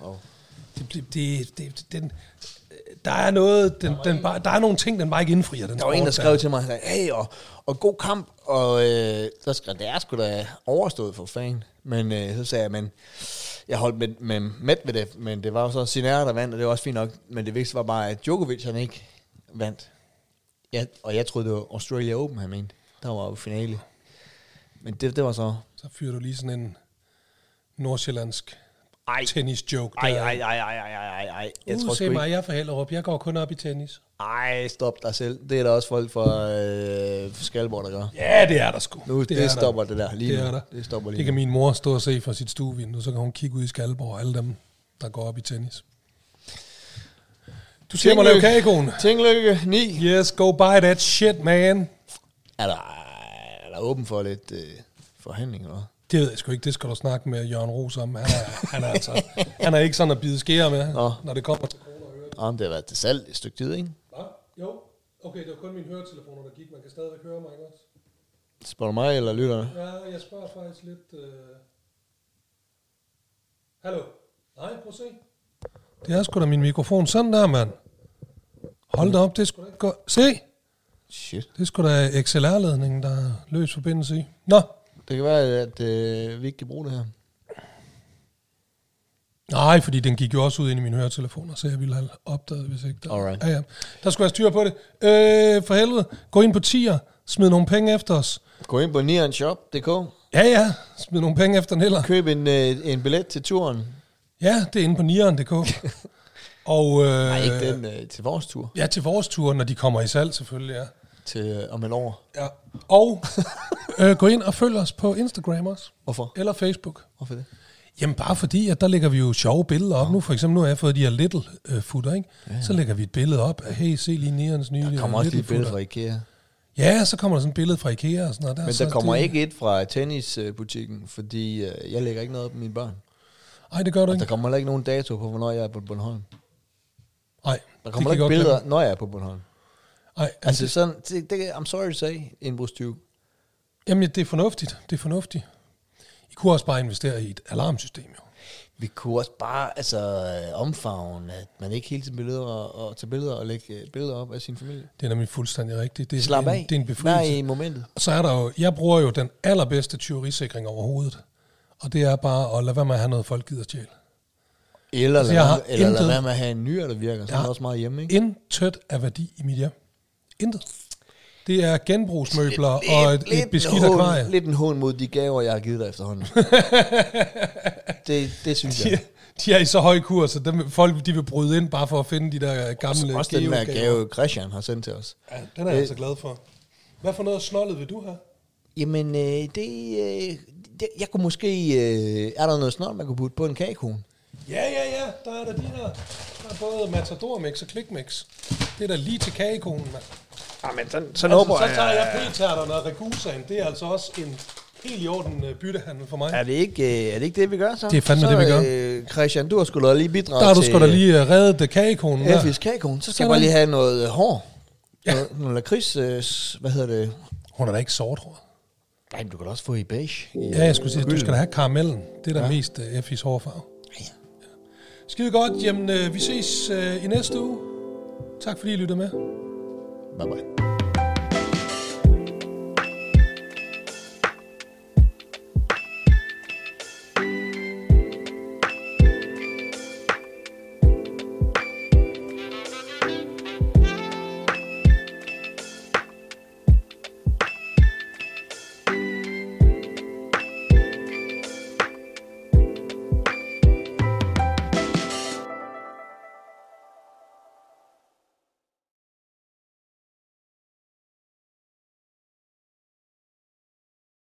Der er noget, der er nogle ting, den bare ikke indfrier. Der var en, der skrev til mig, hey, og god kamp, og der skrev, det er sgu da overstået for fan. Men så sagde jeg, men jeg holdt med ved det, men det var jo så Sinner, der vandt, og det var også fint nok. Men det vigtigste var bare, at Djokovic, han ikke vandt. Ja, og jeg troede, det var Australia Open, han mente. Der var jo finale. Men det var så... Så fyrer du lige sådan en nordsjællandsk tennis-joke. Ej. Se mig, jeg er fra Hellerup. Jeg går kun op i tennis. Ej, stop dig selv. Det er der også folk fra Skalborg, der gør. Ja, det er der sgu. Nu, det stopper det der lige nu. Det stopper lige. Det kan min mor stå og se fra sit stuevindue, så kan hun kigge ud i Skalborg og alle dem, der går op i tennis. Du siger mig lave kagekonen. Tillykke 9. Yes, go buy that shit, man. Er der åben for lidt forhandling, eller? Det ved jeg sgu ikke. Det skal du snakke med Jørgen Ros om. Han er ikke sådan at bide skære med, når det kommer til kroner og øre. Jamen, det har været til salg et stykke tid, ikke? Hvad? Jo. Okay, det var kun mine høretelefoner, der gik. Man kan stadigvæk høre mig, ikke også? Spørger du mig, eller lytterne? Ja, jeg spørger faktisk lidt... Hallo? Nej, prøv at se. Det er sgu da min mikrofon. Sådan der, mand. Hold da op, det skulle da ikke gå... Se! Shit. Det skulle da XLR-ledningen, der er løs forbindelse i. Nå! Det kan være, at vi ikke kan bruge det her. Nej, fordi den gik jo også ud ind i mine høretelefoner, så jeg ville have opdaget, hvis ikke der... Alright. Ja. Der skulle jeg styre på det. For helvede, gå ind på Tier, smid nogle penge efter os. Gå ind på neonshop.dk. Ja, smid nogle penge efter Niller. Køb en billet til turen. Ja, det er inde på neon.dk. Og, nej, ikke den, til vores tur. Ja, til vores tur, når de kommer i salg selvfølgelig, ja. Til om et år. Ja. Og gå ind og følg os på Instagram også. Hvorfor? Eller Facebook. Hvorfor det? Jamen bare fordi, at der lægger vi jo sjove billeder op. Nu for eksempel, nu har jeg fået de her little footer, ikke? Ja. Så lægger vi et billede op af, hey, se lige Neons nye der kommer også lige et billede fra Ikea. Ja, så kommer der sådan et billede fra Ikea og sådan noget. Men der kommer ikke et fra tennisbutikken, fordi jeg lægger ikke noget op med mine børn. Nej, det gør du ikke. Der kommer heller ikke nogen dato på, hvornår jeg er på Bornholm. Nej. Der kommer ikke billeder, når jeg er på Bornholm. Nej. Altså sådan, I'm sorry to say, indbrudstyv. Jamen, det er fornuftigt. Det er fornuftigt. I kunne også bare investere i et alarmsystem, jo. Vi kunne også bare omfavne, at man ikke hele tiden tage billeder og lægge billeder op af sin familie. Det er nemlig fuldstændig rigtigt. Det er slap af. Det er en befrielse. Nej, i momentet. Og så er der jo, jeg bruger jo den allerbedste tyverisikring overhovedet. Og det er bare at lade være med at have noget, folk gider stjæle. Eller Altså, jeg har lad være med at have en nyere, der virker. Så er det også meget hjemme, ikke? Intet af værdi i mit hjem. Intet. Det er genbrugsmøbler og et beskidt akvarie. Lidt en hån mod de gaver, jeg har givet dig efterhånden. det synes jeg. De er i så høj kurs, så folk de vil bryde ind bare for at finde de der gamle også den der gave, Christian har sendt til os. Ja, den er jeg så glad for. Hvad for noget snollet vil du have? Jamen, jeg kunne måske... er der noget snold, man kunne putte på en kagekone? Ja. Der er der de her. Der er både Matador Mix og Click Mix. Det er der lige til kagekonen, mand. Men så Så tager jeg p-tærterne og Regusaen. Det er altså også en helt i orden byttehandel for mig. Er det ikke det, vi gør så? Det er fandme det, vi gør. Christian, du har sgu da lige bidraget Der har du sgu da lige reddet kagekonen der. Effis kagekone. Så skal jeg bare lige have noget hår. Ja. Noget lakrids, hvad hedder det? Hun er da ikke sort, tror jeg. Nej, men du kan da også få i beige. Ja, jeg skulle sige, du skal da have karamellen. Det er da mest Effis hårfarve. Ja. Skide godt. Jamen, vi ses i næste uge. Tak fordi I lyttede med. Bye bye.